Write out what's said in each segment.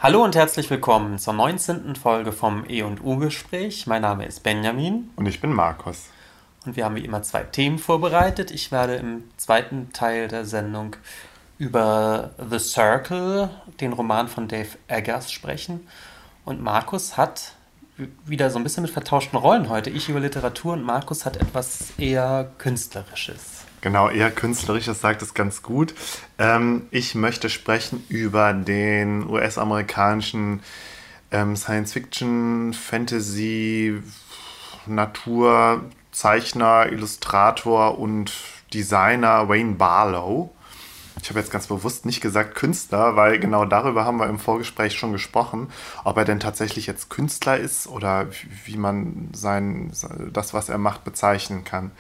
Hallo und herzlich willkommen zur 19. Folge vom E&U-Gespräch. Mein Name ist Benjamin Und ich bin Markus. und wir haben wie immer zwei Themen vorbereitet. Ich werde im zweiten Teil der Sendung über The Circle, den Roman von Dave Eggers, sprechen. Und Markus hat wieder so ein bisschen mit vertauschten Rollen heute. Ich über Literatur und Markus hat etwas eher Künstlerisches. Genau, eher künstlerisch, das sagt es ganz gut. Ich möchte sprechen über den US-amerikanischen Science-Fiction, Fantasy, Natur, Zeichner, Illustrator und Designer Wayne Barlow. Ich habe jetzt ganz bewusst nicht gesagt Künstler, weil genau darüber haben wir im Vorgespräch schon gesprochen, ob er denn tatsächlich jetzt Künstler ist oder wie man das, was er macht, bezeichnen kann.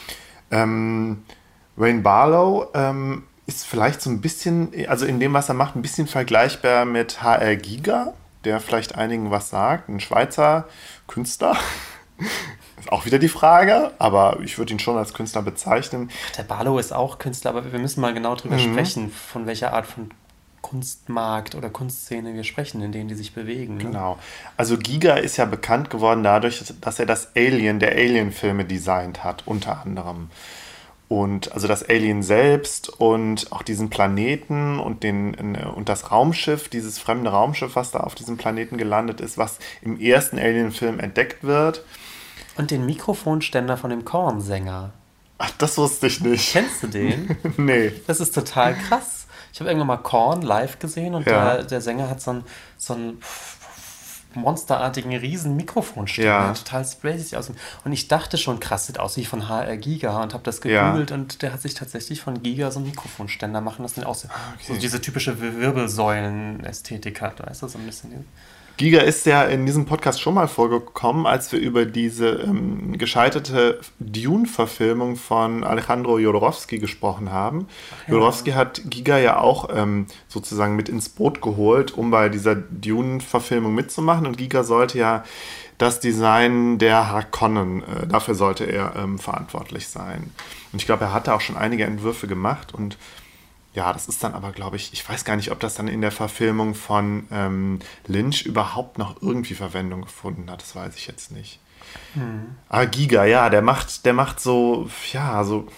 Wayne Barlow ist vielleicht so ein bisschen, also in dem, was er macht, ein bisschen vergleichbar mit H.R. Giger, der vielleicht einigen was sagt, ein Schweizer Künstler. Ist auch wieder die Frage, aber ich würde ihn schon als Künstler bezeichnen. Der Barlow ist auch Künstler, aber wir müssen mal genau drüber sprechen, von welcher Art von Kunstmarkt oder Kunstszene wir sprechen, in denen die sich bewegen. Ne? Genau. Also Giger ist ja bekannt geworden dadurch, dass er der Alien-Filme designt hat, unter anderem. Und also das Alien selbst und auch diesen Planeten und das Raumschiff, dieses fremde Raumschiff, was da auf diesem Planeten gelandet ist, was im ersten Alien-Film entdeckt wird. Und den Mikrofonständer von dem Korn-Sänger. Ach, das wusste ich nicht. Kennst du den? Nee. Das ist total krass. Ich habe irgendwann mal Korn live gesehen und Ja. der Sänger hat so einen monsterartigen riesen Mikrofonständer. Ja. Total crazy aus. Und ich dachte schon, krass, sieht aus wie von HR Giga und habe das gegoogelt und der hat sich tatsächlich von Giga so einen Mikrofonständer machen lassen, der auch so diese typische Wirbelsäulen-Ästhetik hat. Weißt du, so ein bisschen. Giga ist ja in diesem Podcast schon mal vorgekommen, als wir über diese gescheiterte Dune-Verfilmung von Alejandro Jodorowsky gesprochen haben. Ja. Jodorowsky hat Giga ja auch sozusagen mit ins Boot geholt, um bei dieser Dune-Verfilmung mitzumachen. Und Giga sollte ja das Design der Harkonnen, dafür sollte er verantwortlich sein. Und ich glaube, er hatte auch schon einige Entwürfe gemacht und ja, das ist dann aber, glaube ich weiß gar nicht, ob das dann in der Verfilmung von Lynch überhaupt noch irgendwie Verwendung gefunden hat. Das weiß ich jetzt nicht. Aber Giga, ja, der macht so, ja, so.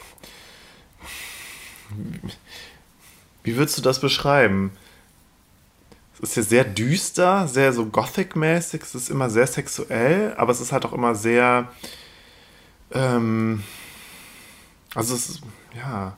Wie würdest du das beschreiben? Es ist ja sehr düster, sehr so Gothic-mäßig. Es ist immer sehr sexuell, aber es ist halt auch immer sehr. Also es ist, ja.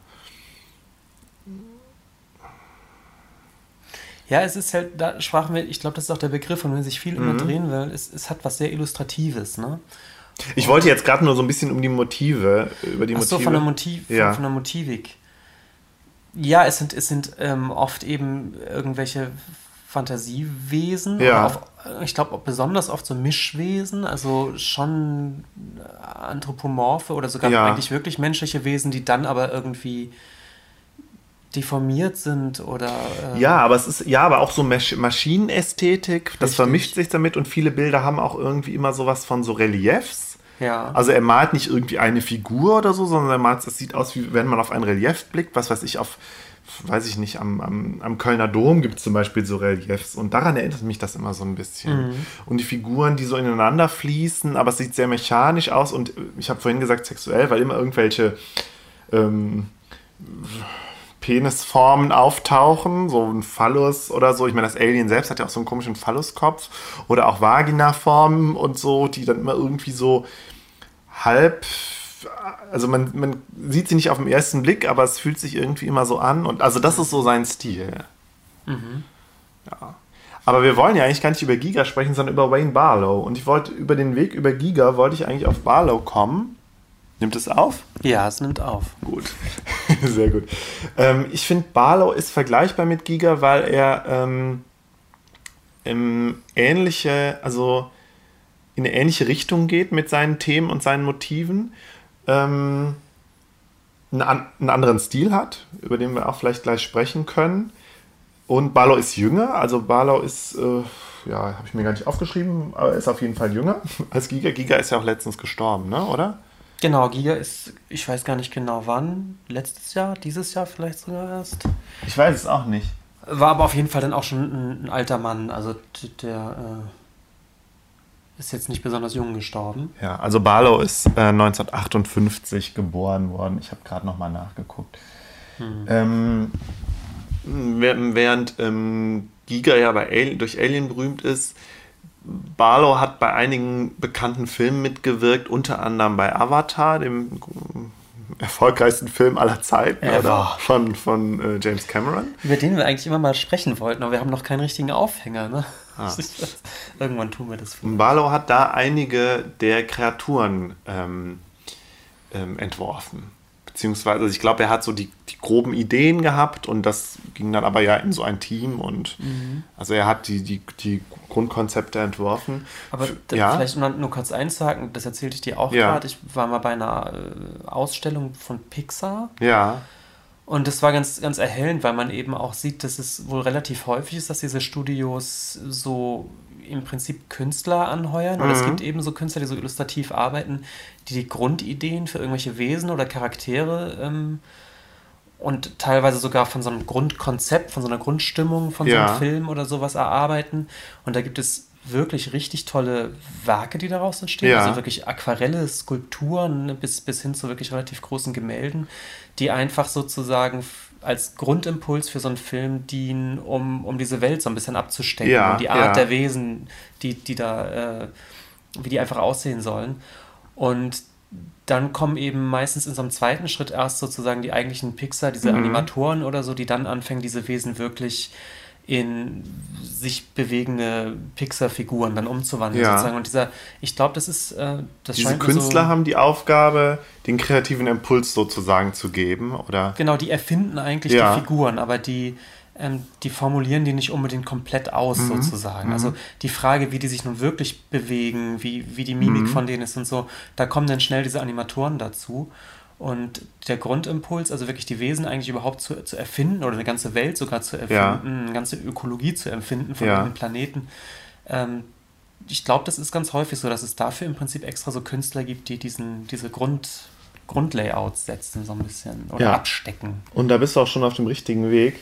Ja, es ist halt, da sprachen wir, ich glaube, das ist auch der Begriff, und wenn sich viel immer drehen will, es hat was sehr Illustratives, ne? Ich wollte jetzt gerade nur so ein bisschen über die Motive. Ach so, von Ja. von der Motivik. Ja, es sind oft eben irgendwelche Fantasiewesen. Ja. Oder ich glaube besonders oft so Mischwesen, also schon anthropomorphe oder sogar Ja. eigentlich wirklich menschliche Wesen, die dann aber irgendwie deformiert sind oder... Ja, aber auch so Maschinenästhetik, das Richtig. vermischt sich damit und viele Bilder haben auch irgendwie immer sowas von so Reliefs. Ja. Also er malt nicht irgendwie eine Figur oder so, sondern es sieht aus, wie wenn man auf ein Relief blickt, weiß ich nicht, am Kölner Dom gibt es zum Beispiel so Reliefs und daran erinnert mich das immer so ein bisschen. Und die Figuren, die so ineinander fließen, aber es sieht sehr mechanisch aus und ich habe vorhin gesagt sexuell, weil immer irgendwelche Penisformen auftauchen, so ein Phallus oder so. Ich meine, das Alien selbst hat ja auch so einen komischen Phalluskopf oder auch Vaginaformen und so, die dann immer irgendwie so halb, also man sieht sie nicht auf den ersten Blick, aber es fühlt sich irgendwie immer so an und also das ist so sein Stil. Ja. Aber wir wollen ja eigentlich gar nicht über Giga sprechen, sondern über Wayne Barlow und über den Weg über Giga wollte ich eigentlich auf Barlow kommen. Nimmt es auf? Ja, es nimmt auf. Gut, sehr gut. Ich finde, Barlow ist vergleichbar mit Giga, weil er in eine ähnliche Richtung geht mit seinen Themen und seinen Motiven. Einen anderen Stil hat, über den wir auch vielleicht gleich sprechen können. Und Barlow ist jünger, also Barlow ist, habe ich mir gar nicht aufgeschrieben, aber er ist auf jeden Fall jünger als Giga. Giga ist ja auch letztens gestorben, ne, oder? Genau, Giga ist, ich weiß gar nicht genau wann, letztes Jahr, dieses Jahr vielleicht sogar erst. Ich weiß es auch nicht. War aber auf jeden Fall dann auch schon ein alter Mann. Also der ist jetzt nicht besonders jung gestorben. Ja, also Barlow ist 1958 geboren worden. Ich habe gerade nochmal nachgeguckt. Während Giger ja durch Alien berühmt ist, Barlow hat bei einigen bekannten Filmen mitgewirkt, unter anderem bei Avatar, dem erfolgreichsten Film aller Zeiten, oder? Von James Cameron. Über den wir eigentlich immer mal sprechen wollten, aber wir haben noch keinen richtigen Aufhänger. Ne? Irgendwann tun wir das. Barlow hat da einige der Kreaturen entworfen. Beziehungsweise, also ich glaube, er hat so die groben Ideen gehabt und das ging dann aber ja in so ein Team und also er hat die Grundkonzepte entworfen. Aber vielleicht um nur kurz einzuhaken, das erzählte ich dir auch gerade, ich war mal bei einer Ausstellung von Pixar. Ja. Und das war ganz, ganz erhellend, weil man eben auch sieht, dass es wohl relativ häufig ist, dass diese Studios so im Prinzip Künstler anheuern. Oder es gibt eben so Künstler, die so illustrativ arbeiten, die Grundideen für irgendwelche Wesen oder Charaktere und teilweise sogar von so einem Grundkonzept, von so einer Grundstimmung, von so einem Film oder sowas erarbeiten. Und da gibt es wirklich richtig tolle Werke, die daraus entstehen. Also wirklich Aquarelle, Skulpturen bis hin zu wirklich relativ großen Gemälden, die einfach sozusagen als Grundimpuls für so einen Film dienen, um diese Welt so ein bisschen abzustecken und die Art der Wesen, die da, wie die einfach aussehen sollen. Und dann kommen eben meistens in so einem zweiten Schritt erst sozusagen die eigentlichen Pixar, diese Animatoren oder so, die dann anfangen, diese Wesen wirklich in sich bewegende Pixar-Figuren dann umzuwandeln sozusagen. Und ich glaube, das ist diese Künstler haben die Aufgabe, den kreativen Impuls sozusagen zu geben, oder? Genau, die erfinden eigentlich die Figuren, aber die formulieren die nicht unbedingt komplett aus sozusagen. Also die Frage, wie die sich nun wirklich bewegen, wie die Mimik von denen ist und so, da kommen dann schnell diese Animatoren dazu. Und der Grundimpuls, also wirklich die Wesen eigentlich überhaupt zu erfinden oder eine ganze Welt sogar zu erfinden, eine ganze Ökologie zu empfinden von einem Planeten. Ich glaube, das ist ganz häufig so, dass es dafür im Prinzip extra so Künstler gibt, die diese Grundlayouts setzen so ein bisschen oder abstecken. Und da bist du auch schon auf dem richtigen Weg.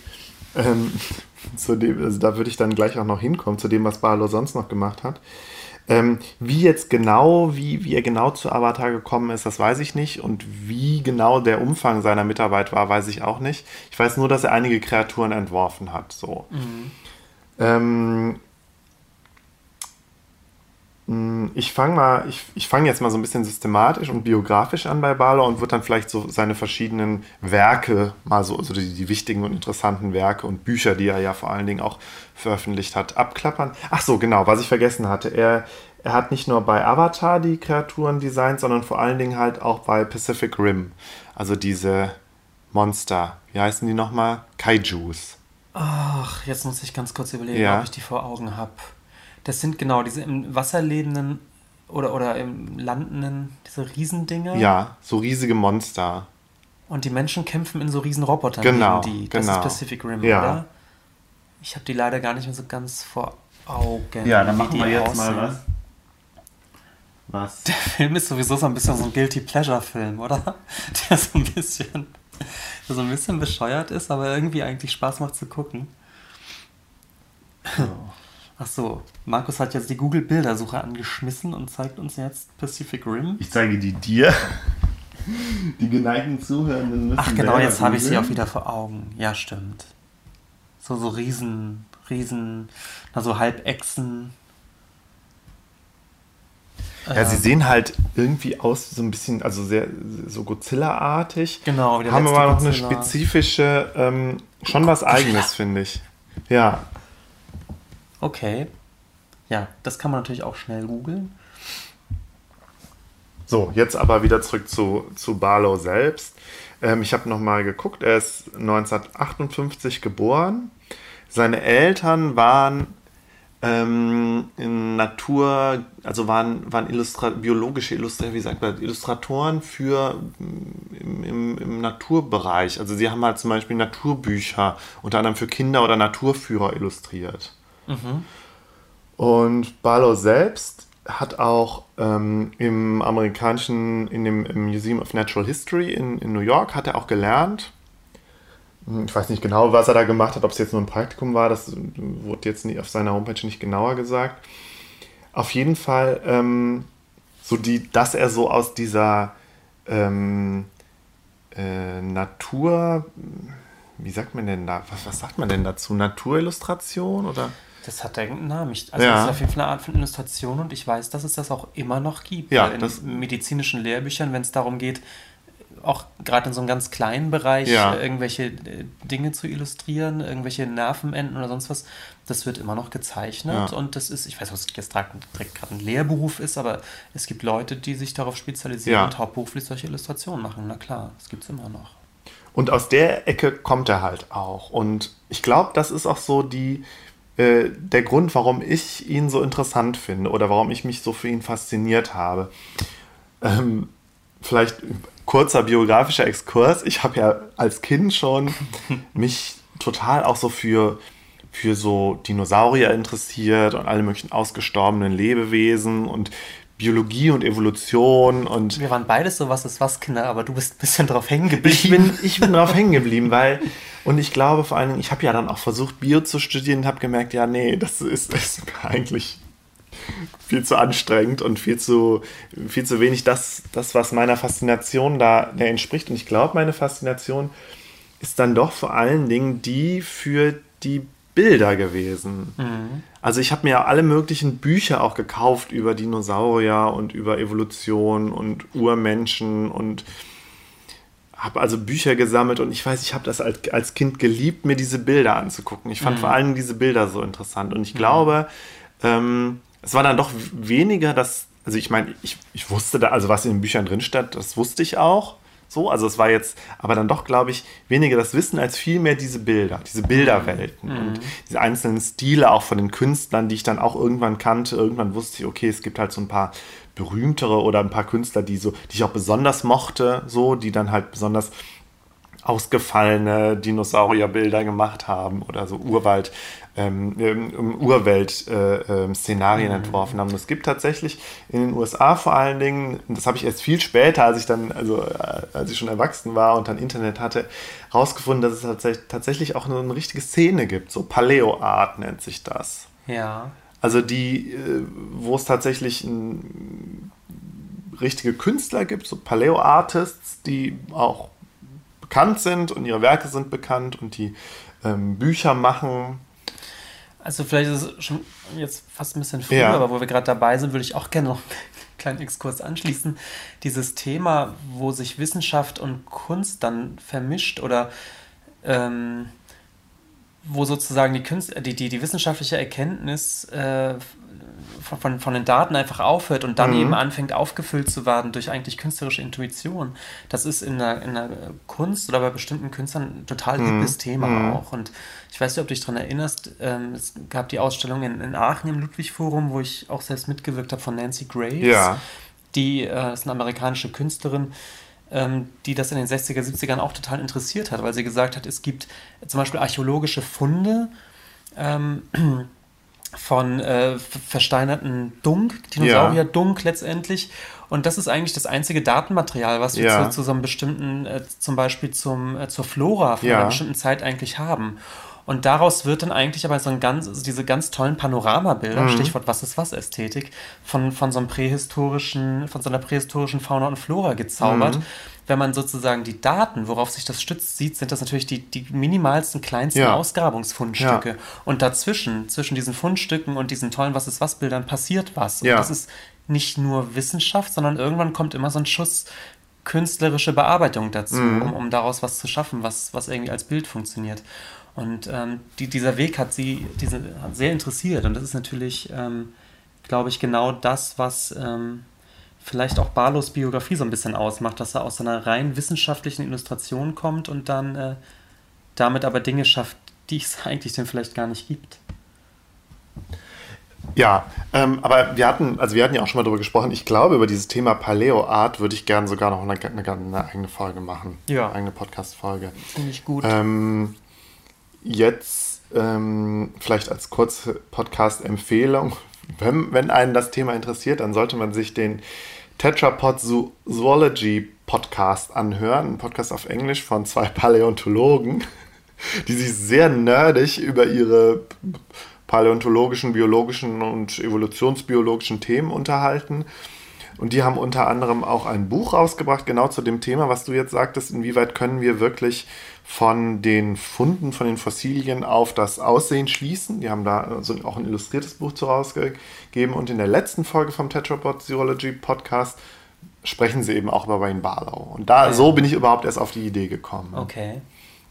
Also da würde ich dann gleich auch noch hinkommen, zu dem, was Barlow sonst noch gemacht hat. Wie er genau zu Avatar gekommen ist, das weiß ich nicht. Und wie genau der Umfang seiner Mitarbeit war, weiß ich auch nicht. Ich weiß nur, dass er einige Kreaturen entworfen hat. So. Ich fange jetzt mal so ein bisschen systematisch und biografisch an bei Barlow und würde dann vielleicht so seine verschiedenen Werke, mal so also die wichtigen und interessanten Werke und Bücher, die er ja vor allen Dingen auch veröffentlicht hat, abklappern. Ach so, genau, was ich vergessen hatte. Er hat nicht nur bei Avatar die Kreaturen designt, sondern vor allen Dingen halt auch bei Pacific Rim. Also diese Monster. Wie heißen die nochmal? Kaijus. Ach, jetzt muss ich ganz kurz überlegen, ob ich die vor Augen habe. Das sind genau diese im Wasser lebenden oder im landenden, diese Riesendinger. Ja, so riesige Monster. Und die Menschen kämpfen in so riesen Robotern gegen die. Das ist Pacific Rim, oder? Ich habe die leider gar nicht mehr so ganz vor Augen. Ja, dann machen wir jetzt mal was. Der Film ist sowieso so ein bisschen so ein Guilty Pleasure-Film, oder? Der so ein bisschen bescheuert ist, aber irgendwie eigentlich Spaß macht zu gucken. Ach so, Markus hat jetzt die Google-Bildersuche angeschmissen und zeigt uns jetzt Pacific Rim. Ich zeige die dir. Die geneigten Zuhörenden müssen. Ach genau, jetzt habe ich sie auch wieder vor Augen. Ja, stimmt. So Riesen, so Halbechsen. Ja, sie sehen halt irgendwie aus so ein bisschen, also sehr so Godzilla-artig. Genau, haben aber noch eine spezifische, schon was Eigenes, finde ich. Ja. Okay. Ja, das kann man natürlich auch schnell googeln. So, jetzt aber wieder zurück zu Barlow selbst. Ich habe nochmal geguckt, er ist 1958 geboren. Seine Eltern waren in Natur, also waren biologische Illustratoren im Naturbereich. Also sie haben halt zum Beispiel Naturbücher, unter anderem für Kinder oder Naturführer illustriert. Und Barlow selbst hat auch im Museum of Natural History in New York hat er auch gelernt. Ich weiß nicht genau, was er da gemacht hat, ob es jetzt nur ein Praktikum war, das wurde jetzt auf seiner Homepage nicht genauer gesagt. Auf jeden Fall, dass er so aus dieser Natur, wie sagt man denn da, was sagt man denn dazu? Naturillustration oder? Das hat irgendeinen Namen. Das ist auf jeden Fall eine Art von Illustration und ich weiß, dass es das auch immer noch gibt. Ja, in medizinischen Lehrbüchern, wenn es darum geht, auch gerade in so einem ganz kleinen Bereich irgendwelche Dinge zu illustrieren, irgendwelche Nervenenden oder sonst was, das wird immer noch gezeichnet und das ist, ich weiß nicht, ob es jetzt direkt gerade ein Lehrberuf ist, aber es gibt Leute, die sich darauf spezialisieren und hauptberuflich solche Illustrationen machen. Na klar, das gibt es immer noch. Und aus der Ecke kommt er halt auch. Und ich glaube, das ist auch so der Grund, warum ich ihn so interessant finde oder warum ich mich so für ihn fasziniert habe. Vielleicht kurzer biografischer Exkurs. Ich habe ja als Kind schon mich total auch so für so Dinosaurier interessiert und alle möglichen ausgestorbenen Lebewesen und Biologie und Evolution. Und wir waren beides so was ist was Kinder, aber du bist ein bisschen drauf hängen geblieben. Ich bin drauf hängen geblieben, und ich glaube vor allen Dingen, ich habe ja dann auch versucht, Bio zu studieren und habe gemerkt, ja, nee, das ist eigentlich viel zu anstrengend und viel zu wenig das, was meiner Faszination da entspricht. Und ich glaube, meine Faszination ist dann doch vor allen Dingen die für die Bilder gewesen. Mhm. Also ich habe mir ja alle möglichen Bücher auch gekauft über Dinosaurier und über Evolution und Urmenschen und habe also Bücher gesammelt und ich weiß, ich habe das als Kind geliebt, mir diese Bilder anzugucken. Ich fand vor allem diese Bilder so interessant und ich glaube, es war dann doch weniger also ich meine, ich wusste da, also was in den Büchern drin stand, das wusste ich auch. So, also es war jetzt, aber dann doch, glaube ich, weniger das Wissen als vielmehr diese Bilder, diese Bilderwelten und diese einzelnen Stile auch von den Künstlern, die ich dann auch irgendwann kannte. Irgendwann wusste ich, okay, es gibt halt so ein paar berühmtere oder ein paar Künstler, die ich auch besonders mochte, so, die dann halt besonders ausgefallene Dinosaurierbilder gemacht haben oder so Urwelt-Szenarien entworfen haben. Und es gibt tatsächlich in den USA vor allen Dingen, das habe ich erst viel später, als ich schon erwachsen war und dann Internet hatte, rausgefunden, dass es tatsächlich auch eine richtige Szene gibt. So Paleo-Art nennt sich das. Ja. Also wo es tatsächlich richtige Künstler gibt, so Paleo-Artists, die auch bekannt sind und ihre Werke sind bekannt und die Bücher machen. Also vielleicht ist es schon jetzt fast ein bisschen früh, aber wo wir gerade dabei sind, würde ich auch gerne noch einen kleinen Exkurs anschließen. Dieses Thema, wo sich Wissenschaft und Kunst dann vermischt oder wo sozusagen die wissenschaftliche Erkenntnis von den Daten einfach aufhört und dann eben anfängt aufgefüllt zu werden durch eigentlich künstlerische Intuition. Das ist in der Kunst oder bei bestimmten Künstlern ein total hippes Thema auch. Und ich weiß nicht, ob du dich daran erinnerst, es gab die Ausstellung in Aachen im Ludwig-Forum, wo ich auch selbst mitgewirkt habe von Nancy Graves. Ja. Die ist eine amerikanische Künstlerin, die das in den 60er, 70ern auch total interessiert hat, weil sie gesagt hat, es gibt zum Beispiel archäologische Funde von versteinerten Dinosaurier-Dunk letztendlich. Und das ist eigentlich das einzige Datenmaterial, was wir zu so einem bestimmten, zum Beispiel zur Flora von einer bestimmten Zeit eigentlich haben. Und daraus wird dann eigentlich aber diese ganz tollen Panoramabilder, Stichwort Was ist was Ästhetik, von so einer prähistorischen Fauna und Flora gezaubert. Wenn man sozusagen die Daten, worauf sich das stützt, sieht, sind das natürlich die minimalsten, kleinsten Ausgrabungsfundstücke. Und zwischen diesen Fundstücken und diesen tollen Was ist was Bildern passiert was. Und das ist nicht nur Wissenschaft, sondern irgendwann kommt immer so ein Schuss künstlerische Bearbeitung dazu, um daraus was zu schaffen, was irgendwie als Bild funktioniert. Und dieser Weg hat sie sehr interessiert. Und das ist natürlich, glaube ich, genau das, was vielleicht auch Barlows Biografie so ein bisschen ausmacht, dass er aus einer rein wissenschaftlichen Illustration kommt und dann damit aber Dinge schafft, die es eigentlich denn vielleicht gar nicht gibt. Ja, aber wir hatten ja auch schon mal darüber gesprochen. Ich glaube, über dieses Thema Paleo-Art würde ich gerne sogar noch eine eigene Folge machen. Ja. Eine eigene Podcast-Folge. Finde ich gut. Jetzt vielleicht als kurze Podcast-Empfehlung. Wenn einen das Thema interessiert, dann sollte man sich den Tetrapod Zoology Podcast anhören. Ein Podcast auf Englisch von 2 Paläontologen. die sich sehr nerdig über ihre paläontologischen, biologischen und evolutionsbiologischen Themen unterhalten. Und die haben unter anderem auch ein Buch rausgebracht, genau zu dem Thema, was du jetzt sagtest, inwieweit können wir wirklich von den Funden, von den Fossilien auf das Aussehen schließen. Die haben da also auch ein illustriertes Buch zu rausgegeben. Und in der letzten Folge vom Tetrapod Zoology Podcast sprechen sie eben auch über Wayne Barlow. Und da so bin ich überhaupt erst auf die Idee gekommen. Okay.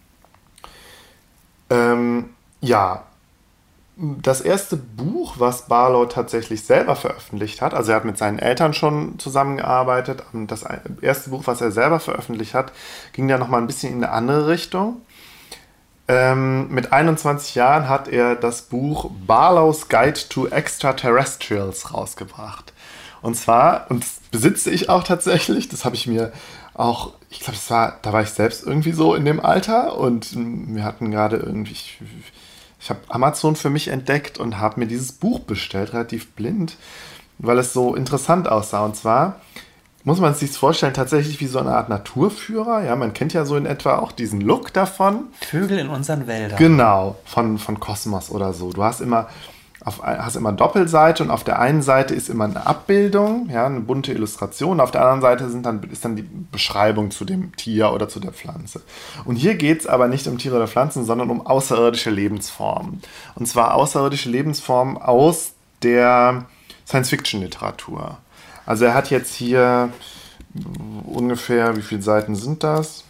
Ja, das erste Buch, was Barlow tatsächlich selber veröffentlicht hat, also er hat mit seinen Eltern schon zusammengearbeitet, und das erste Buch, was er selber veröffentlicht hat, ging da nochmal ein bisschen in eine andere Richtung. Mit 21 Jahren hat er das Buch Barlow's Guide to Extraterrestrials rausgebracht. Und zwar, und das besitze ich auch tatsächlich, das habe ich mir auch, ich glaube, da war ich selbst irgendwie so in dem Alter, und wir hatten gerade irgendwie, ich habe Amazon für mich entdeckt und habe mir dieses Buch bestellt, relativ blind, weil es so interessant aussah. Und zwar muss man sich vorstellen, tatsächlich wie so eine Art Naturführer. Ja, man kennt ja so in etwa auch diesen Look davon. Vögel in unseren Wäldern. Genau, von Kosmos oder so. Du hast immer Doppelseite, und auf der einen Seite ist immer eine Abbildung, ja, eine bunte Illustration, auf der anderen Seite ist dann die Beschreibung zu dem Tier oder zu der Pflanze. Und hier geht es aber nicht um Tiere oder Pflanzen, sondern um außerirdische Lebensformen. Und zwar außerirdische Lebensformen aus der Science-Fiction-Literatur. Also er hat jetzt hier ungefähr, wie viele Seiten sind das?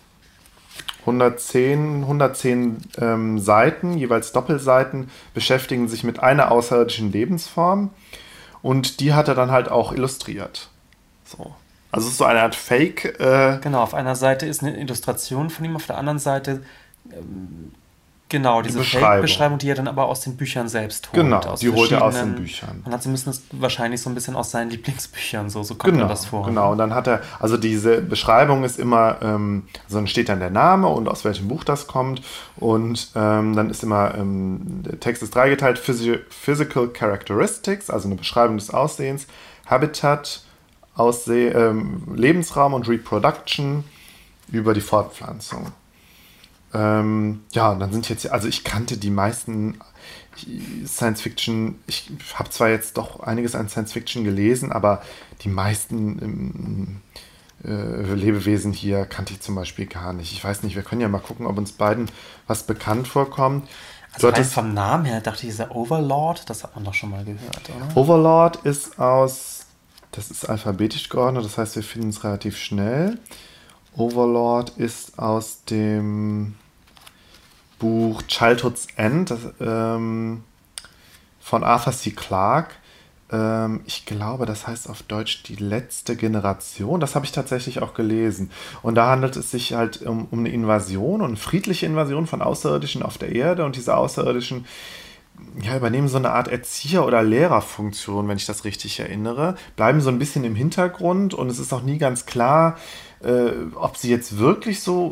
110 Seiten, jeweils Doppelseiten, beschäftigen sich mit einer außerirdischen Lebensform, und die hat er dann halt auch illustriert. So. Also es ist so eine Art Fake. Genau, auf einer Seite ist eine Illustration von ihm, auf der anderen Seite genau, diese Fake-Beschreibung, die er dann aber aus den Büchern selbst holt. Genau, die holt er aus den Büchern. Man hat zumindest wahrscheinlich so ein bisschen aus seinen Lieblingsbüchern, so kommt mir das vor. Genau, und dann hat er, also diese Beschreibung ist immer, also dann steht dann der Name und aus welchem Buch das kommt, und dann ist immer, der Text ist dreigeteilt: Physical Characteristics, also eine Beschreibung des Aussehens, Habitat, Lebensraum und Reproduction über die Fortpflanzung. Ja, und dann sind jetzt, also ich kannte die meisten Science-Fiction, ich habe zwar jetzt doch einiges an Science-Fiction gelesen, aber die meisten Lebewesen hier kannte ich zum Beispiel gar nicht. Ich weiß nicht, wir können ja mal gucken, ob uns beiden was bekannt vorkommt. Also rein vom Namen her dachte ich, dieser Overlord, das hat man doch schon mal gehört, oder? Overlord ist das ist alphabetisch geordnet, das heißt, wir finden es relativ schnell. Overlord ist aus dem Buch Childhood's End von Arthur C. Clarke. Ich glaube, das heißt auf Deutsch Die letzte Generation. Das habe ich tatsächlich auch gelesen. Und da handelt es sich halt um eine Invasion, eine friedliche Invasion von Außerirdischen auf der Erde. Und diese Außerirdischen übernehmen so eine Art Erzieher- oder Lehrerfunktion, wenn ich das richtig erinnere. Bleiben so ein bisschen im Hintergrund, und es ist auch nie ganz klar, ob sie jetzt wirklich so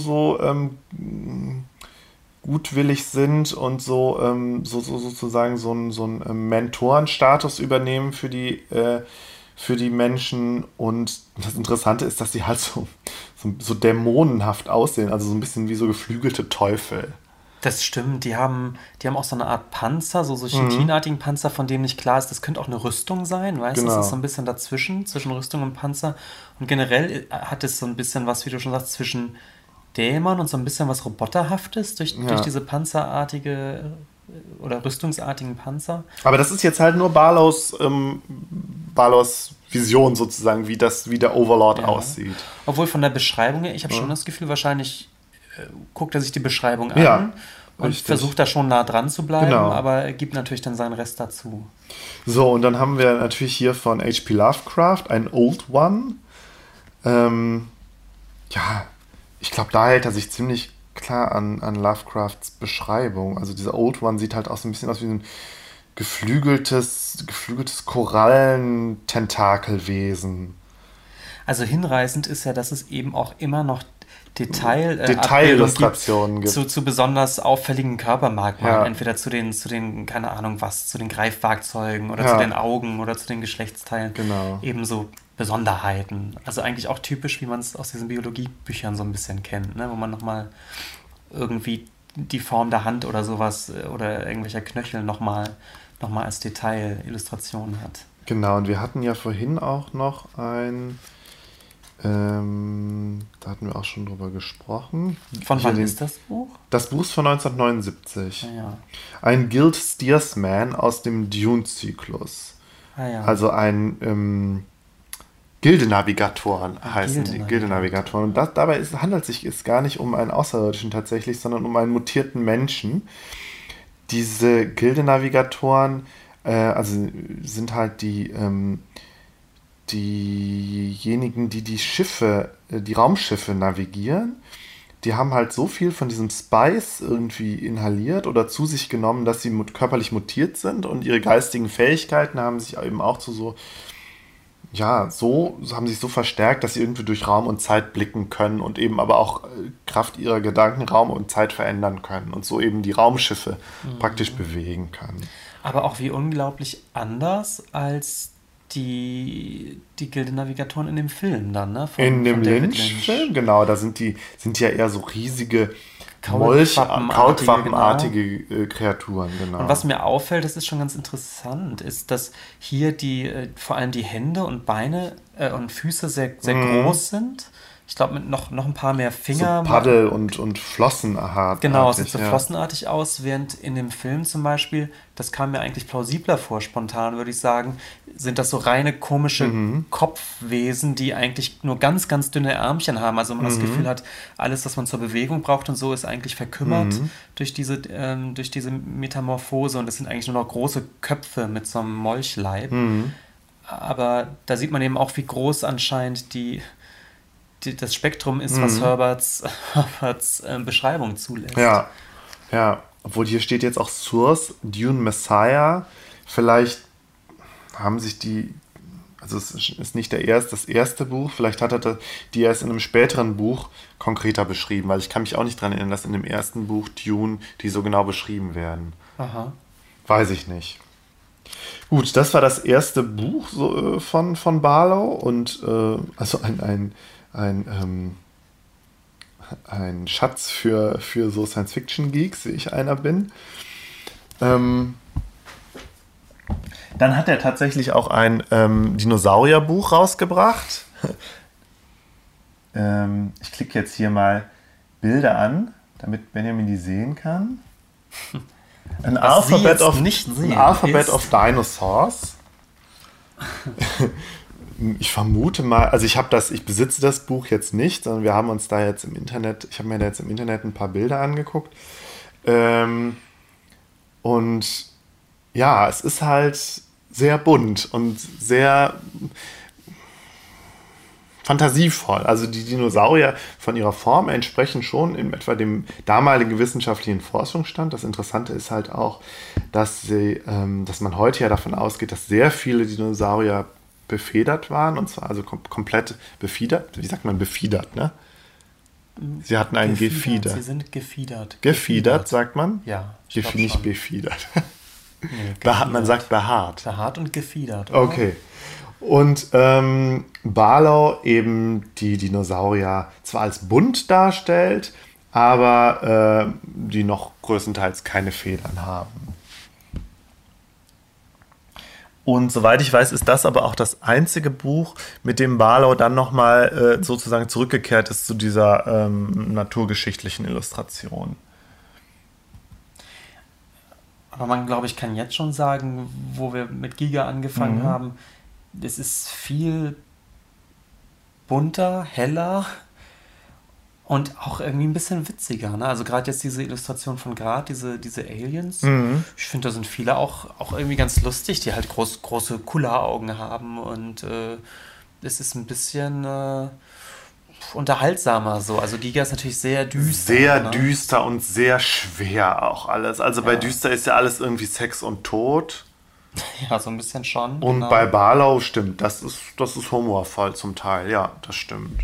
gutwillig sind und so sozusagen so einen Mentorenstatus übernehmen für die Menschen. Und das Interessante ist, dass sie halt so dämonenhaft aussehen, also so ein bisschen wie so geflügelte Teufel. Das stimmt, die haben auch so eine Art Panzer, so chitinartigen Panzer, von dem nicht klar ist, das könnte auch eine Rüstung sein, weißt du? Genau. Das ist so ein bisschen dazwischen, zwischen Rüstung und Panzer. Und generell hat es so ein bisschen was, wie du schon sagst, zwischen Dämon und so ein bisschen was Roboterhaftes durch diese panzerartige oder rüstungsartigen Panzer. Aber das ist jetzt halt nur Barlows Vision sozusagen, wie der Overlord aussieht. Obwohl von der Beschreibung her, ich habe schon das Gefühl, wahrscheinlich guckt er sich die Beschreibung an und versucht da schon nah dran zu bleiben, aber er gibt natürlich dann seinen Rest dazu. So, und dann haben wir natürlich hier von H.P. Lovecraft ein Old One. Ich glaube, da hält er sich ziemlich klar an Lovecrafts Beschreibung. Also dieser Old One sieht halt auch so ein bisschen aus wie ein geflügeltes Korallententakelwesen. Also hinreißend ist ja, dass es eben auch immer noch Detailillustrationen gibt. Zu besonders auffälligen Körpermerkmalen. Entweder zu den, keine Ahnung was, zu den Greifwerkzeugen oder zu den Augen oder zu den Geschlechtsteilen. Genau. Ebenso Besonderheiten. Also eigentlich auch typisch, wie man es aus diesen Biologiebüchern so ein bisschen kennt, ne? Wo man nochmal irgendwie die Form der Hand oder sowas oder irgendwelcher Knöchel nochmal als Detailillustration hat. Genau, und wir hatten ja vorhin auch noch da hatten wir auch schon drüber gesprochen. Von wann ist das Buch? Das Buch ist von 1979. Ah, ja. Ein Guild Steersman aus dem Dune-Zyklus. Ah, ja. Also ein Gildenavigatoren heißen die. Gildenavigatoren. Und dabei handelt es gar nicht um einen Außerirdischen tatsächlich, sondern um einen mutierten Menschen. Diese Gildenavigatoren also sind halt diejenigen, die die Raumschiffe navigieren. Die haben halt so viel von diesem Spice irgendwie inhaliert oder zu sich genommen, dass sie körperlich mutiert sind und ihre geistigen Fähigkeiten haben sich eben auch haben sich so verstärkt, dass sie irgendwie durch Raum und Zeit blicken können und eben aber auch Kraft ihrer Gedanken Raum und Zeit verändern können und so eben die Raumschiffe praktisch bewegen können. Aber auch wie unglaublich anders als die Gildenavigatoren in dem Film dann, ne? In dem Lynch-Film, genau, da sind ja eher so riesige Kaulquappenartige Kreaturen, genau. Und was mir auffällt, das ist schon ganz interessant, ist, dass hier vor allem die Hände und Beine und Füße sehr, sehr groß sind. Ich glaube, mit noch ein paar mehr Finger. So Paddel- und Flossenartig. Genau, es sieht so flossenartig aus, während in dem Film zum Beispiel, das kam mir eigentlich plausibler vor, spontan würde ich sagen, sind das so reine komische Kopfwesen, die eigentlich nur ganz, ganz dünne Ärmchen haben. Also man das Gefühl hat, alles, was man zur Bewegung braucht und so, ist eigentlich verkümmert durch diese Metamorphose und es sind eigentlich nur noch große Köpfe mit so einem Molchleib. Aber da sieht man eben auch, wie groß anscheinend das Spektrum ist, was Herberts Beschreibung zulässt. Ja. Obwohl hier steht jetzt auch Source, Dune Messiah. Vielleicht haben sich also es ist nicht das erste Buch, vielleicht hat er die erst in einem späteren Buch konkreter beschrieben, weil ich kann mich auch nicht daran erinnern, dass in dem ersten Buch Dune die so genau beschrieben werden. Aha. Weiß ich nicht. Gut, das war das erste Buch von Barlow und also ein Schatz für so Science-Fiction-Geeks, wie ich einer bin. Dann hat er tatsächlich auch ein Dinosaurierbuch rausgebracht. Ich klicke jetzt hier mal Bilder an, damit Benjamin die sehen kann. Ein Alphabet of Dinosaurs. Ich vermute mal, also ich besitze das Buch jetzt nicht, sondern ich habe mir da jetzt im Internet ein paar Bilder angeguckt. Und ja, es ist halt sehr bunt und sehr fantasievoll. Also die Dinosaurier von ihrer Form entsprechen schon in etwa dem damaligen wissenschaftlichen Forschungsstand. Das Interessante ist halt auch, dass man heute ja davon ausgeht, dass sehr viele Dinosaurier befedert waren, und zwar also komplett befiedert. Wie sagt man befiedert, ne? Sie hatten einen Gefieder. Sie sind gefiedert. Gefiedert, sagt man? Ja. Nicht befiedert. Nee, man sagt behaart. Behaart und gefiedert, oder? Okay. Und Barlow eben die Dinosaurier zwar als bunt darstellt, aber die noch größtenteils keine Federn haben. Und soweit ich weiß, ist das aber auch das einzige Buch, mit dem Barlow dann nochmal sozusagen zurückgekehrt ist zu dieser naturgeschichtlichen Illustration. Aber man, glaube ich, kann jetzt schon sagen, wo wir mit Giga angefangen haben, es ist viel bunter, heller und auch irgendwie ein bisschen witziger. Ne? Also gerade jetzt diese Illustration von diese Aliens. Ich finde, da sind viele auch irgendwie ganz lustig, die halt große Kulleraugen haben und es ist ein bisschen unterhaltsamer so. Also Giga ist natürlich sehr düster. Sehr düster und sehr schwer auch alles. Also bei düster ist ja alles irgendwie Sex und Tod. Ja, so ein bisschen schon. Und bei Barlow stimmt, das ist humorvoll zum Teil. Ja, das stimmt.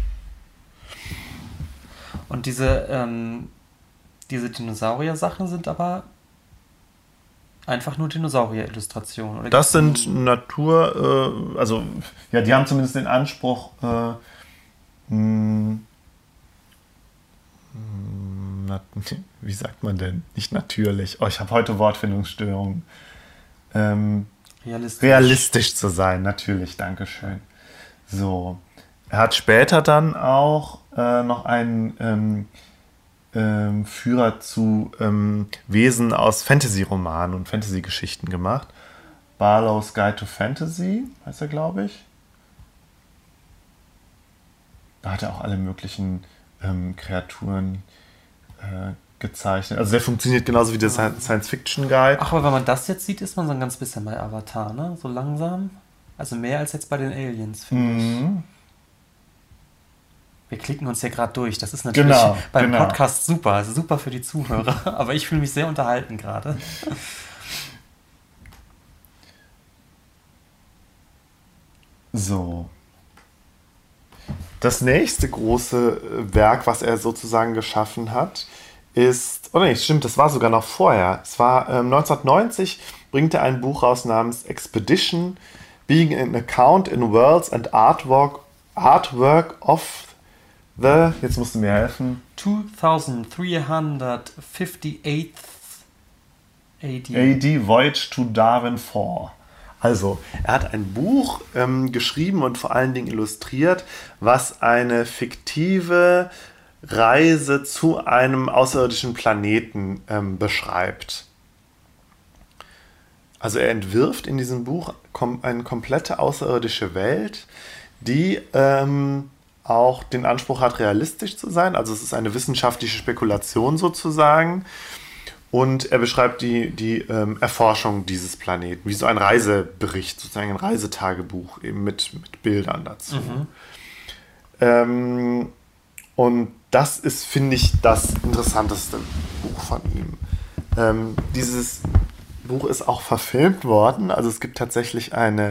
Und diese Dinosaurier-Sachen sind aber einfach nur Dinosaurier-Illustrationen, oder? Das sind also ja, die haben zumindest den Anspruch, wie sagt man denn? Nicht natürlich. Oh, ich habe heute Wortfindungsstörungen. Realistisch zu sein, natürlich, Dankeschön. So. Er hat später dann auch noch einen Führer zu Wesen aus Fantasy-Romanen und Fantasy-Geschichten gemacht. Barlow's Guide to Fantasy, heißt er, glaube ich. Da hat er auch alle möglichen Kreaturen gezeichnet. Also der funktioniert genauso wie der Science-Fiction-Guide. Ach, aber wenn man das jetzt sieht, ist man so ein ganz bisschen bei Avatar, ne? So langsam. Also mehr als jetzt bei den Aliens, finde ich. Wir klicken uns hier gerade durch. Das ist natürlich beim Podcast super. Also super für die Zuhörer. Aber ich fühle mich sehr unterhalten gerade. So. Das nächste große Werk, was er sozusagen geschaffen hat, ist, oh nee, stimmt, das war sogar noch vorher. Es war 1990, bringt er ein Buch raus namens Expedition, Being an Account in Worlds and Artwork of the, jetzt musst du mir helfen, 2358th AD. AD Voyage to Darwin 4. Also, er hat ein Buch geschrieben und vor allen Dingen illustriert, was eine fiktive Reise zu einem außerirdischen Planeten beschreibt. Also er entwirft in diesem Buch eine komplette außerirdische Welt, die auch den Anspruch hat, realistisch zu sein. Also es ist eine wissenschaftliche Spekulation sozusagen. Und er beschreibt die Erforschung dieses Planeten, wie so ein Reisebericht, sozusagen ein Reisetagebuch, eben mit Bildern dazu. Und das ist, finde ich, das interessanteste Buch von ihm. Dieses Buch ist auch verfilmt worden, also es gibt tatsächlich eine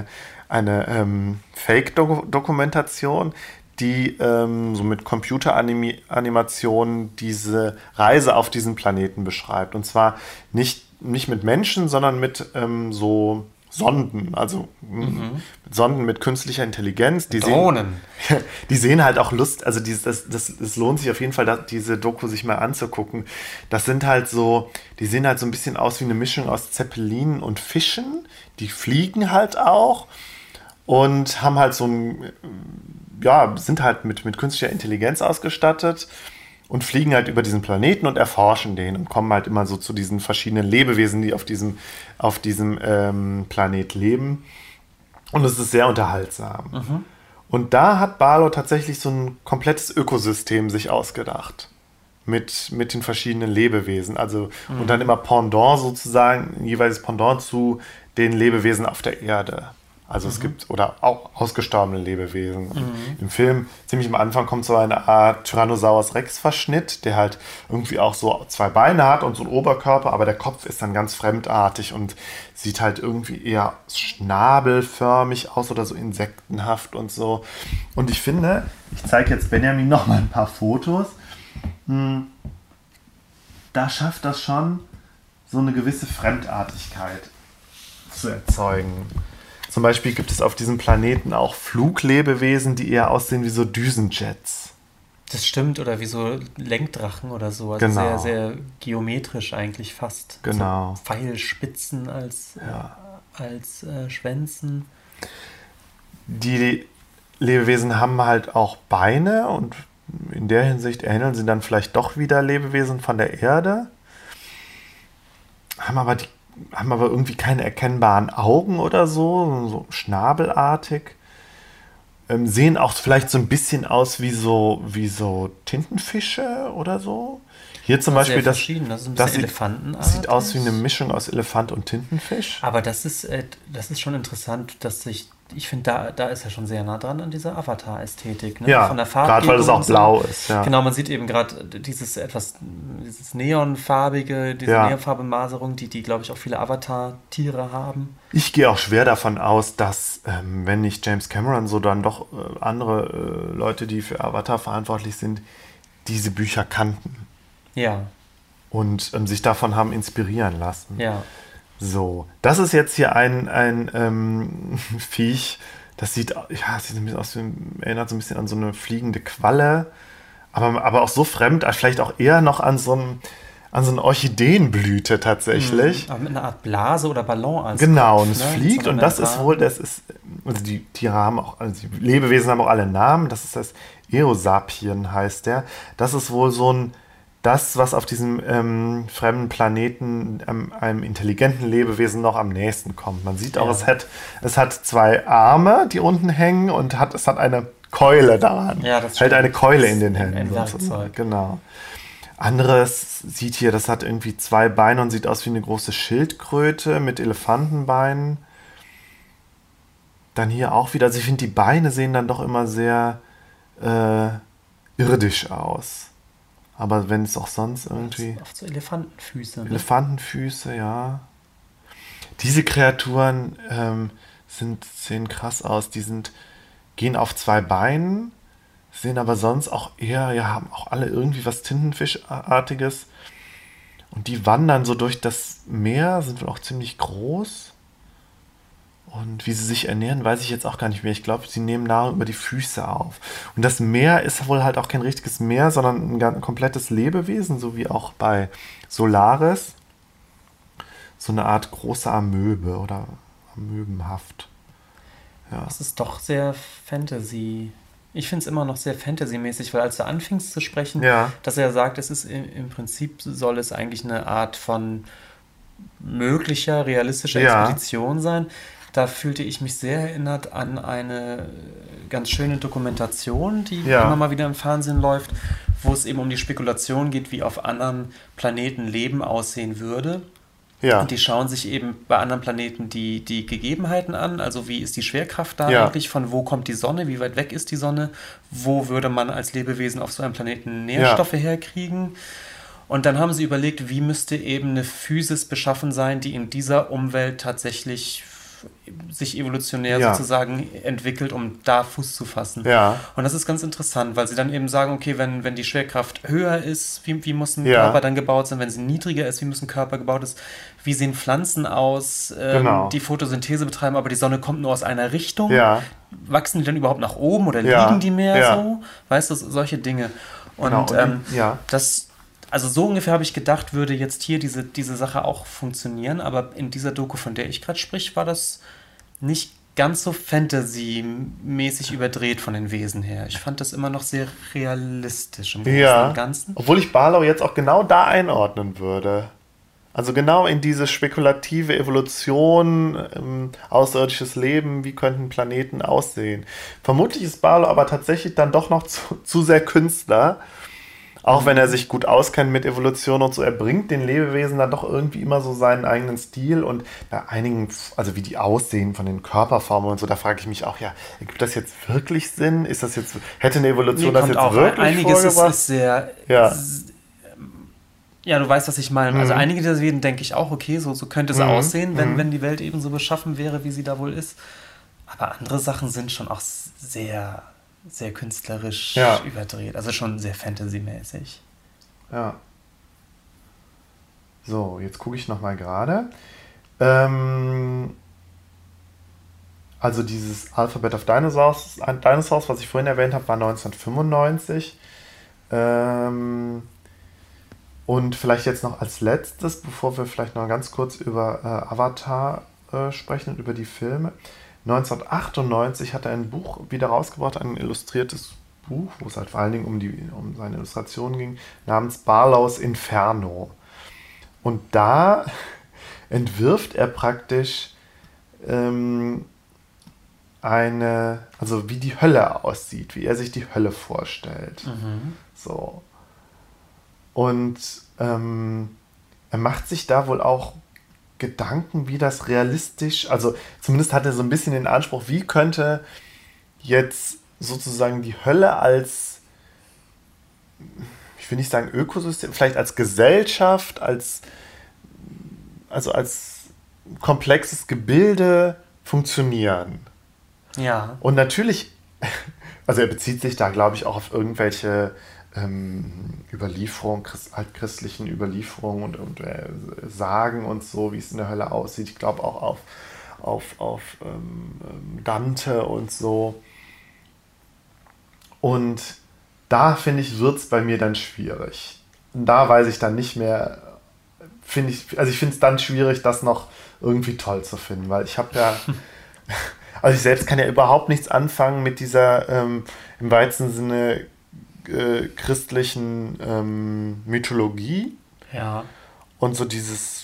Fake-Dokumentation, die so mit Computeranimationen diese Reise auf diesen Planeten beschreibt. Und zwar nicht mit Menschen, sondern mit so Sonden, also mit Sonden mit künstlicher Intelligenz. Die Drohnen. Die sehen halt auch also das lohnt sich auf jeden Fall, diese Doku sich mal anzugucken. Das sind halt so, die sehen halt so ein bisschen aus wie eine Mischung aus Zeppelinen und Fischen. Die fliegen halt auch und haben halt so ein, sind halt mit künstlicher Intelligenz ausgestattet und fliegen halt über diesen Planeten und erforschen den und kommen halt immer so zu diesen verschiedenen Lebewesen, die auf diesem Planet leben. Und es ist sehr unterhaltsam. Und da hat Barlow tatsächlich so ein komplettes Ökosystem sich ausgedacht. Mit den verschiedenen Lebewesen. Also, und dann immer Pendant sozusagen, jeweils Pendant zu den Lebewesen auf der Erde. Also es gibt, oder auch ausgestorbene Lebewesen. Im Film, ziemlich am Anfang, kommt so eine Art Tyrannosaurus Rex-Verschnitt, der halt irgendwie auch so 2 Beine hat und so einen Oberkörper, aber der Kopf ist dann ganz fremdartig und sieht halt irgendwie eher schnabelförmig aus oder so insektenhaft und so. Und ich finde, ich zeige jetzt Benjamin noch mal ein paar Fotos, da schafft das schon, so eine gewisse Fremdartigkeit zu erzeugen. Zum Beispiel gibt es auf diesem Planeten auch Fluglebewesen, die eher aussehen wie so Düsenjets. Das stimmt, oder wie so Lenkdrachen oder so. Also sehr, sehr geometrisch eigentlich fast. Genau. So Pfeilspitzen als Schwänzen. Die Lebewesen haben halt auch Beine und in der Hinsicht erinnern sie dann vielleicht doch wieder Lebewesen von der Erde. Haben aber irgendwie keine erkennbaren Augen oder so schnabelartig. Sehen auch vielleicht so ein bisschen aus wie so Tintenfische oder so. Hier zum Beispiel, das ist ein bisschen elefantenartig. Sieht aus wie eine Mischung aus Elefant und Tintenfisch. Aber das ist schon interessant, dass ich finde, da ist er schon sehr nah dran an dieser Avatar-Ästhetik. Ne? Ja, von der Farbgebung, gerade weil es auch blau ist. Ja. Genau, man sieht eben gerade dieses neonfarbige, diese Neonfarbe-Maserung, die glaube ich auch viele Avatar-Tiere haben. Ich gehe auch schwer davon aus, dass, wenn nicht James Cameron, so dann doch andere Leute, die für Avatar verantwortlich sind, diese Bücher kannten. Ja. Und sich davon haben inspirieren lassen. Ja. So, das ist jetzt hier ein Viech, das sieht ein bisschen aus, erinnert so ein bisschen an so eine fliegende Qualle, aber auch so fremd, vielleicht auch eher noch an so eine Orchideenblüte tatsächlich. Aber mit einer Art Blase oder Ballon als Genau, Kopf, und es ne? fliegt So und einer das ist Membran. wohl, also die Tiere haben auch, also die Lebewesen haben auch alle Namen, das ist das Eosapien heißt der. Das ist wohl das, was auf diesem fremden Planeten einem intelligenten Lebewesen noch am nächsten kommt. Man sieht auch, Ja. es hat zwei Arme, die unten hängen und es hat eine Keule daran. Ja, das Hält eine stimmt. Keule Das in ist den ein Händen. Werkzeug. sozusagen. Genau. Anderes sieht hier, das hat irgendwie 2 Beine und sieht aus wie eine große Schildkröte mit Elefantenbeinen. Dann hier auch wieder, also ich finde, die Beine sehen dann doch immer sehr irdisch aus. Aber wenn es auch sonst irgendwie... Oft so Elefantenfüße. Ne? Elefantenfüße, ja. Diese Kreaturen sehen krass aus. Gehen auf 2 Beinen, sehen aber sonst auch eher, ja, haben auch alle irgendwie was Tintenfischartiges. Und die wandern so durch das Meer, sind wohl auch ziemlich groß. Und wie sie sich ernähren, weiß ich jetzt auch gar nicht mehr. Ich glaube, sie nehmen Nahrung über die Füße auf. Und das Meer ist wohl halt auch kein richtiges Meer, sondern ein komplettes Lebewesen, so wie auch bei Solaris. So eine Art große Amöbe oder amöbenhaft. Ja. Das ist doch sehr Fantasy. Ich finde es immer noch sehr Fantasy-mäßig, weil als du anfingst zu sprechen, Ja. dass er sagt, es ist im Prinzip soll es eigentlich eine Art von möglicher, realistischer Ja. Expedition sein. Da fühlte ich mich sehr erinnert an eine ganz schöne Dokumentation, die Ja. immer mal wieder im Fernsehen läuft, wo es eben um die Spekulation geht, wie auf anderen Planeten Leben aussehen würde. Ja. Und die schauen sich eben bei anderen Planeten die Gegebenheiten an, also wie ist die Schwerkraft da Ja. eigentlich, von wo kommt die Sonne, wie weit weg ist die Sonne, wo würde man als Lebewesen auf so einem Planeten Nährstoffe herkriegen. Und dann haben sie überlegt, wie müsste eben eine Physis beschaffen sein, die in dieser Umwelt tatsächlich sich evolutionär Ja. sozusagen entwickelt, um da Fuß zu fassen. Ja. Und das ist ganz interessant, weil sie dann eben sagen, okay, wenn die Schwerkraft höher ist, wie muss ein Ja. Körper dann gebaut sein? Wenn sie niedriger ist, wie muss ein Körper gebaut ist? Wie sehen Pflanzen aus, Genau. die Photosynthese betreiben, aber die Sonne kommt nur aus einer Richtung? Ja. Wachsen die dann überhaupt nach oben oder Ja. liegen die mehr Ja. so? Weißt du, solche Dinge. Und, Genau. Ja. also so ungefähr habe ich gedacht, würde jetzt hier diese Sache auch funktionieren, aber in dieser Doku, von der ich gerade sprich, war das nicht ganz so Fantasy-mäßig überdreht von den Wesen her. Ich fand das immer noch sehr realistisch im Großen Ja. und Ganzen. Obwohl ich Barlow jetzt auch genau da einordnen würde. Also genau in diese spekulative Evolution, außerirdisches Leben, wie könnten Planeten aussehen. Vermutlich ist Barlow aber tatsächlich dann doch noch zu sehr Künstler. Auch wenn er sich gut auskennt mit Evolution und so, er bringt den Lebewesen dann doch irgendwie immer so seinen eigenen Stil und bei einigen, also wie die aussehen von den Körperformen und so, da frage ich mich auch, ja, ergibt das jetzt wirklich Sinn? Ist das jetzt, hätte eine Evolution das kommt jetzt auch. wirklich Einiges vorgebracht? ist sehr... Ja. Ja, du weißt, was ich meine. Also einige dieser Wesen denke ich auch, okay, so könnte es aussehen, wenn die Welt eben so beschaffen wäre, wie sie da wohl ist. Aber andere Sachen sind schon auch sehr, sehr künstlerisch überdreht. Also schon sehr Fantasy-mäßig. Ja. So, jetzt gucke ich nochmal gerade. Also dieses Alphabet of Dinosaurs, was ich vorhin erwähnt habe, war 1995. Und vielleicht jetzt noch als letztes, bevor wir vielleicht noch ganz kurz über Avatar sprechen und über die Filme. 1998 hat er ein Buch wieder rausgebracht, ein illustriertes Buch, wo es halt vor allen Dingen um seine Illustrationen ging, namens Barlows Inferno. Und da entwirft er praktisch also wie die Hölle aussieht, wie er sich die Hölle vorstellt. So. Und er macht sich da wohl auch Gedanken, wie das realistisch, also zumindest hat er so ein bisschen den Anspruch, wie könnte jetzt sozusagen die Hölle als, ich will nicht sagen Ökosystem, vielleicht als Gesellschaft, als komplexes Gebilde funktionieren. Ja. Und natürlich, also er bezieht sich da, glaube ich, auch auf irgendwelche Überlieferungen, altchristlichen Überlieferungen und Sagen und so, wie es in der Hölle aussieht. Ich glaube auch auf Dante und so. Und da finde ich, wird es bei mir dann schwierig. Und da weiß ich dann nicht mehr, ich finde es dann schwierig, das noch irgendwie toll zu finden, weil ich habe ja, also ich selbst kann ja überhaupt nichts anfangen mit dieser im weitesten Sinne christlichen Mythologie. Ja. Und so dieses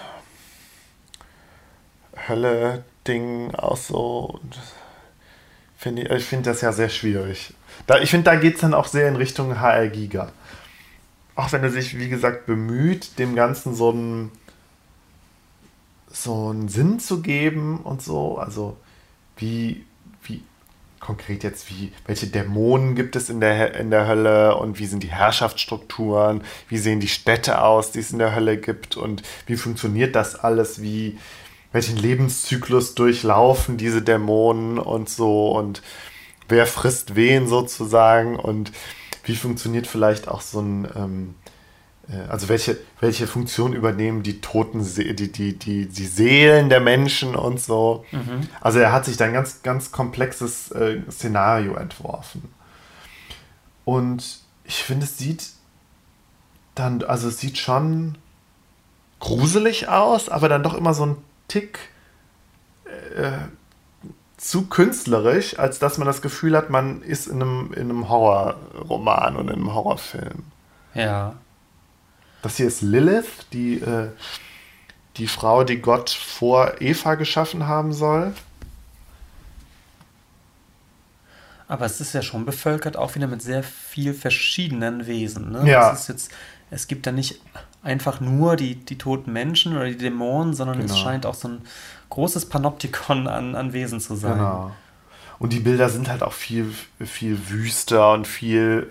Hölle-Ding auch so, ich finde das ja sehr schwierig. Ich finde, da geht es dann auch sehr in Richtung HR Giger. Auch wenn er sich, wie gesagt, bemüht, dem Ganzen so einen Sinn zu geben und so. Also wie konkret jetzt, welche Dämonen gibt es in der Hölle und wie sind die Herrschaftsstrukturen, wie sehen die Städte aus, die es in der Hölle gibt und wie funktioniert das alles, welchen Lebenszyklus durchlaufen diese Dämonen und so und wer frisst wen sozusagen und wie funktioniert vielleicht auch so ein, also welche Funktion übernehmen die toten, die Seelen der Menschen und so. Mhm. Also er hat sich da ein ganz, ganz komplexes Szenario entworfen. Und ich finde, es sieht schon gruselig aus, aber dann doch immer so ein Tick zu künstlerisch, als dass man das Gefühl hat, man ist in einem Horrorroman und in einem Horrorfilm. Ja. Das hier ist Lilith, die Frau, die Gott vor Eva geschaffen haben soll. Aber es ist ja schon bevölkert auch wieder mit sehr viel verschiedenen Wesen. Ne? Ja. Es gibt da nicht einfach nur die toten Menschen oder die Dämonen, sondern es scheint auch so ein großes Panoptikon an Wesen zu sein. Genau. Und die Bilder sind halt auch viel, viel wüster und viel,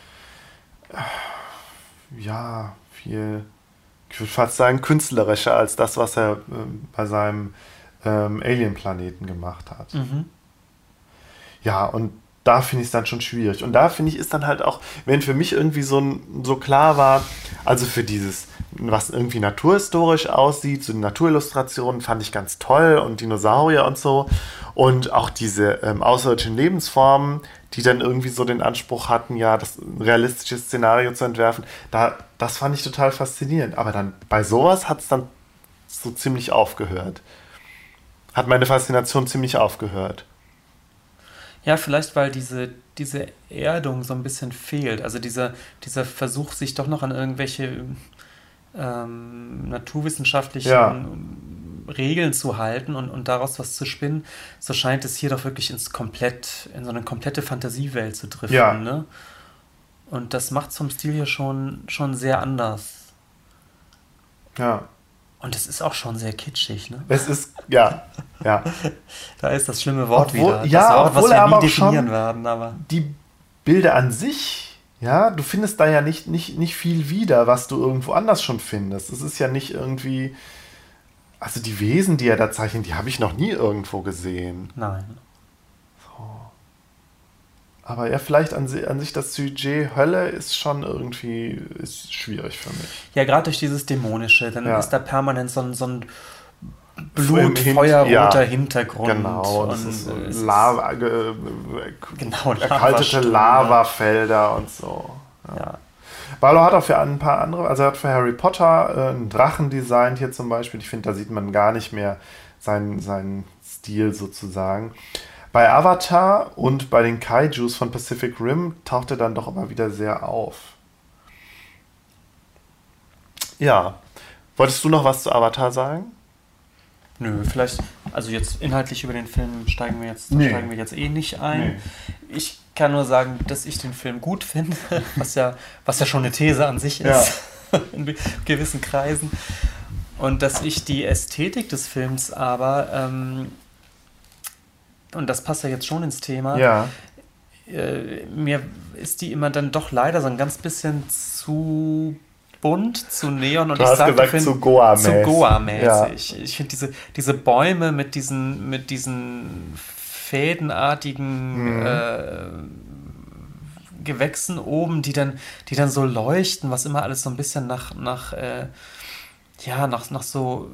viel, ich würde fast sagen, künstlerischer als das, was er bei seinem Alien-Planeten gemacht hat. Mhm. Ja, und da finde ich es dann schon schwierig. Und da finde ich, ist dann halt auch, wenn für mich irgendwie so klar war, also für dieses, was irgendwie naturhistorisch aussieht, so die Naturillustrationen fand ich ganz toll und Dinosaurier und so. Und auch diese außerirdischen Lebensformen, die dann irgendwie so den Anspruch hatten, ja, das realistische Szenario zu entwerfen, das fand ich total faszinierend. Aber dann bei sowas hat es dann so ziemlich aufgehört. Hat meine Faszination ziemlich aufgehört. Ja, vielleicht, weil diese Erdung so ein bisschen fehlt. Also dieser Versuch, sich doch noch an irgendwelche naturwissenschaftlichen Regeln zu halten und daraus was zu spinnen, so scheint es hier doch wirklich in so eine komplette Fantasiewelt zu driften. Ja. Ne? Und das macht es vom Stil hier schon sehr anders. Ja. Und es ist auch schon sehr kitschig, ne? Es ist, ja. Da ist das schlimme Wort wieder. Ja, das Wort, obwohl was wir aber nie definieren schon werden. Aber die Bilder an sich, ja, du findest da ja nicht viel wieder, was du irgendwo anders schon findest. Es ist ja nicht irgendwie, also die Wesen, die er da zeichnet, die habe ich noch nie irgendwo gesehen. Nein. So. Aber ja, vielleicht an sich das Sujet Hölle ist schon irgendwie schwierig für mich. Ja, gerade durch dieses Dämonische, dann ist da permanent so ein feuerroter Hintergrund. Genau, und es ist so erkaltete Lavafelder und so. Ja. Barlow hat auch für ein paar andere, also er hat für Harry Potter einen Drachen designt hier zum Beispiel. Ich finde, da sieht man gar nicht mehr seinen Stil sozusagen. Bei Avatar und bei den Kaijus von Pacific Rim taucht er dann doch immer wieder sehr auf. Ja. Wolltest du noch was zu Avatar sagen? Nö, vielleicht, also jetzt inhaltlich über den Film steigen wir jetzt eh nicht ein. Nee. Ich kann nur sagen, dass ich den Film gut finde, was ja schon eine These an sich ist, in gewissen Kreisen. Und dass ich die Ästhetik des Films aber, und das passt ja jetzt schon ins Thema, mir ist die immer dann doch leider so ein ganz bisschen zu bunt, zu neon und du hast gesagt, zu Goa-mäßig. Ja. Ich finde diese Bäume mit diesen fädenartigen Gewächsen oben, die dann so leuchten, was immer alles so ein bisschen nach so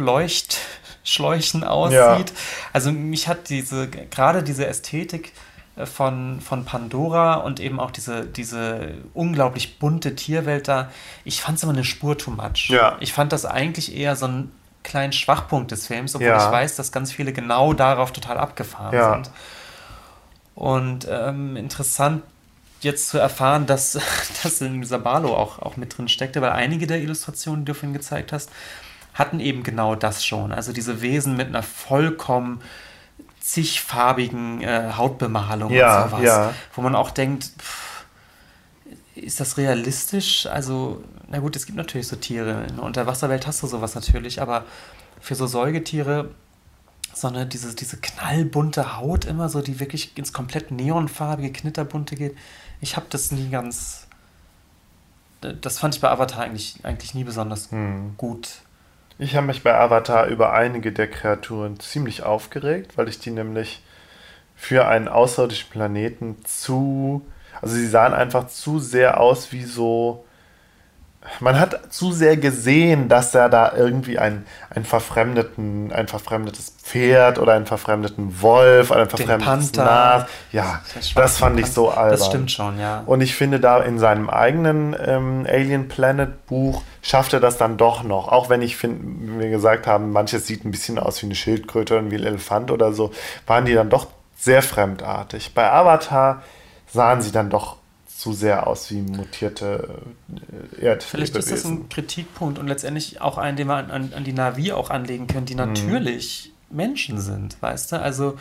Disco-Leuchtschläuchen aussieht. Ja. Also mich hat gerade diese Ästhetik von Pandora und eben auch diese unglaublich bunte Tierwelt da, ich fand es immer eine Spur too much. Ja. Ich fand das eigentlich eher so einen kleinen Schwachpunkt des Films, obwohl Ja. ich weiß, dass ganz viele genau darauf total abgefahren Ja. sind. Und interessant jetzt zu erfahren, dass in dieser Barlow auch mit drin steckte, weil einige der Illustrationen, die du vorhin gezeigt hast, hatten eben genau das schon. Also diese Wesen mit einer vollkommen zigfarbigen Hautbemalung Ja, und sowas. ja. Wo man auch denkt, ist das realistisch? Also, na gut, es gibt natürlich so Tiere. In der Unterwasserwelt hast du sowas natürlich, aber für so Säugetiere, diese knallbunte Haut immer so, die wirklich ins komplett neonfarbige, knitterbunte geht. Ich habe das nie ganz... Das fand ich bei Avatar eigentlich nie besonders gut. Ich habe mich bei Avatar über einige der Kreaturen ziemlich aufgeregt, weil ich die nämlich für einen außerirdischen Planeten also sie sahen einfach zu sehr aus wie so, man hat zu sehr gesehen, dass er da irgendwie ein verfremdetes Pferd oder einen verfremdeten Wolf oder ein verfremdetes Nas. Ja, das fand ich so albern. Das stimmt schon, ja. Und ich finde, da in seinem eigenen Alien Planet Buch schafft er das dann doch noch. Auch wenn wie wir gesagt haben, manches sieht ein bisschen aus wie eine Schildkröte und wie ein Elefant oder so, waren die dann doch sehr fremdartig. Bei Avatar sahen sie dann doch zu sehr aus wie mutierte Erdlebewesen. Vielleicht ist das ein Kritikpunkt und letztendlich auch einen, den wir an die Na'vi auch anlegen können, die natürlich Menschen sind, weißt du? Also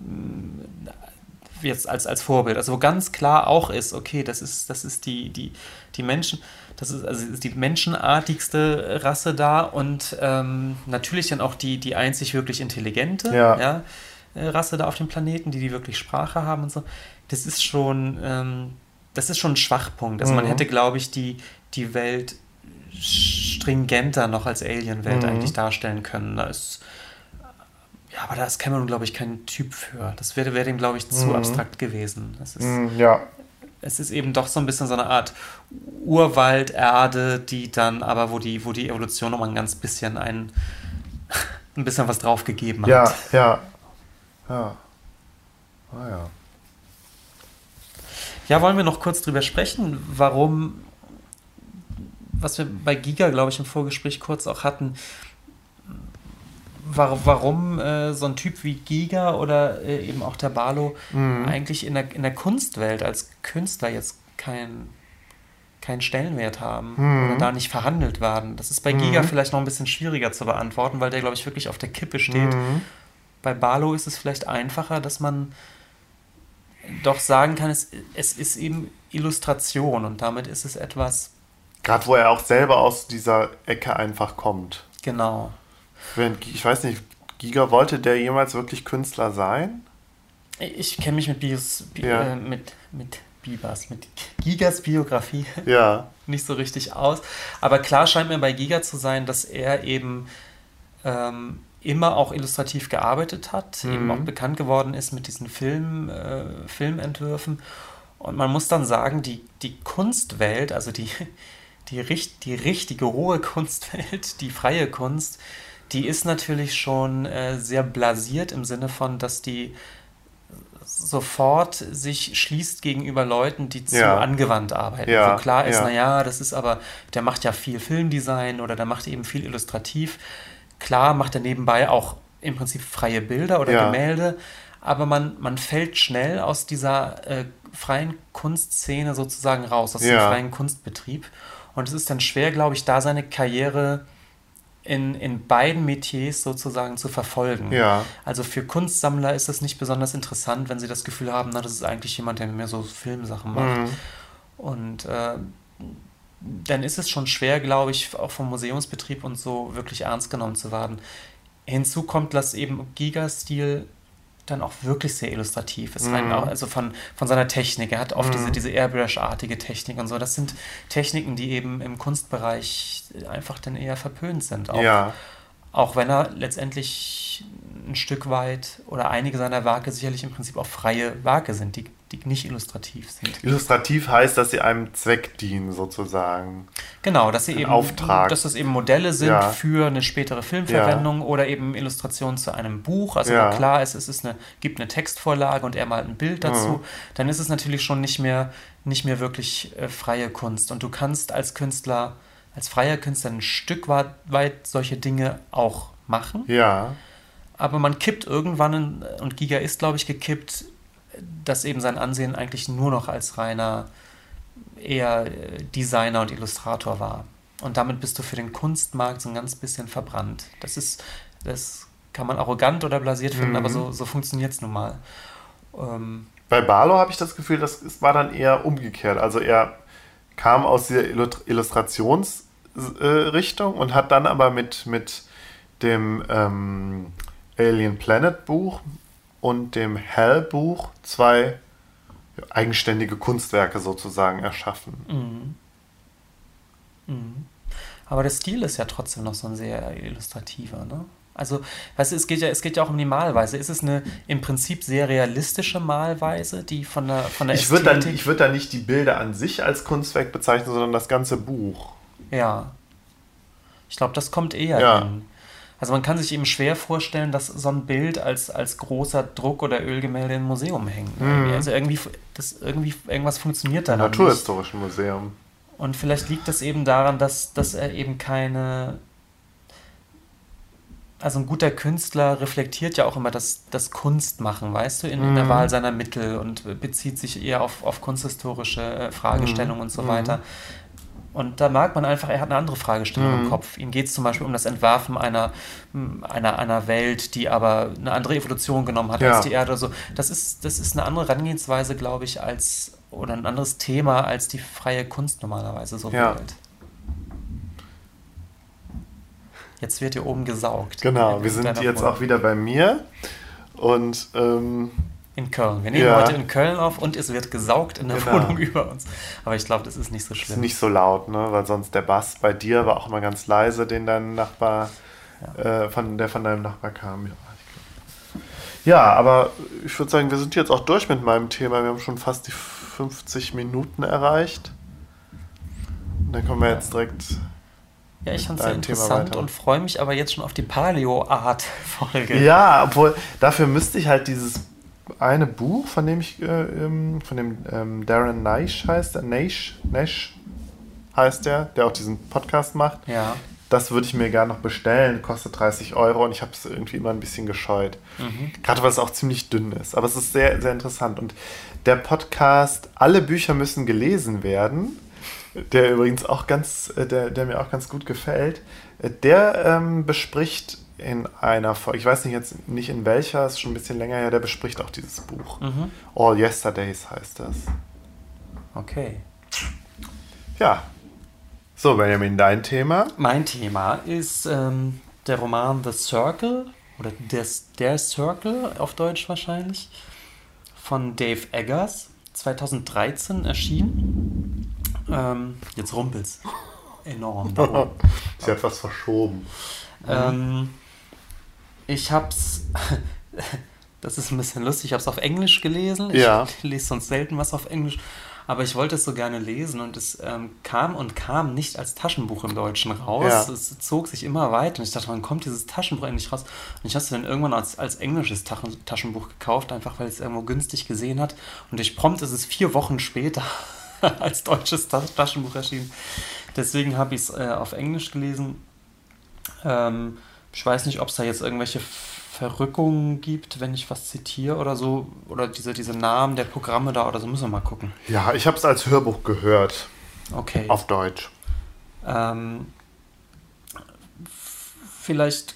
jetzt als Vorbild, also wo ganz klar auch ist, okay, das ist die Menschen, das ist die menschenartigste Rasse da und natürlich dann auch die einzig wirklich intelligente Rasse da auf dem Planeten, die wirklich Sprache haben und so. Das ist schon ein Schwachpunkt. Also man hätte, glaube ich, die Welt stringenter noch als Alien-Welt eigentlich darstellen können. Aber da ist Cameron, glaube ich, kein Typ für. Das wäre dem, glaube ich, zu abstrakt gewesen. Es ist eben doch so ein bisschen so eine Art Urwalderde, die dann aber, wo die Evolution nochmal ein ganz bisschen ein bisschen was draufgegeben hat. Ja. Ja, wollen wir noch kurz drüber sprechen, was wir bei Giga, glaube ich, im Vorgespräch kurz auch hatten, warum so ein Typ wie Giga oder eben auch der Barlow eigentlich in der Kunstwelt als Künstler jetzt keinen Stellenwert haben oder da nicht verhandelt werden. Das ist bei Giga vielleicht noch ein bisschen schwieriger zu beantworten, weil der, glaube ich, wirklich auf der Kippe steht. Bei Barlow ist es vielleicht einfacher, dass man doch sagen kann, es ist eben Illustration und damit ist es etwas... Gerade wo er auch selber aus dieser Ecke einfach kommt. Genau. Ich weiß nicht, Giga, wollte der jemals wirklich Künstler sein? Ich kenne mich mit Gigas Biografie nicht so richtig aus. Aber klar scheint mir bei Giga zu sein, dass er eben immer auch illustrativ gearbeitet hat, eben auch bekannt geworden ist mit diesen Filmentwürfen. Und man muss dann sagen, die Kunstwelt, also die richtige hohe Kunstwelt, die freie Kunst, die ist natürlich schon sehr blasiert im Sinne von, dass die sofort sich schließt gegenüber Leuten, die zu angewandt arbeiten. Wo klar ist, das ist aber, der macht ja viel Filmdesign oder der macht eben viel illustrativ. Klar macht er nebenbei auch im Prinzip freie Bilder oder Gemälde, aber man fällt schnell aus dieser freien Kunstszene sozusagen raus, aus dem freien Kunstbetrieb. Und es ist dann schwer, glaube ich, da seine Karriere in beiden Metiers sozusagen zu verfolgen. Ja. Also für Kunstsammler ist das nicht besonders interessant, wenn sie das Gefühl haben, das ist eigentlich jemand, der mehr so Filmsachen macht. Und dann ist es schon schwer, glaube ich, auch vom Museumsbetrieb und so wirklich ernst genommen zu werden. Hinzu kommt, dass eben Giga-Stil dann auch wirklich sehr illustrativ ist. Also von seiner Technik. Er hat oft diese Airbrush-artige Technik und so. Das sind Techniken, die eben im Kunstbereich einfach dann eher verpönt sind. Auch wenn er letztendlich ein Stück weit oder einige seiner Werke sicherlich im Prinzip auch freie Werke sind, die nicht illustrativ sind. Illustrativ heißt, dass sie einem Zweck dienen, sozusagen. Genau, dass sie eben, Auftrag. dass das eben Modelle sind Ja. für eine spätere Filmverwendung oder eben Illustrationen zu einem Buch. Also Ja. wo klar ist, gibt eine Textvorlage und er malt ein Bild dazu. Dann ist es natürlich schon nicht mehr wirklich freie Kunst. Und du kannst als Künstler, als freier Künstler ein Stück weit solche Dinge auch machen. Ja. Aber man kippt irgendwann, und Giger ist, glaube ich, gekippt, dass eben sein Ansehen eigentlich nur noch als reiner eher Designer und Illustrator war. Und damit bist du für den Kunstmarkt so ein ganz bisschen verbrannt. Das kann man arrogant oder blasiert finden, aber so funktioniert es nun mal. Bei Barlow habe ich das Gefühl, es war dann eher umgekehrt. Also er kam aus dieser Illustrationsrichtung und hat dann aber mit dem Alien Planet Buch und dem Hell Buch 2 eigenständige Kunstwerke sozusagen erschaffen. Aber der Stil ist ja trotzdem noch so ein sehr illustrativer, ne? Also, weißt du, es geht ja auch um die Malweise. Ist es eine im Prinzip sehr realistische Malweise, die von der Ästhetik... Ich würde da nicht die Bilder an sich als Kunstwerk bezeichnen, sondern das ganze Buch. Ja. Ich glaube, das kommt eher hin. Also man kann sich eben schwer vorstellen, dass so ein Bild als großer Druck- oder Ölgemälde im Museum hängt. Also irgendwas funktioniert da noch nicht. Naturhistorischen Museum. Und vielleicht liegt das eben daran, dass er eben also ein guter Künstler reflektiert ja auch immer das Kunstmachen, weißt du, in der Wahl seiner Mittel und bezieht sich eher auf kunsthistorische Fragestellungen und so weiter. Und da merkt man einfach, er hat eine andere Fragestellung im Kopf. Ihm geht es zum Beispiel um das Entwerfen einer Welt, die aber eine andere Evolution genommen hat als die Erde oder so. Das ist eine andere Herangehensweise, glaube ich, oder ein anderes Thema, als die freie Kunst normalerweise so wählt. Jetzt wird hier oben gesaugt. Genau, wir sind jetzt auch wieder bei mir und in Köln. Wir nehmen heute in Köln auf und es wird gesaugt in der Wohnung über uns. Aber ich glaube, das ist nicht so schlimm. Das ist nicht so laut, ne? Weil sonst der Bass bei dir war auch immer ganz leise, den dein Nachbar, von deinem Nachbar kam. Ja, aber ich würde sagen, wir sind jetzt auch durch mit meinem Thema. Wir haben schon fast die 50 Minuten erreicht. Und dann kommen wir jetzt direkt... Ja, ich fand es sehr interessant und freue mich aber jetzt schon auf die Paleo-Art-Folge. Ja, obwohl, dafür müsste ich halt dieses eine Buch, von dem Darren Naish heißt, Nash heißt der auch diesen Podcast macht. Ja. Das würde ich mir gerne noch bestellen, kostet 30 € und ich habe es irgendwie immer ein bisschen gescheut. Gerade weil es auch ziemlich dünn ist. Aber es ist sehr, sehr interessant. Und der Podcast Alle Bücher müssen gelesen werden, der übrigens auch der mir auch ganz gut gefällt, der bespricht in einer Folge, ich weiß nicht in welcher, ist schon ein bisschen länger her, der bespricht auch dieses Buch. All Yesterdays heißt das. Okay. Ja. So, Benjamin, dein Thema? Mein Thema ist der Roman The Circle, oder der Circle auf Deutsch wahrscheinlich, von Dave Eggers, 2013 erschienen. Jetzt rumpelt's. Enorm. Sie hat was verschoben. Ich hab's, das ist ein bisschen lustig, ich hab's auf Englisch gelesen. Ich lese sonst selten was auf Englisch, aber ich wollte es so gerne lesen und es kam nicht als Taschenbuch im Deutschen raus. Es zog sich immer weiter und ich dachte, wann kommt dieses Taschenbuch endlich raus? Und ich habe es dann irgendwann als englisches Taschenbuch gekauft, einfach weil ich es irgendwo günstig gesehen hat. Und durch prompt ist es 4 Wochen später als deutsches Taschenbuch erschienen. Deswegen habe ich es auf Englisch gelesen. Ich weiß nicht, ob es da jetzt irgendwelche Verrückungen gibt, wenn ich was zitiere oder so. Oder diese Namen der Programme da oder so. Müssen wir mal gucken. Ja, ich habe es als Hörbuch gehört. Okay. Auf Deutsch. Vielleicht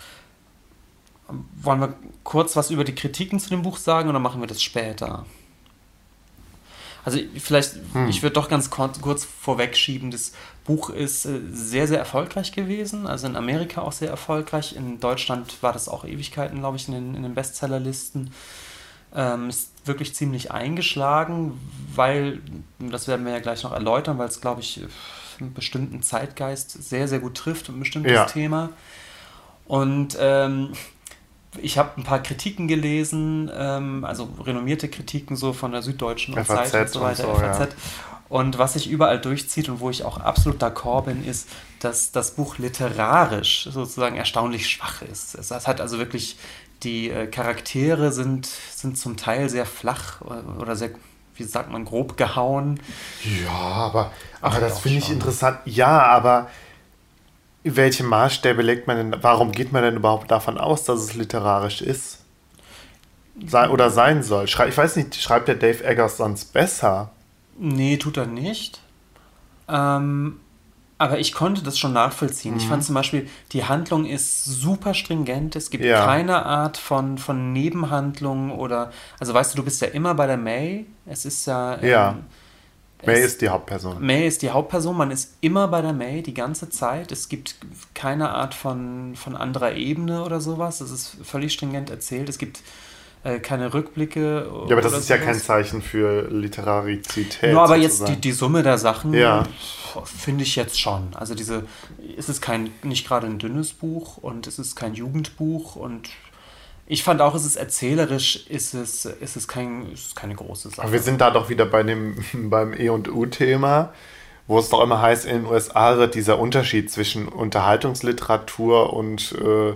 wollen wir kurz was über die Kritiken zu dem Buch sagen oder machen wir das später? Also vielleicht, ich würde doch ganz kurz vorwegschieben, das Buch ist sehr, sehr erfolgreich gewesen, also in Amerika auch sehr erfolgreich, in Deutschland war das auch Ewigkeiten, glaube ich, in den Bestsellerlisten. Ist wirklich ziemlich eingeschlagen, weil, das werden wir ja gleich noch erläutern, weil es, glaube ich, einen bestimmten Zeitgeist sehr, sehr gut trifft, ein bestimmtes Thema. Und Ich habe ein paar Kritiken gelesen, also renommierte Kritiken so von der Süddeutschen und FAZ Zeit und so weiter, und so, FAZ. Und was sich überall durchzieht und wo ich auch absolut d'accord bin, ist, dass das Buch literarisch sozusagen erstaunlich schwach ist. Es hat also wirklich, die Charaktere sind zum Teil sehr flach oder sehr, wie sagt man, grob gehauen. Ja, aber das doch finde ich schon. interessant. Ja, aber welche Maßstäbe legt man denn, warum geht man denn überhaupt davon aus, dass es literarisch ist? Oder sein soll? Ich weiß nicht, schreibt der Dave Eggers sonst besser? Nee, tut er nicht. Aber ich konnte das schon nachvollziehen. Ich fand zum Beispiel, die Handlung ist super stringent. Es gibt Ja. keine Art von Nebenhandlung oder. Also weißt du, du bist ja immer bei der May. Es ist ja. Ja. May es- ist die Hauptperson. May ist die Hauptperson. Man ist immer bei der May die ganze Zeit. Es gibt keine Art von anderer Ebene oder sowas. Es ist völlig stringent erzählt. Es gibt keine Rückblicke. Ja, aber das oder ist ja kein sowas. Zeichen für Literarizität. Nur aber jetzt sozusagen. die Summe der Sachen Ja. finde ich jetzt schon. Also es ist nicht gerade ein dünnes Buch und es ist kein Jugendbuch und ich fand auch, es ist erzählerisch, ist es keine große Sache. Aber wir sind da doch wieder beim E&U-Thema, wo es doch immer heißt, in den USA wird dieser Unterschied zwischen Unterhaltungsliteratur und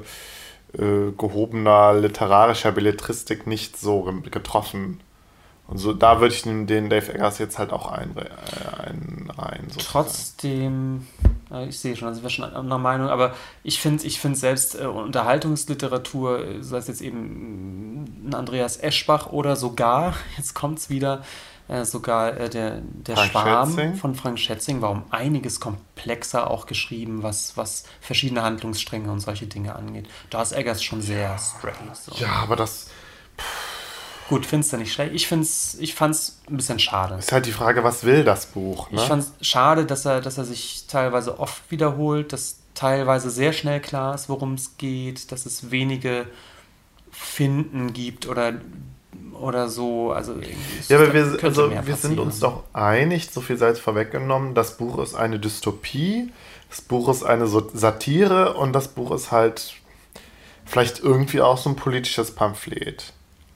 gehobener literarischer Belletristik nicht so getroffen. Und so, da würde ich den Dave Eggers jetzt halt auch einreihen. Sozusagen. Trotzdem, ich sehe schon, also wir sind schon einer Meinung, aber ich finde selbst Unterhaltungsliteratur, sei es jetzt eben ein Andreas Eschbach oder sogar, jetzt kommt es wieder, sogar der Frank Schwarm Schätzing. von Frank Schätzing war um einiges komplexer auch geschrieben, was verschiedene Handlungsstränge und solche Dinge angeht. Da ist Eggers schon sehr straight. So. Ja, aber das Gut, findest du nicht schlecht? Ich fand's ein bisschen schade. ist halt die Frage, was will das Buch? Ne? Ich fand es schade, dass er sich teilweise oft wiederholt, dass teilweise sehr schnell klar ist, worum es geht, dass es wenige Finden gibt oder so. Also, Ja, aber könnte mehr wir sind passieren. uns doch einig, so viel sei es vorweggenommen, das Buch ist eine Dystopie, das Buch ist eine Satire und das Buch ist halt vielleicht irgendwie auch so ein politisches Pamphlet.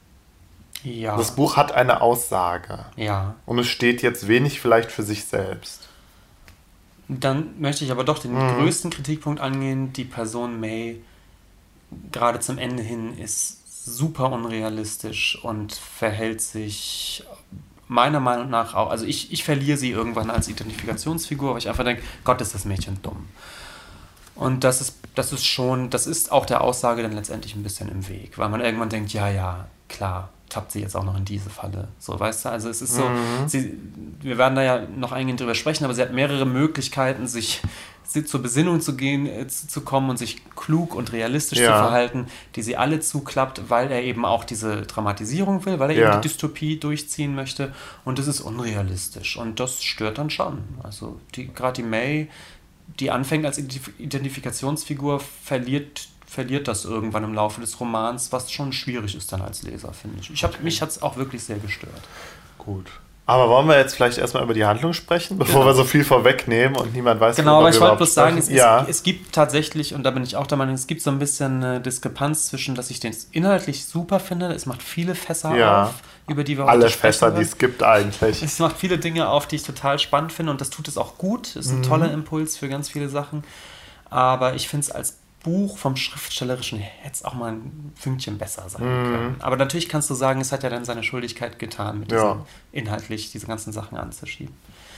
Ja, Das Buch hat eine Aussage ja. und es steht jetzt wenig vielleicht für sich selbst. Dann möchte ich aber doch den größten Kritikpunkt angehen. Die Person May, gerade zum Ende hin, ist super unrealistisch und verhält sich meiner Meinung nach auch, also ich verliere sie irgendwann als Identifikationsfigur, weil ich einfach denke, Gott, ist das Mädchen dumm. Und das ist auch der Aussage dann letztendlich ein bisschen im Weg, weil man irgendwann denkt, ja, klar, tappt sie jetzt auch noch in diese Falle. So, weißt du, also es ist so, wir werden da ja noch eingehend drüber sprechen, aber sie hat mehrere Möglichkeiten, sich zur Besinnung zu kommen und sich klug und realistisch zu verhalten, die sie alle zuklappt, weil er eben auch diese Dramatisierung will, weil er eben die Dystopie durchziehen möchte und das ist unrealistisch und das stört dann schon. Also gerade die May, die anfängt als Identifikationsfigur, verliert das irgendwann im Laufe des Romans, was schon schwierig ist dann als Leser, finde ich. Mich hat es auch wirklich sehr gestört. Gut. Aber wollen wir jetzt vielleicht erstmal über die Handlung sprechen, bevor wir so viel vorwegnehmen und niemand weiß, Genau, aber ich wollte überhaupt bloß sagen, sprechen? es gibt tatsächlich, und da bin ich auch der Meinung, es gibt so ein bisschen eine Diskrepanz zwischen, dass ich den inhaltlich super finde, es macht viele Fässer auf, über die wir heute alle sprechen Fässer, die werden. es gibt eigentlich. Es macht viele Dinge auf, die ich total spannend finde und das tut es auch gut. Es ist ein toller Impuls für ganz viele Sachen. Aber ich finde es als Buch vom Schriftstellerischen hätte es auch mal ein Fünkchen besser sein können. Aber natürlich kannst du sagen, es hat ja dann seine Schuldigkeit getan, mit diesem inhaltlich diese ganzen Sachen anzuschieben.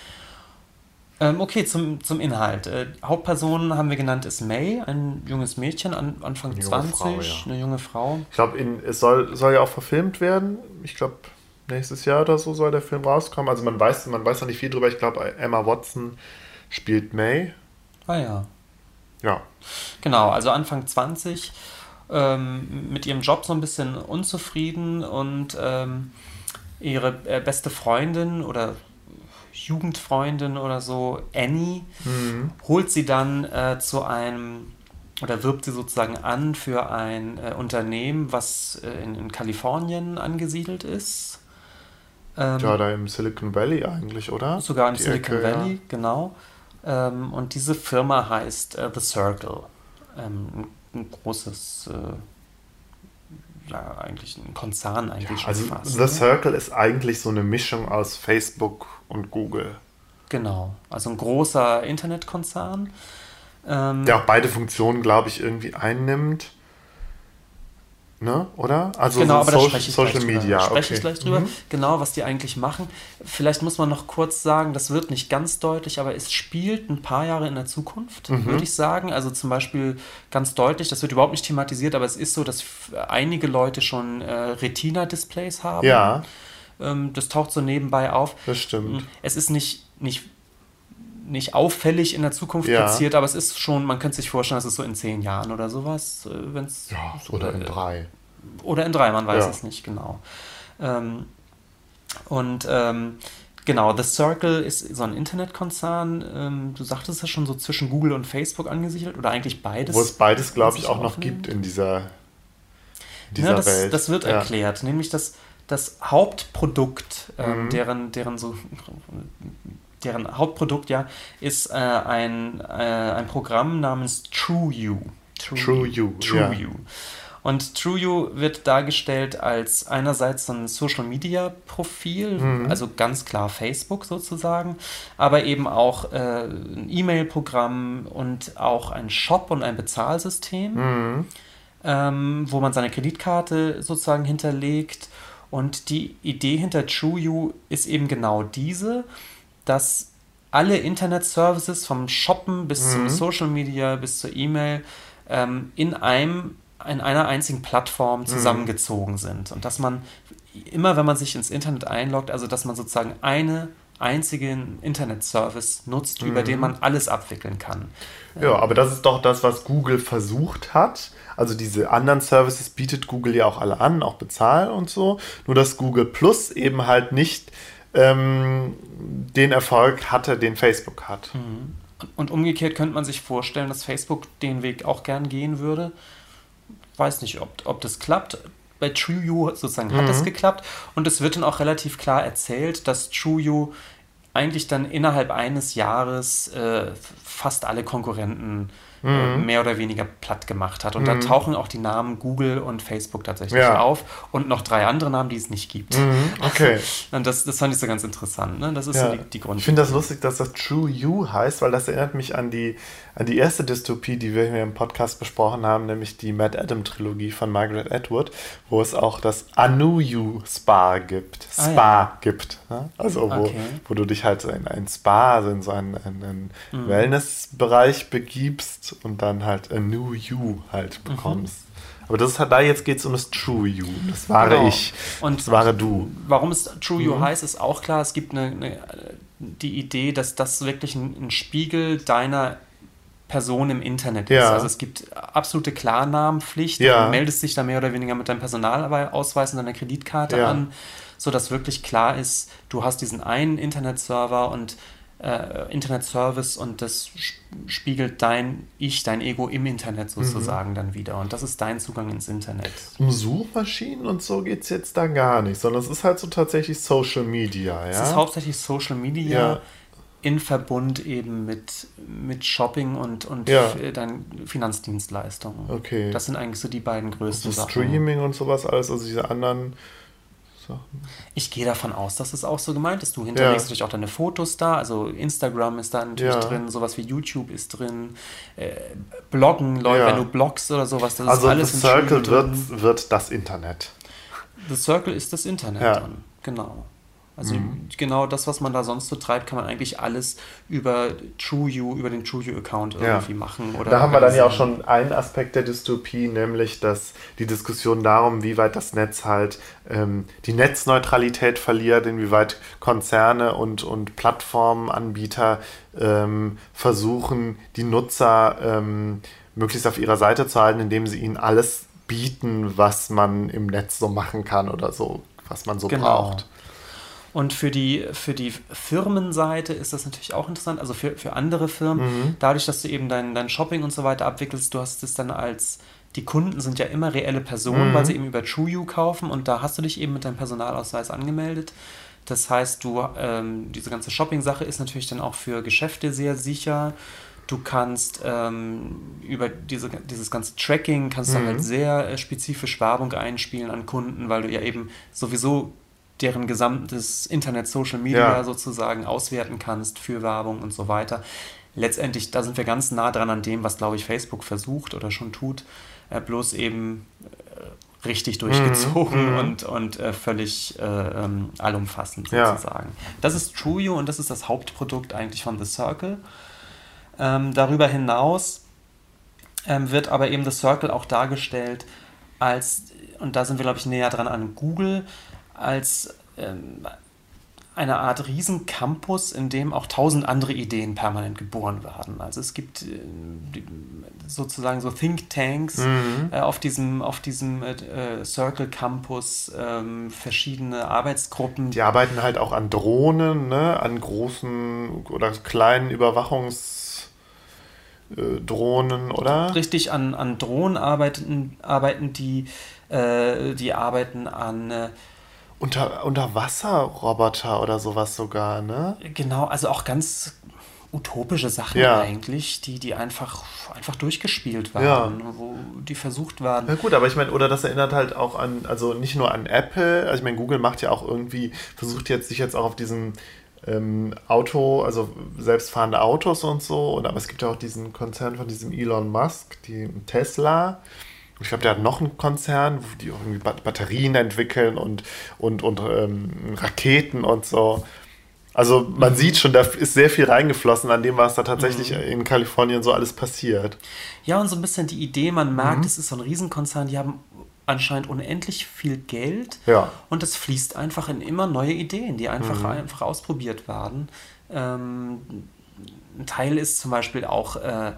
Okay, zum Inhalt. Hauptperson haben wir genannt ist May, ein junges Mädchen, Anfang 20, Frau, ja. eine junge Frau. Ich glaube, es soll ja auch verfilmt werden. Ich glaube, nächstes Jahr oder so soll der Film rauskommen. Also man weiß noch nicht viel drüber. Ich glaube, Emma Watson spielt May. Ah ja. Ja. Genau, also Anfang 20, mit ihrem Job so ein bisschen unzufrieden und ihre beste Freundin oder Jugendfreundin oder so, Annie, holt sie dann oder wirbt sie sozusagen an für ein Unternehmen, was in Kalifornien angesiedelt ist. Ja, da im Silicon Valley eigentlich, oder? Sogar im Die Silicon Ecke, Valley, ja. genau. Und diese Firma heißt The Circle. Ein großes eigentlich ein Konzern eigentlich schon Also fast. The Circle ist eigentlich so eine Mischung aus Facebook und Google. Genau, also ein großer Internetkonzern. Der auch beide Funktionen, glaube ich, irgendwie einnimmt. Ne? Oder? Also Genau, so aber da spreche ich Social gleich drüber. Media. Spreche ich Okay. gleich drüber, genau, was die eigentlich machen. Vielleicht muss man noch kurz sagen, das wird nicht ganz deutlich, aber es spielt ein paar Jahre in der Zukunft, würde ich sagen. Also zum Beispiel ganz deutlich, das wird überhaupt nicht thematisiert, aber es ist so, dass einige Leute schon Retina-Displays haben. Ja, Das taucht so nebenbei auf. das stimmt. Es ist nicht auffällig in der Zukunft Ja. platziert, aber es ist schon, man könnte sich vorstellen, dass es so in 10 Jahren oder sowas, wenn es Ja, oder in 3. oder in 3, man weiß Ja. es nicht genau. Genau, The Circle ist so ein Internetkonzern. Du sagtest ja schon, so zwischen Google und Facebook angesiedelt oder eigentlich beides. Wo es beides, glaube ich, sich auch noch aufnehmen. gibt in dieser Ja, Welt. das wird Ja. erklärt, nämlich das Hauptprodukt, deren Hauptprodukt ja ist ein Programm namens TrueU. TrueU, ja. TrueU. Und TrueU wird dargestellt als einerseits so ein Social-Media-Profil, also ganz klar Facebook sozusagen, aber eben auch ein E-Mail-Programm und auch ein Shop und ein Bezahlsystem, wo man seine Kreditkarte sozusagen hinterlegt. Und die Idee hinter TrueU ist eben genau diese, dass alle Internet-Services vom Shoppen bis zum Social Media bis zur E-Mail in einer einzigen Plattform zusammengezogen sind. Und dass man immer, wenn man sich ins Internet einloggt, also dass man sozusagen einen einzigen Internet-Service nutzt, über den man alles abwickeln kann. Ja, aber das ist doch das, was Google versucht hat. Also diese anderen Services bietet Google ja auch alle an, auch bezahlen und so. Nur dass Google Plus eben halt nicht den Erfolg hatte, den Facebook hat. Und umgekehrt könnte man sich vorstellen, dass Facebook den Weg auch gern gehen würde. Weiß nicht, ob das klappt. Bei TrueU sozusagen hat das geklappt. Und es wird dann auch relativ klar erzählt, dass TrueU eigentlich dann innerhalb eines Jahres fast alle Konkurrenten mehr oder weniger platt gemacht hat. Und da tauchen auch die Namen Google und Facebook tatsächlich auf und noch 3 andere Namen, die es nicht gibt. Okay. Und das fand ich so ganz interessant. Ne? Das ist Ja. so die Grund. Ich finde das lustig, dass das TrueU heißt, weil das erinnert mich an die erste Dystopie, die wir hier im Podcast besprochen haben, nämlich die Mad Adam-Trilogie von Margaret Atwood, wo es auch das Anu-U Spa gibt. Gibt. Ne? Also wo du dich halt in ein Spa, also in so einen Wellnessbereich begibst und dann halt Anu-U halt bekommst. Aber das ist halt da, jetzt geht es um das TrueU. Das war ich. Und das war du. Warum es TrueU heißt, ist auch klar. Es gibt die Idee, dass das wirklich ein Spiegel deiner Person im Internet ist. Ja. Also es gibt absolute Klarnamenpflicht. Ja. Du meldest dich da mehr oder weniger mit deinem Personalausweis und deiner Kreditkarte an, sodass wirklich klar ist, du hast diesen einen Internetserver und Internetservice und das spiegelt dein Ego im Internet sozusagen dann wieder. Und das ist dein Zugang ins Internet. Um Suchmaschinen und so geht es jetzt da gar nicht, sondern es ist halt so tatsächlich Social Media. Ja? Es ist hauptsächlich Social Media in Verbund eben mit Shopping und deinen Finanzdienstleistungen. Okay. Das sind eigentlich so die beiden größten so Sachen. Streaming und sowas alles, also diese anderen Sachen. Ich gehe davon aus, dass es auch so gemeint ist. Du hinterlegst natürlich auch deine Fotos da, also Instagram ist da natürlich drin, sowas wie YouTube ist drin, Bloggen, Leute, wenn du bloggst oder sowas, das also ist alles The im Circle drin. wird das Internet. The Circle ist das Internet dann, genau. Also genau das, was man da sonst so treibt, kann man eigentlich alles über den TrueU-Account irgendwie machen. Oder da haben wir dann ja auch schon einen Aspekt der Dystopie, nämlich dass die Diskussion darum, wie weit das Netz halt die Netzneutralität verliert, inwieweit Konzerne und Plattformenanbieter versuchen, die Nutzer möglichst auf ihrer Seite zu halten, indem sie ihnen alles bieten, was man im Netz so machen kann oder so, was man so braucht. Und für die Firmenseite ist das natürlich auch interessant, also für andere Firmen, dadurch, dass du eben dein Shopping und so weiter abwickelst, du hast es dann die Kunden sind ja immer reelle Personen, weil sie eben über TrueU kaufen und da hast du dich eben mit deinem Personalausweis angemeldet. Das heißt, diese ganze Shopping-Sache ist natürlich dann auch für Geschäfte sehr sicher. Du kannst über dieses ganze Tracking, kannst dann halt sehr spezifisch Werbung einspielen an Kunden, weil du ja eben sowieso deren gesamtes Internet, Social Media sozusagen auswerten kannst für Werbung und so weiter. Letztendlich, da sind wir ganz nah dran an dem, was, glaube ich, Facebook versucht oder schon tut, bloß eben richtig durchgezogen und völlig allumfassend sozusagen. Das ist TrueView und das ist das Hauptprodukt eigentlich von The Circle. Darüber hinaus wird aber eben The Circle auch dargestellt als, und da sind wir, glaube ich, näher dran an Google, als eine Art Riesencampus, in dem auch 1000 andere Ideen permanent geboren werden. Also es gibt sozusagen so Thinktanks auf diesem Circle Campus, verschiedene Arbeitsgruppen. Die arbeiten halt auch an Drohnen, ne? An großen oder kleinen Überwachungsdrohnen, oder? Richtig, an Drohnen arbeiten die arbeiten an Unterwasserroboter oder sowas sogar, ne? Genau, also auch ganz utopische Sachen eigentlich, die einfach durchgespielt waren, wo die versucht waren. Ja gut, aber ich meine, oder das erinnert halt auch an, also nicht nur an Apple, also ich meine, Google macht ja auch irgendwie, versucht sich jetzt auch auf diesen Auto, also selbstfahrende Autos und so, aber es gibt ja auch diesen Konzern von diesem Elon Musk, die Tesla. Ich glaube, der hat noch einen Konzern, wo die auch irgendwie Batterien entwickeln und Raketen und so. Also man sieht schon, da ist sehr viel reingeflossen an dem, was da tatsächlich in Kalifornien so alles passiert. Ja, und so ein bisschen die Idee, man merkt, es ist so ein Riesenkonzern, die haben anscheinend unendlich viel Geld und das fließt einfach in immer neue Ideen, die einfach ausprobiert werden. Ein Teil ist zum Beispiel auch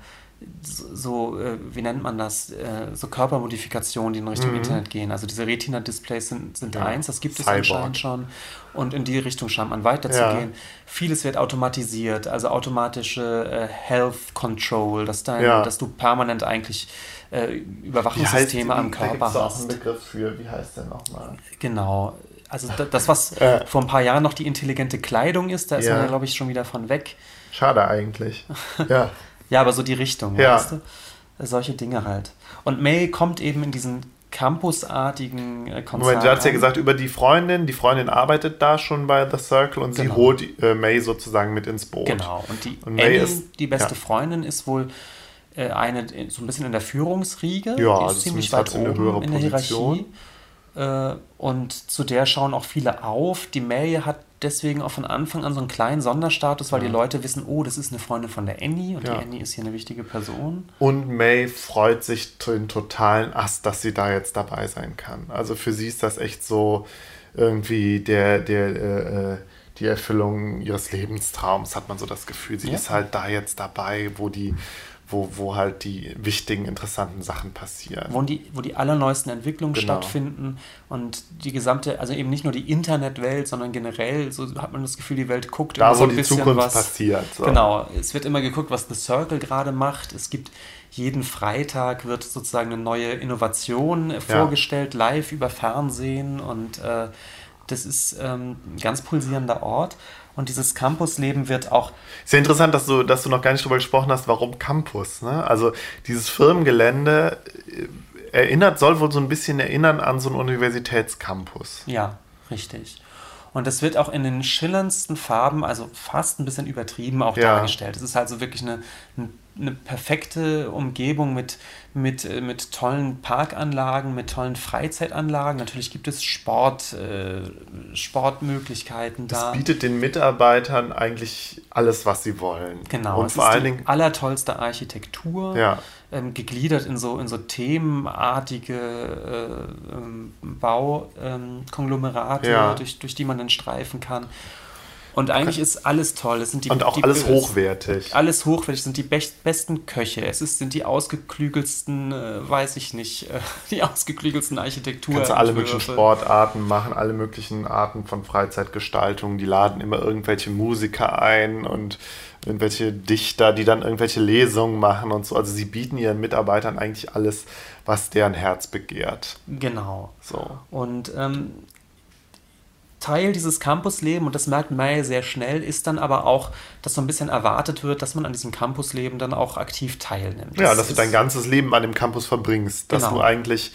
wie nennt man das, so Körpermodifikationen, die in Richtung Internet gehen. Also diese Retina-Displays sind eins, das gibt es anscheinend schon. Und in die Richtung scheint man weiterzugehen. Vieles wird automatisiert, also automatische Health Control, dass du permanent eigentlich Überwachungssysteme am Körper hast. Da gibt es auch einen Begriff für, wie heißt der nochmal? Genau. Also das, was vor ein paar Jahren noch die intelligente Kleidung ist, da ist man ja, glaube ich, schon wieder von weg. Schade eigentlich. Ja. Ja, aber so die Richtung, weißt du? Solche Dinge halt. Und May kommt eben in diesen campusartigen Konzern. Moment, du hast ja gesagt, über die Freundin arbeitet da schon bei The Circle und sie holt May sozusagen mit ins Boot. Genau, und Annie, ist die beste Freundin, ist wohl eine so ein bisschen in der Führungsriege. Ja, die ist ziemlich weit oben in der Hierarchie. Und zu der schauen auch viele auf. Die May hat deswegen auch von Anfang an so einen kleinen Sonderstatus, weil die Leute wissen, oh, das ist eine Freundin von der Annie und die Annie ist hier eine wichtige Person. Und May freut sich den totalen Ast, dass sie da jetzt dabei sein kann. Also für sie ist das echt so irgendwie die Erfüllung ihres Lebenstraums, hat man so das Gefühl. Sie ist halt da jetzt dabei, wo halt die wichtigen, interessanten Sachen passieren. Wo die allerneuesten Entwicklungen stattfinden und die gesamte, also eben nicht nur die Internetwelt, sondern generell, so hat man das Gefühl, die Welt guckt da, immer so ein bisschen Zukunft was passiert. So. Genau, es wird immer geguckt, was The Circle gerade macht. Es gibt jeden Freitag wird sozusagen eine neue Innovation vorgestellt, live über Fernsehen und das ist ein ganz pulsierender Ort. Und dieses Campusleben wird auch... Sehr interessant, dass du noch gar nicht drüber gesprochen hast, warum Campus. Ne? Also dieses Firmengelände soll wohl so ein bisschen erinnern an so einen Universitätscampus. Ja, richtig. Und das wird auch in den schillerndsten Farben, also fast ein bisschen übertrieben auch dargestellt. Es ist also wirklich eine perfekte Umgebung mit tollen Parkanlagen, mit tollen Freizeitanlagen. Natürlich gibt es Sportmöglichkeiten da. Es bietet den Mitarbeitern eigentlich alles, was sie wollen. Genau, und vor allen Dingen die allertollste Architektur, gegliedert in so themenartige Baukonglomerate, durch die man dann streifen kann. Und eigentlich ist alles toll. Es sind alles hochwertig. Alles hochwertig, sind die besten Köche. Sind die ausgeklügelsten, die ausgeklügelsten Architekturen. Kannst du alle möglichen Sportarten machen, alle möglichen Arten von Freizeitgestaltung. Die laden immer irgendwelche Musiker ein und irgendwelche Dichter, die dann irgendwelche Lesungen machen und so. Also sie bieten ihren Mitarbeitern eigentlich alles, was deren Herz begehrt. Genau. So. Und Teil dieses Campusleben, und das merkt May sehr schnell, ist dann aber auch, dass so ein bisschen erwartet wird, dass man an diesem Campusleben dann auch aktiv teilnimmt. Ja, dass du dein ganzes Leben an dem Campus verbringst. Dass du eigentlich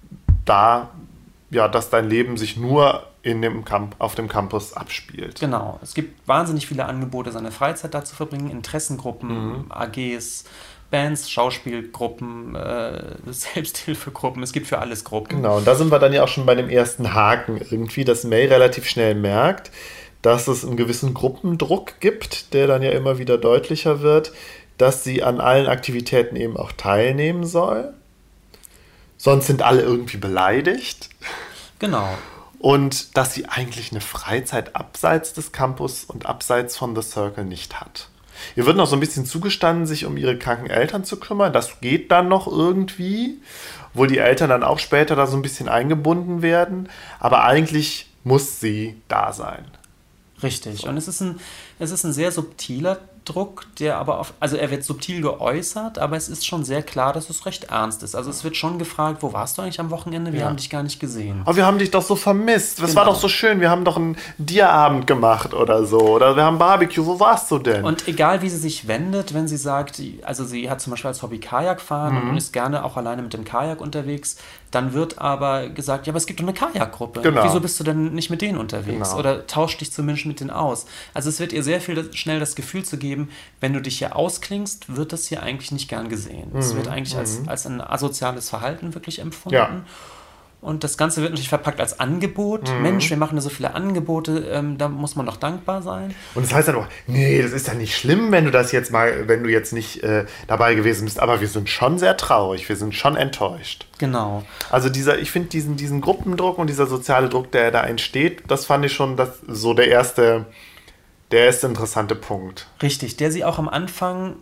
dass dein Leben sich nur auf dem Campus abspielt. Genau. Es gibt wahnsinnig viele Angebote, seine Freizeit da zu verbringen, Interessengruppen, AGs, Bands, Schauspielgruppen, Selbsthilfegruppen, es gibt für alles Gruppen. Genau, und da sind wir dann ja auch schon bei dem ersten Haken irgendwie, dass May relativ schnell merkt, dass es einen gewissen Gruppendruck gibt, der dann ja immer wieder deutlicher wird, dass sie an allen Aktivitäten eben auch teilnehmen soll. Sonst sind alle irgendwie beleidigt. Genau. Und dass sie eigentlich eine Freizeit abseits des Campus und abseits von The Circle nicht hat. Ihr wird noch so ein bisschen zugestanden, sich um ihre kranken Eltern zu kümmern. Das geht dann noch irgendwie, obwohl die Eltern dann auch später da so ein bisschen eingebunden werden. Aber eigentlich muss sie da sein. Richtig. So. Und es ist ein sehr subtiler Druck, der aber also er wird subtil geäußert, aber es ist schon sehr klar, dass es recht ernst ist. Also es wird schon gefragt, wo warst du eigentlich am Wochenende? Wir haben dich gar nicht gesehen. Aber wir haben dich doch so vermisst. Das war doch so schön. Wir haben doch einen Dia-Abend gemacht oder so. Oder wir haben Barbecue. Wo warst du denn? Und egal, wie sie sich wendet, wenn sie sagt, also sie hat zum Beispiel als Hobby Kajak fahren und ist gerne auch alleine mit dem Kajak unterwegs, dann wird aber gesagt, ja, aber es gibt doch eine Kajakgruppe. Genau. Wieso bist du denn nicht mit denen unterwegs? Genau. Oder tausch dich zumindest mit denen aus. Also es wird ihr sehr schnell das Gefühl zu geben, wenn du dich hier ausklingst, wird das hier eigentlich nicht gern gesehen. Es wird eigentlich als ein asoziales Verhalten wirklich empfunden. Ja. Und das Ganze wird natürlich verpackt als Angebot. Mensch, wir machen da so viele Angebote, da muss man doch dankbar sein. Und das heißt dann auch, nee, das ist ja nicht schlimm, wenn du jetzt nicht dabei gewesen bist, aber wir sind schon sehr traurig, wir sind schon enttäuscht. Genau. Also ich finde diesen Gruppendruck und dieser soziale Druck, der da entsteht, das fand ich schon der erste interessante Punkt. Richtig, der sie auch am Anfang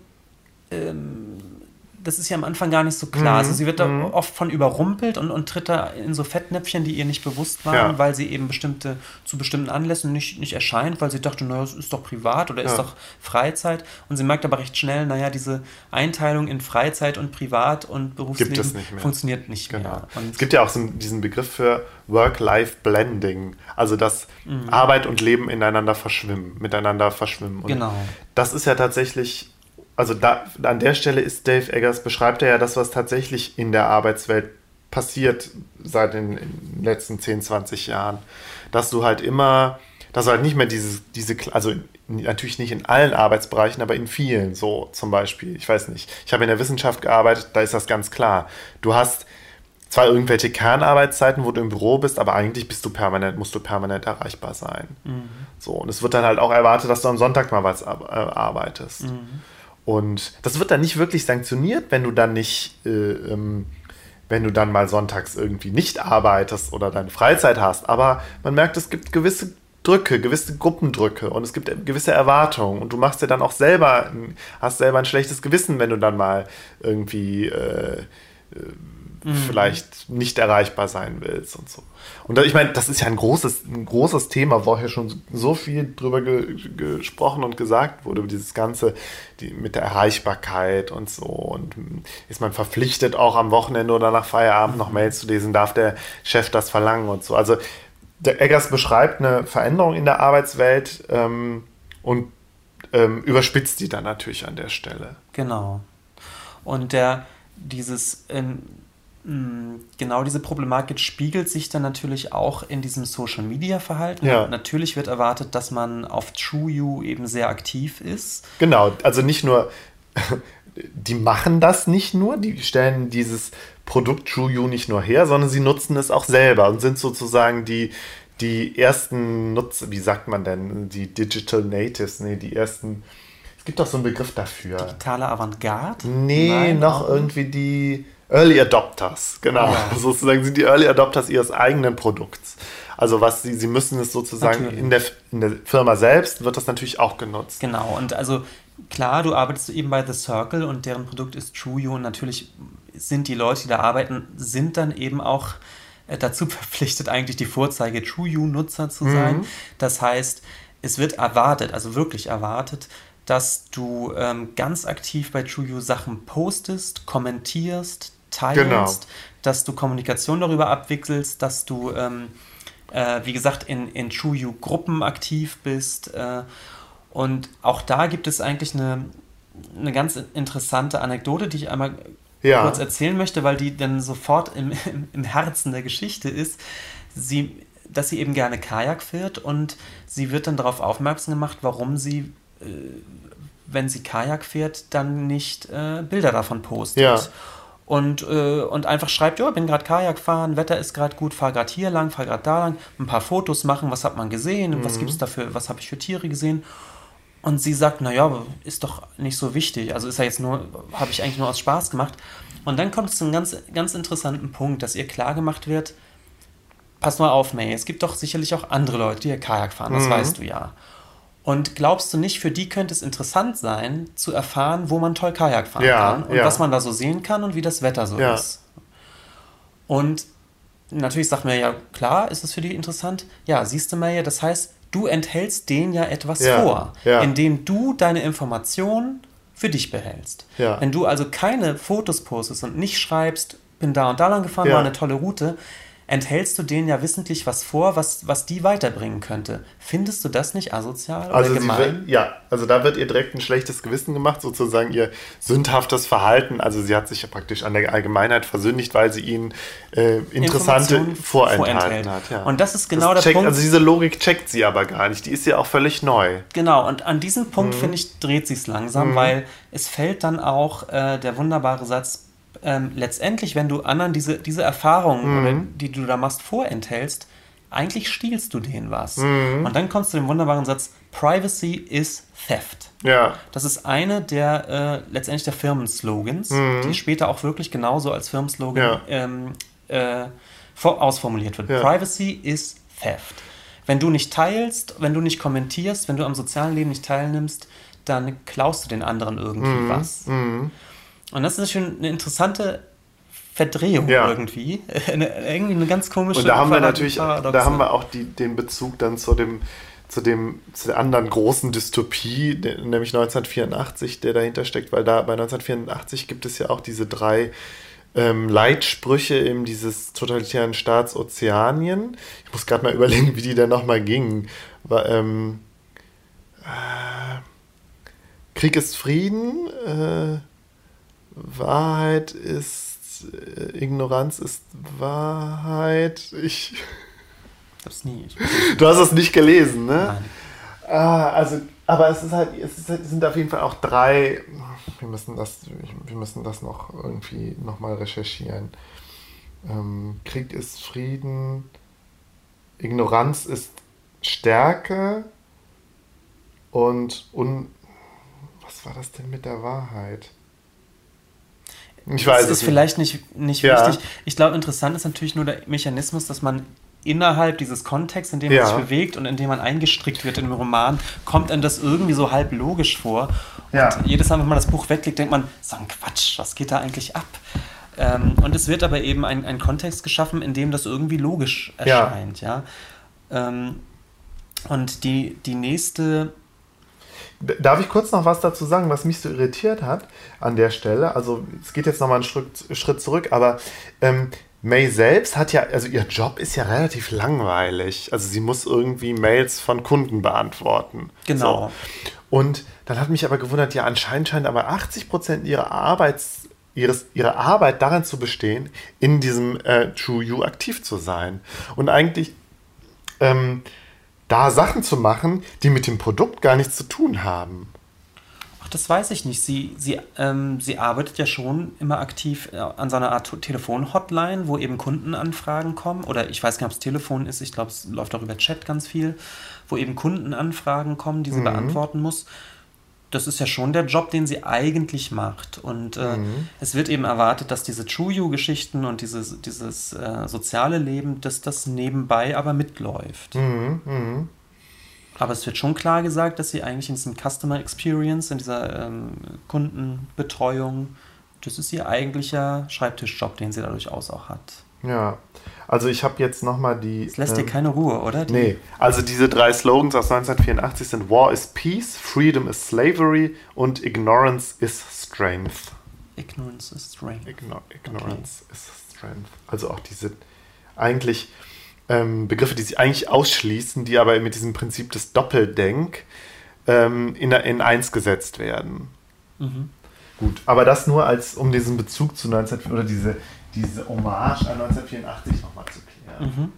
das ist ja am Anfang gar nicht so klar. Also sie wird da oft von überrumpelt und tritt da in so Fettnäpfchen, die ihr nicht bewusst waren, weil sie eben zu bestimmten Anlässen nicht erscheint, weil sie dachte, naja, es ist doch privat oder ist doch Freizeit. Und sie merkt aber recht schnell, naja, diese Einteilung in Freizeit und Privat und Berufsleben funktioniert nicht mehr. Und es gibt ja auch diesen Begriff für Work-Life-Blending, also dass Arbeit und Leben miteinander verschwimmen. Und genau. Das ist ja tatsächlich... Also an der Stelle ist Dave Eggers, beschreibt er ja das, was tatsächlich in der Arbeitswelt passiert seit den letzten 10, 20 Jahren. Dass du halt nicht mehr also natürlich nicht in allen Arbeitsbereichen, aber in vielen, so zum Beispiel, ich weiß nicht, ich habe in der Wissenschaft gearbeitet, da ist das ganz klar. Du hast zwar irgendwelche Kernarbeitszeiten, wo du im Büro bist, aber eigentlich musst du permanent erreichbar sein. So, und es wird dann halt auch erwartet, dass du am Sonntag mal was arbeitest. Und das wird dann nicht wirklich sanktioniert, wenn du dann mal sonntags irgendwie nicht arbeitest oder deine Freizeit hast. Aber man merkt, es gibt gewisse Drücke, gewisse Gruppendrücke und es gibt gewisse Erwartungen. Und du machst dir dann auch hast selber ein schlechtes Gewissen, wenn du dann mal irgendwie vielleicht nicht erreichbar sein willst und so. Und ich meine, das ist ja ein großes Thema, wo hier schon so viel drüber gesprochen und gesagt wurde, über dieses Ganze mit der Erreichbarkeit und so. Und ist man verpflichtet, auch am Wochenende oder nach Feierabend noch Mails zu lesen, darf der Chef das verlangen und so. Also der Eggers beschreibt eine Veränderung in der Arbeitswelt und überspitzt die dann natürlich an der Stelle. Genau. Und diese Problematik spiegelt sich dann natürlich auch in diesem Social-Media-Verhalten. Ja. Natürlich wird erwartet, dass man auf True You eben sehr aktiv ist. Genau, also nicht nur, die machen das nicht nur, die stellen dieses Produkt True You nicht nur her, sondern sie nutzen es auch selber und sind sozusagen die ersten Nutzer, wie sagt man denn, die Digital Natives, die ersten, es gibt doch so einen Begriff dafür. Digitale Avantgarde? Nein, irgendwie die Early Adopters, genau. Ja. Sozusagen sind die Early Adopters ihres eigenen Produkts. Also sie müssen es sozusagen in der Firma selbst, wird das natürlich auch genutzt. Genau, und also klar, du arbeitest eben bei The Circle und deren Produkt ist True You und natürlich sind die Leute, die da arbeiten, sind dann eben auch dazu verpflichtet, eigentlich die Vorzeige True You-Nutzer zu sein. Das heißt, es wird erwartet, also wirklich erwartet, dass du ganz aktiv bei True You Sachen postest, kommentierst, teilst, dass du Kommunikation darüber abwickelst, dass du wie gesagt, in True You-Gruppen aktiv bist. Und auch da gibt es eigentlich eine ganz interessante Anekdote, die ich einmal kurz erzählen möchte, weil die dann sofort im Herzen der Geschichte ist, dass sie eben gerne Kajak fährt und sie wird dann darauf aufmerksam gemacht, warum sie, wenn sie Kajak fährt, dann nicht Bilder davon postet. Ja. Und einfach schreibt, ja, bin gerade Kajak fahren, Wetter ist gerade gut, fahr gerade hier lang, fahr gerade da lang, ein paar Fotos machen, was hat man gesehen, was gibt's dafür, was habe ich für Tiere gesehen. Und sie sagt, naja, ist doch nicht so wichtig. Also ist ja jetzt nur, habe ich eigentlich nur aus Spaß gemacht. Und dann kommt es zu einem ganz, ganz interessanten Punkt, dass ihr klar gemacht wird, pass mal auf, May, es gibt doch sicherlich auch andere Leute, die hier Kajak fahren, das weißt du ja. Und glaubst du nicht, für die könnte es interessant sein, zu erfahren, wo man toll Kajak fahren kann und was man da so sehen kann und wie das Wetter so ist. Und natürlich sagt man ja, klar, ist es für die interessant. Ja, siehst du, May, das heißt, du enthältst denen ja etwas vor, indem du deine Informationen für dich behältst. Ja. Wenn du also keine Fotos postest und nicht schreibst, bin da und da lang gefahren, war eine tolle Route, enthältst du denen ja wissentlich was vor, was die weiterbringen könnte. Findest du das nicht asozial oder gemein? Also da wird ihr direkt ein schlechtes Gewissen gemacht, sozusagen ihr sündhaftes Verhalten. Also sie hat sich ja praktisch an der Allgemeinheit versündigt, weil sie ihnen interessante vorenthalten hat. Ja. Und das ist genau der Punkt. Also diese Logik checkt sie aber gar nicht. Die ist ja auch völlig neu. Genau, und an diesem Punkt, finde ich, dreht sie es langsam, weil es fällt dann auch der wunderbare Satz, letztendlich, wenn du anderen diese Erfahrungen, die du da machst, vorenthältst, eigentlich stiehlst du denen was. Und dann kommst du zu dem wunderbaren Satz, Privacy is Theft. Ja. Das ist eine der letztendlich der Firmenslogans, die später auch wirklich genauso als Firmenslogan ausformuliert wird. Ja. Privacy is Theft. Wenn du nicht teilst, wenn du nicht kommentierst, wenn du am sozialen Leben nicht teilnimmst, dann klaust du den anderen irgendwie was. Und das ist schon eine interessante Verdrehung irgendwie. Irgendwie eine ganz komische... Und da haben wir natürlich, da haben wir auch den Bezug dann zu der anderen großen Dystopie, nämlich 1984, der dahinter steckt, weil da bei 1984 gibt es ja auch diese 3 Leitsprüche in dieses totalitären Staats Ozeanien. Ich muss gerade mal überlegen, wie die da nochmal gingen. Krieg ist Frieden, Wahrheit ist Ignoranz ist Wahrheit. Ich hab's nie. Du hast es nicht gelesen, ne? Nein. Aber es sind auf jeden Fall auch 3. Wir müssen das noch irgendwie nochmal recherchieren. Krieg ist Frieden, Ignoranz ist Stärke und was war das denn mit der Wahrheit? Ich weiß es ist vielleicht nicht wichtig. Ich glaube, interessant ist natürlich nur der Mechanismus, dass man innerhalb dieses Kontexts, in dem man sich bewegt und in dem man eingestrickt wird in einem Roman, kommt einem das irgendwie so halb logisch vor. Und jedes Mal, wenn man das Buch wegklickt, denkt man, so ein Quatsch, was geht da eigentlich ab? Und es wird aber eben ein Kontext geschaffen, in dem das irgendwie logisch erscheint. Ja. Und die nächste... Darf ich kurz noch was dazu sagen, was mich so irritiert hat an der Stelle? Also es geht jetzt nochmal einen Schritt zurück, aber May selbst hat ja, also ihr Job ist ja relativ langweilig. Also sie muss irgendwie Mails von Kunden beantworten. Genau. So. Und dann hat mich aber gewundert, ja anscheinend scheint aber 80% ihrer Arbeit darin zu bestehen, in diesem True You aktiv zu sein. Und eigentlich da Sachen zu machen, die mit dem Produkt gar nichts zu tun haben. Ach, das weiß ich nicht. Sie arbeitet ja schon immer aktiv an so einer Art Telefon-Hotline, wo eben Kundenanfragen kommen. Oder ich weiß gar nicht, ob es Telefon ist. Ich glaube, es läuft auch über Chat ganz viel. Wo eben Kundenanfragen kommen, die sie beantworten muss. Das ist ja schon der Job, den sie eigentlich macht. Und es wird eben erwartet, dass diese True-You-Geschichten und dieses soziale Leben, dass das nebenbei aber mitläuft. Aber es wird schon klar gesagt, dass sie eigentlich in diesem Customer Experience, in dieser Kundenbetreuung, das ist ihr eigentlicher Schreibtischjob, den sie da durchaus auch hat. Ja, also ich habe jetzt nochmal die... Es lässt dir keine Ruhe, oder? Nee, also diese 3 Slogans aus 1984 sind War is Peace, Freedom is Slavery und Ignorance is Strength. Ignorance is Strength. Ignorance is Strength. Also auch diese eigentlich Begriffe, die sich eigentlich ausschließen, die aber mit diesem Prinzip des Doppeldenk in eins gesetzt werden. Mhm. Gut, aber das nur um diesen Bezug zu 19... oder diese Hommage an 1984 nochmal zu klären.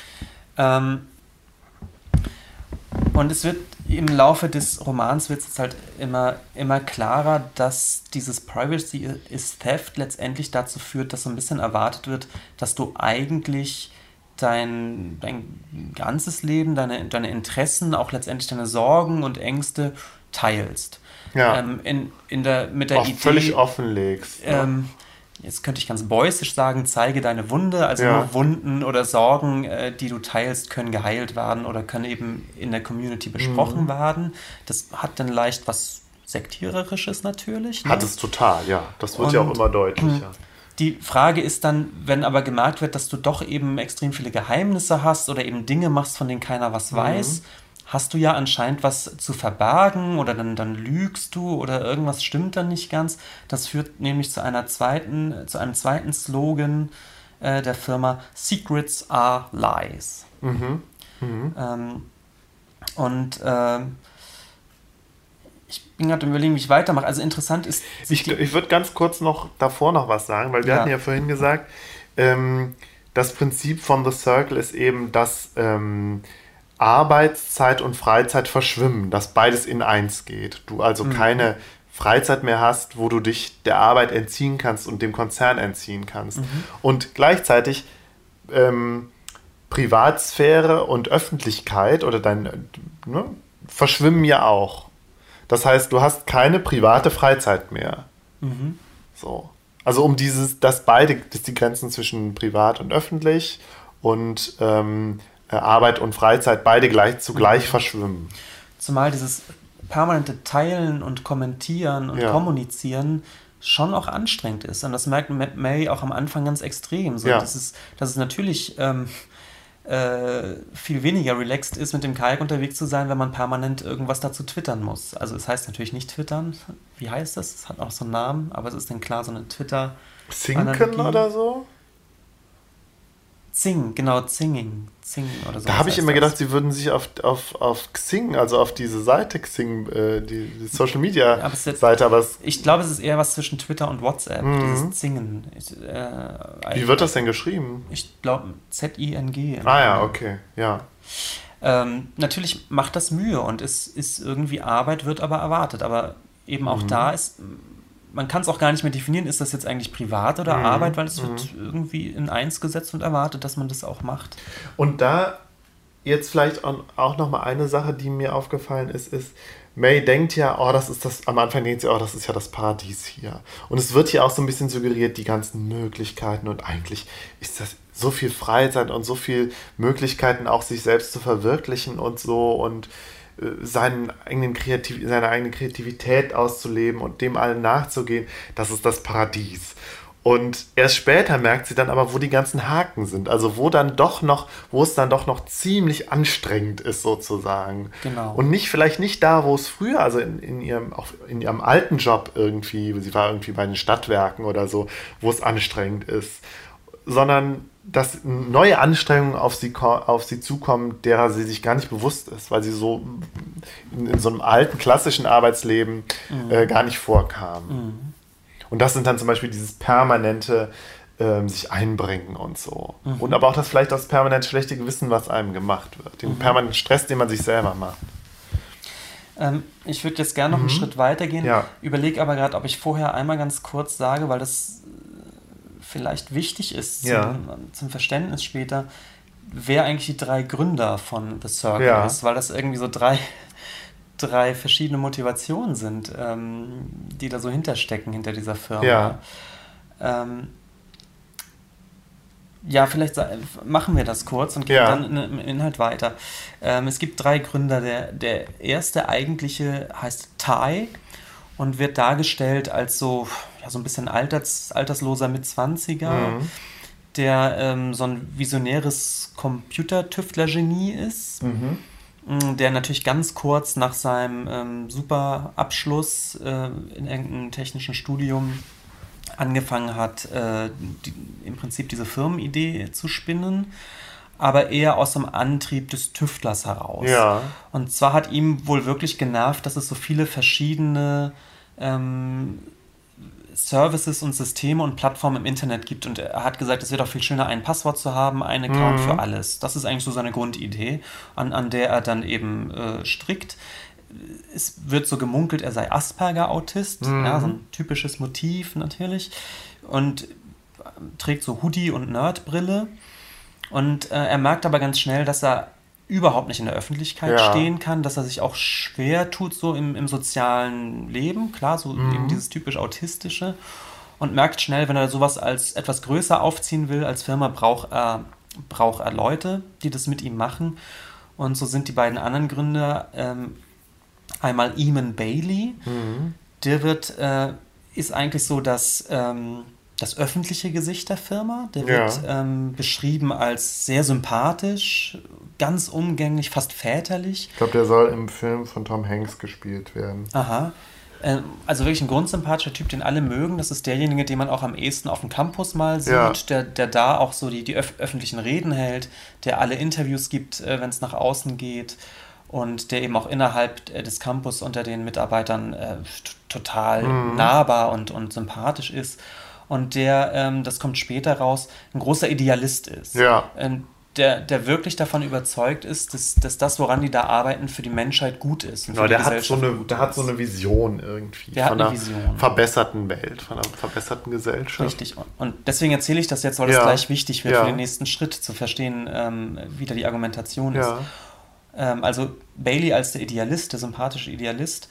Und es wird im Laufe des Romans wird es halt immer klarer, dass dieses Privacy is Theft letztendlich dazu führt, dass so ein bisschen erwartet wird, dass du eigentlich dein ganzes Leben, deine Interessen, auch letztendlich deine Sorgen und Ängste teilst. Ja. Mit der auch Idee, völlig offenlegst. jetzt könnte ich ganz bäusisch sagen, zeige deine Wunde, also Ja. nur Wunden oder Sorgen, die du teilst, können geheilt werden oder können eben in der Community besprochen werden. Das hat dann leicht was Sektiererisches natürlich. Ne? Hat es total, ja. Das wird ja auch immer deutlicher. Die Frage ist dann, wenn aber gemerkt wird, dass du doch eben extrem viele Geheimnisse hast oder eben Dinge machst, von denen keiner was weiß, hast du ja anscheinend was zu verbergen oder dann lügst du oder irgendwas stimmt dann nicht ganz. Das führt nämlich zu einem zweiten Slogan der Firma: Secrets are lies. Ich bin gerade überlegen, wie ich weitermache. Also interessant ist... Ich würde ganz kurz davor noch was sagen, weil wir hatten ja vorhin gesagt, das Prinzip von The Circle ist eben, dass Arbeitszeit und Freizeit verschwimmen, dass beides in eins geht. Du also keine Freizeit mehr hast, wo du dich der Arbeit entziehen kannst und dem Konzern entziehen kannst. Und gleichzeitig Privatsphäre und Öffentlichkeit oder verschwimmen ja auch. Das heißt, du hast keine private Freizeit mehr. So. Also dass die Grenzen zwischen privat und öffentlich und Arbeit und Freizeit beide zugleich verschwimmen. Zumal dieses permanente Teilen und Kommentieren und Kommunizieren schon auch anstrengend ist. Und das merkt Mary auch am Anfang ganz extrem. So, dass es natürlich viel weniger relaxed ist, mit dem Kajak unterwegs zu sein, wenn man permanent irgendwas dazu twittern muss. Also es heißt natürlich nicht twittern. Wie heißt das? Es hat auch so einen Namen, aber es ist dann klar so eine Twitter... Zinken oder so? Zinging oder so. Da habe ich immer gedacht, sie würden sich auf Xing, also auf diese Seite Xing, die Social Media Seite, aber ich glaube, es ist eher was zwischen Twitter und WhatsApp, dieses Zingen. Wie wird das denn geschrieben? Ich glaube ZING. Ah ja, okay, ja. Natürlich macht das Mühe und es ist irgendwie Arbeit, wird aber erwartet, aber eben auch da ist... Man kann es auch gar nicht mehr definieren, ist das jetzt eigentlich privat oder Arbeit, weil es wird irgendwie in eins gesetzt und erwartet, dass man das auch macht. Und da jetzt vielleicht auch nochmal eine Sache, die mir aufgefallen ist, May denkt ja, am Anfang denkt sie, das ist ja das Paradies hier. Und es wird hier auch so ein bisschen suggeriert, die ganzen Möglichkeiten und eigentlich ist das so viel Freizeit und so viel Möglichkeiten auch sich selbst zu verwirklichen und so und seine eigene Kreativität auszuleben und dem allen nachzugehen, das ist das Paradies. Und erst später merkt sie dann aber, wo die ganzen Haken sind, also wo es dann doch noch ziemlich anstrengend ist sozusagen. Genau. Und vielleicht nicht da, wo es früher, also in ihrem alten Job irgendwie, sie war irgendwie bei den Stadtwerken oder so, wo es anstrengend ist, sondern dass neue Anstrengungen auf sie zukommen, derer sie sich gar nicht bewusst ist, weil sie so in so einem alten, klassischen Arbeitsleben gar nicht vorkam. Und das sind dann zum Beispiel dieses permanente sich einbringen und so. Und aber auch vielleicht das permanent schlechte Gewissen, was einem gemacht wird. Den permanenten Stress, den man sich selber macht. Ich würde jetzt gerne noch einen Schritt weiter gehen, Ja. Überlege aber gerade, ob ich vorher einmal ganz kurz sage, weil das vielleicht wichtig ist zum Verständnis später, wer eigentlich die 3 Gründer von The Circle ist, weil das irgendwie so drei verschiedene Motivationen sind, die da so hinterstecken, hinter dieser Firma. Vielleicht machen wir das kurz und gehen dann im Inhalt weiter. Es gibt 3 Gründer. Der erste eigentliche heißt Ty und wird dargestellt als so ein bisschen altersloser Mitzwanziger, der so ein visionäres Computertüftler-Genie ist, der natürlich ganz kurz nach seinem super Abschluss in irgendeinem technischen Studium angefangen hat, im Prinzip diese Firmenidee zu spinnen, aber eher aus dem Antrieb des Tüftlers heraus. Ja. Und zwar hat ihm wohl wirklich genervt, dass es so viele verschiedene Services und Systeme und Plattformen im Internet gibt. Und er hat gesagt, es wäre doch viel schöner, ein Passwort zu haben, ein Account für alles. Das ist eigentlich so seine Grundidee, an der er dann eben strickt. Es wird so gemunkelt, er sei Asperger-Autist, ja, so ein typisches Motiv natürlich. Und trägt so Hoodie und Nerdbrille. Und er merkt aber ganz schnell, dass er überhaupt nicht in der Öffentlichkeit stehen kann, dass er sich auch schwer tut so im sozialen Leben, klar, so eben dieses typisch Autistische, und merkt schnell, wenn er sowas als etwas größer aufziehen will als Firma, braucht er Leute, die das mit ihm machen. Und so sind die beiden anderen Gründer einmal Eamon Bailey, der ist eigentlich so das öffentliche Gesicht der Firma. Der wird beschrieben als sehr sympathisch, ganz umgänglich, fast väterlich. Ich glaube, der soll im Film von Tom Hanks gespielt werden. Aha. Also wirklich ein grundsympathischer Typ, den alle mögen. Das ist derjenige, den man auch am ehesten auf dem Campus mal sieht, der da auch so die öffentlichen Reden hält, der alle Interviews gibt, wenn es nach außen geht. Und der eben auch innerhalb des Campus unter den Mitarbeitern total nahbar und sympathisch ist. Und der, das kommt später raus, ein großer Idealist ist. Ja. Der wirklich davon überzeugt ist, dass das, woran die da arbeiten, für die Menschheit gut ist. Und der hat so eine Vision irgendwie. Der hat eine Vision. Verbesserten Welt, von einer verbesserten Gesellschaft. Richtig. Und deswegen erzähle ich das jetzt, weil das gleich wichtig wird für den nächsten Schritt, zu verstehen, wie da die Argumentation ist. Also Bailey als der Idealist, der sympathische Idealist.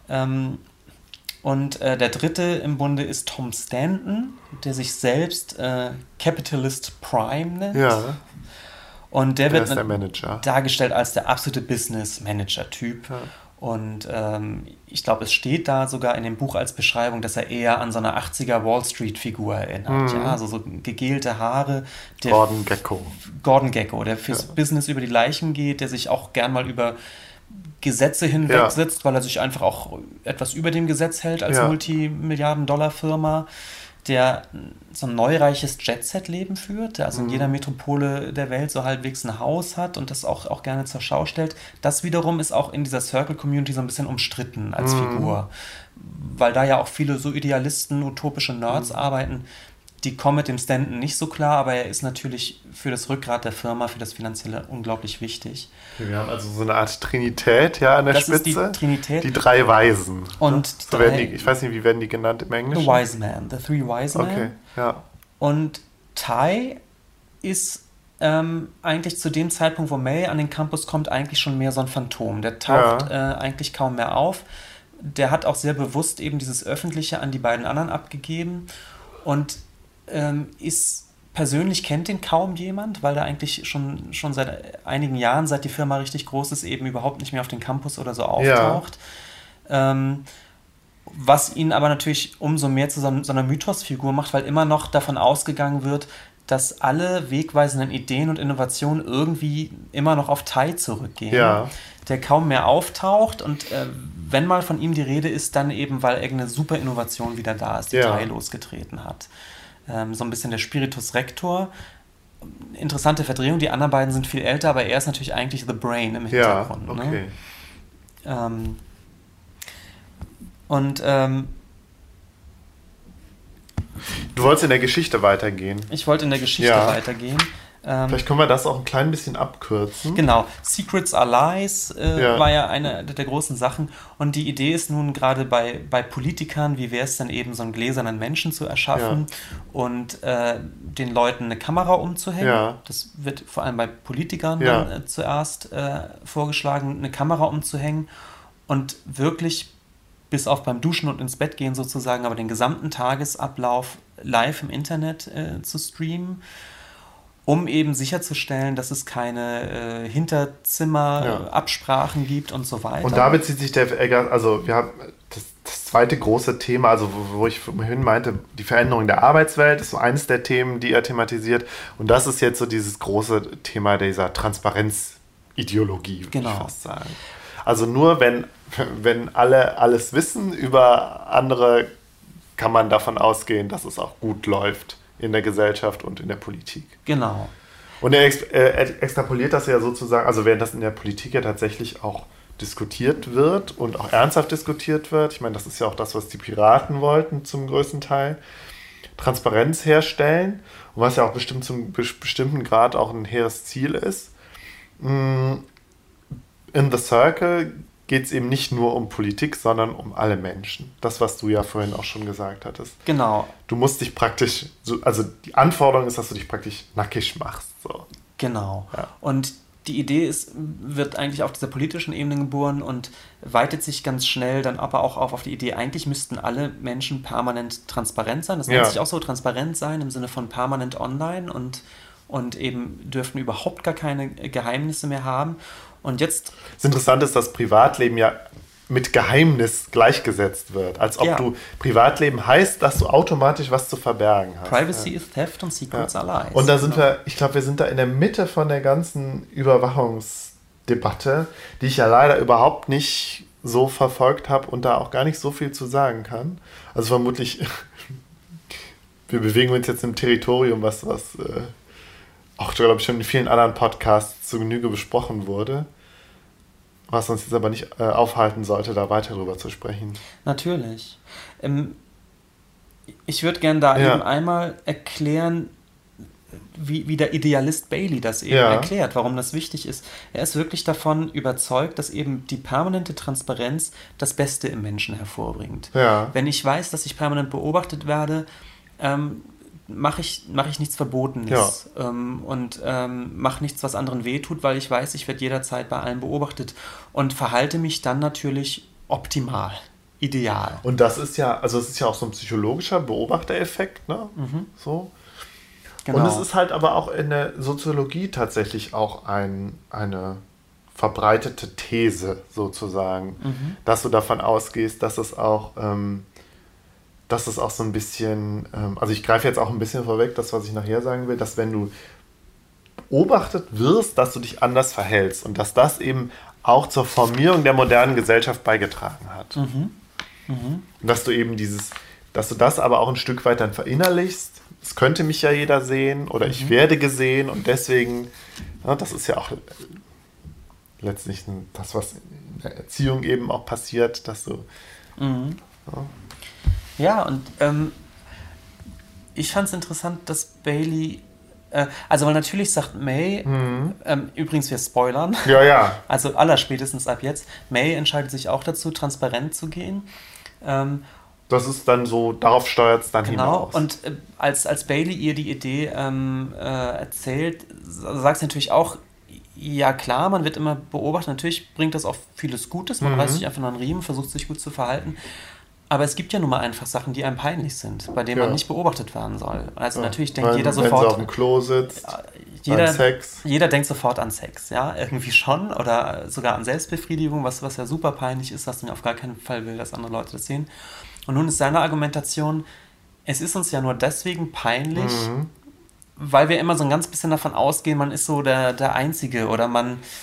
Und der dritte im Bunde ist Tom Stanton, der sich selbst Capitalist Prime nennt. Ja. Und der wird ist der Manager. Dargestellt als der absolute Business-Manager-Typ. Ja. Und ich glaube, es steht da sogar in dem Buch als Beschreibung, dass er eher an so eine 80er Wall-Street-Figur erinnert. Ja, also so gegelte Haare. Gordon Gekko. Gordon Gekko, der fürs Business über die Leichen geht, der sich auch gern mal über Gesetze hinwegsetzt, weil er sich einfach auch etwas über dem Gesetz hält als Multimilliarden-Dollar-Firma, der so ein neureiches Jet-Set-Leben führt, der also in jeder Metropole der Welt so halbwegs ein Haus hat und das auch gerne zur Schau stellt. Das wiederum ist auch in dieser Circle-Community so ein bisschen umstritten als Figur, weil da ja auch viele so Idealisten, utopische Nerds arbeiten. Die kommen mit dem Stanton nicht so klar, aber er ist natürlich für das Rückgrat der Firma, für das Finanzielle unglaublich wichtig. Wir haben also so eine Art Trinität an der Spitze. Das ist die Trinität. Die drei Weisen. Und so ich weiß nicht, wie werden die genannt im Englischen? The Wise Man, The Three Wise Men. Okay, ja. Und Ty ist eigentlich zu dem Zeitpunkt, wo May an den Campus kommt, eigentlich schon mehr so ein Phantom. Der taucht eigentlich kaum mehr auf. Der hat auch sehr bewusst eben dieses Öffentliche an die beiden anderen abgegeben und persönlich kennt den kaum jemand, weil der eigentlich schon seit einigen Jahren, seit die Firma richtig groß ist, eben überhaupt nicht mehr auf den Campus oder so auftaucht. Was ihn aber natürlich umso mehr zu so einer Mythosfigur macht, weil immer noch davon ausgegangen wird, dass alle wegweisenden Ideen und Innovationen irgendwie immer noch auf Ty zurückgehen, der kaum mehr auftaucht und wenn mal von ihm die Rede ist, dann eben, weil irgendeine super Innovation wieder da ist, die Ty losgetreten hat. So ein bisschen der Spiritus Rector. Interessante Verdrehung, die anderen beiden sind viel älter, aber er ist natürlich eigentlich the brain im Hintergrund. Ja, okay. Ne? Du wolltest in der Geschichte weitergehen. Ich wollte in der Geschichte weitergehen. Vielleicht können wir das auch ein klein bisschen abkürzen. Genau, Secrets are Lies war ja eine der großen Sachen. Und die Idee ist nun gerade bei Politikern, wie wäre es denn eben, so einen gläsernen Menschen zu erschaffen und den Leuten eine Kamera umzuhängen. Ja. Das wird vor allem bei Politikern dann, zuerst vorgeschlagen, eine Kamera umzuhängen und wirklich bis auf beim Duschen und ins Bett gehen sozusagen, aber den gesamten Tagesablauf live im Internet zu streamen, um eben sicherzustellen, dass es keine Hinterzimmer-Absprachen gibt und so weiter. Und da bezieht sich Dave Eggers, also wir haben das zweite große Thema, also wo ich vorhin meinte, die Veränderung der Arbeitswelt ist so eines der Themen, die er thematisiert. Und das ist jetzt so dieses große Thema dieser Transparenzideologie, würde ich fast sagen. Also nur wenn alle alles wissen über andere, kann man davon ausgehen, dass es auch gut läuft in der Gesellschaft und in der Politik. Genau. Und er extrapoliert das ja sozusagen, also während das in der Politik ja tatsächlich auch diskutiert wird und auch ernsthaft diskutiert wird. Ich meine, das ist ja auch das, was die Piraten wollten zum größten Teil. Transparenz herstellen und was ja auch bestimmt zum bestimmten Grad auch ein hehres Ziel ist. In The Circle geht es eben nicht nur um Politik, sondern um alle Menschen. Das, was du ja vorhin auch schon gesagt hattest. Genau. Du musst dich praktisch, also die Anforderung ist, dass du dich praktisch nackig machst. So. Genau. Ja. Und die Idee wird eigentlich auf dieser politischen Ebene geboren und weitet sich ganz schnell dann aber auch auf die Idee, eigentlich müssten alle Menschen permanent transparent sein. Das nennt sich auch so, transparent sein im Sinne von permanent online und eben dürften überhaupt gar keine Geheimnisse mehr haben. Und jetzt... Das Interessante ist, dass Privatleben ja mit Geheimnis gleichgesetzt wird. Als ob du Privatleben heißt, dass du automatisch was zu verbergen hast. Privacy is theft and secrets are lies. Und da sind ich glaube, wir sind da in der Mitte von der ganzen Überwachungsdebatte, die ich ja leider überhaupt nicht so verfolgt habe und da auch gar nicht so viel zu sagen kann. Also vermutlich, wir bewegen uns jetzt im Territorium, was auch, glaube ich, schon in vielen anderen Podcasts zu Genüge besprochen wurde. Was uns jetzt aber nicht aufhalten sollte, da weiter drüber zu sprechen. Natürlich. Ich würde gerne da eben einmal erklären, wie der Idealist Bailey das eben erklärt, warum das wichtig ist. Er ist wirklich davon überzeugt, dass eben die permanente Transparenz das Beste im Menschen hervorbringt. Ja. Wenn ich weiß, dass ich permanent beobachtet werde, mache ich nichts Verbotenes und mache nichts, was anderen wehtut, weil ich weiß, ich werde jederzeit bei allen beobachtet und verhalte mich dann natürlich optimal, ideal. Und das ist ja, also es ist ja auch so ein psychologischer Beobachtereffekt, ne? So. Genau. Und es ist halt aber auch in der Soziologie tatsächlich auch eine verbreitete These sozusagen, dass du davon ausgehst, dass es auch so ein bisschen, also ich greife jetzt auch ein bisschen vorweg, das, was ich nachher sagen will, dass wenn du beobachtet wirst, dass du dich anders verhältst und dass das eben auch zur Formierung der modernen Gesellschaft beigetragen hat. Und dass du eben dass du das aber auch ein Stück weit dann verinnerlichst. Es könnte mich ja jeder sehen oder ich werde gesehen und deswegen, das ist ja auch letztlich das, was in der Erziehung eben auch passiert, dass du... Ja, und ich fand es interessant, dass Bailey, weil natürlich sagt May, übrigens wir spoilern, also allerspätestens ab jetzt, May entscheidet sich auch dazu, transparent zu gehen. Das ist dann so, darauf steuert es dann hinaus. Und als Bailey ihr die Idee erzählt, sagt sie natürlich auch, ja klar, man wird immer beobachtet, natürlich bringt das auch vieles Gutes, man reißt sich einfach an den Riemen, versucht sich gut zu verhalten. Aber es gibt ja nun mal einfach Sachen, die einem peinlich sind, bei denen man nicht beobachtet werden soll. Also natürlich denkt jeder sofort... Wenn sie auf dem Klo sitzt, an Sex. Jeder denkt sofort an Sex, ja, irgendwie schon. Oder sogar an Selbstbefriedigung, was ja super peinlich ist, dass man auf gar keinen Fall will, dass andere Leute das sehen. Und nun ist seine Argumentation, es ist uns ja nur deswegen peinlich, weil wir immer so ein ganz bisschen davon ausgehen, man ist so der Einzige oder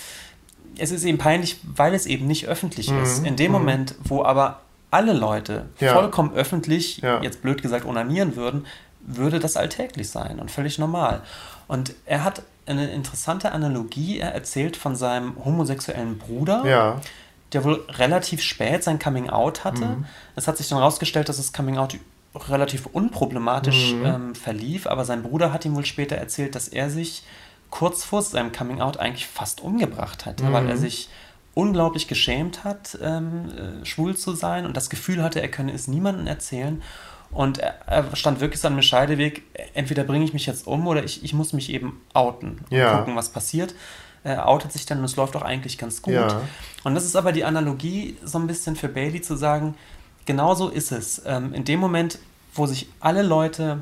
es ist eben peinlich, weil es eben nicht öffentlich ist. In dem Moment, wo aber alle Leute vollkommen öffentlich, jetzt blöd gesagt, onanieren würden, würde das alltäglich sein und völlig normal. Und er hat eine interessante Analogie, er erzählt von seinem homosexuellen Bruder, der wohl relativ spät sein Coming-out hatte. Es hat sich dann herausgestellt, dass das Coming-out relativ unproblematisch verlief, aber sein Bruder hat ihm wohl später erzählt, dass er sich kurz vor seinem Coming-out eigentlich fast umgebracht hatte, weil er sich unglaublich geschämt hat, schwul zu sein und das Gefühl hatte, er könne es niemandem erzählen. Und er stand wirklich so an einem Scheideweg, entweder bringe ich mich jetzt um oder ich muss mich eben outen und gucken, was passiert. Er outet sich dann und es läuft auch eigentlich ganz gut. Und das ist aber die Analogie so ein bisschen für Bailey zu sagen, genau so ist es. In dem Moment, wo sich alle Leute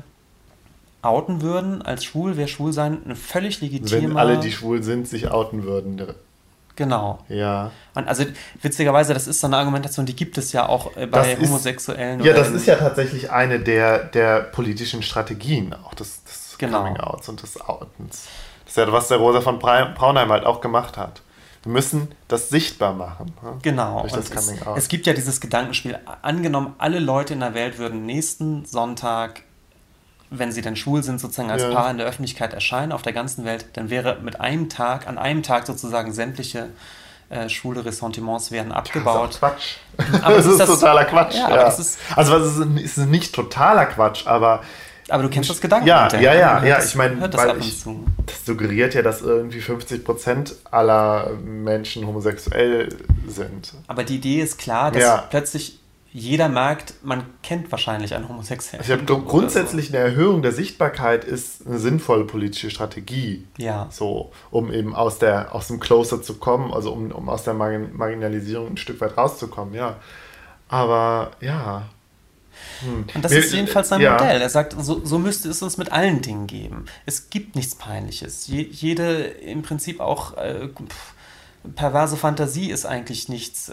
outen würden, als schwul, wäre Schwulsein eine völlig legitime... Wenn alle, die schwul sind, sich outen würden. Genau. Ja. Und also witzigerweise, das ist so eine Argumentation, die gibt es ja auch bei Homosexuellen. Ja, das ist ja tatsächlich eine der politischen Strategien auch des Coming-outs und des Outens. Das ist ja, was der Rosa von Braunheim halt auch gemacht hat. Wir müssen das sichtbar machen. Genau. Durch das Coming-out. Es gibt ja dieses Gedankenspiel, angenommen, alle Leute in der Welt würden nächsten Sonntag wenn sie denn schwul sind, sozusagen als Ja. Paar in der Öffentlichkeit erscheinen auf der ganzen Welt, dann wäre an einem Tag sozusagen sämtliche schwule Ressentiments werden abgebaut. Das ist auch Quatsch. Aber das ist das- totaler Quatsch. Ja, Ja, aber das ist- also es ist nicht totaler Quatsch, aber Aber du kennst das Gedanken. ja, das, ich meine, hört das weil ab und ich, zu. das suggeriert ja, dass irgendwie 50% aller Menschen homosexuell sind. Aber die Idee ist klar, dass Ja. plötzlich jeder merkt, man kennt wahrscheinlich einen Homosexuellen. Ich glaube, grundsätzlich eine Erhöhung der Sichtbarkeit ist eine sinnvolle politische Strategie. Ja. So, um eben aus dem Closer zu kommen, also um aus der Marginalisierung ein Stück weit rauszukommen, ja. Aber ja. Und das ist jedenfalls sein Modell. Er sagt, so müsste es uns mit allen Dingen geben. Es gibt nichts Peinliches. Jede im Prinzip auch perverse Fantasie ist eigentlich nichts.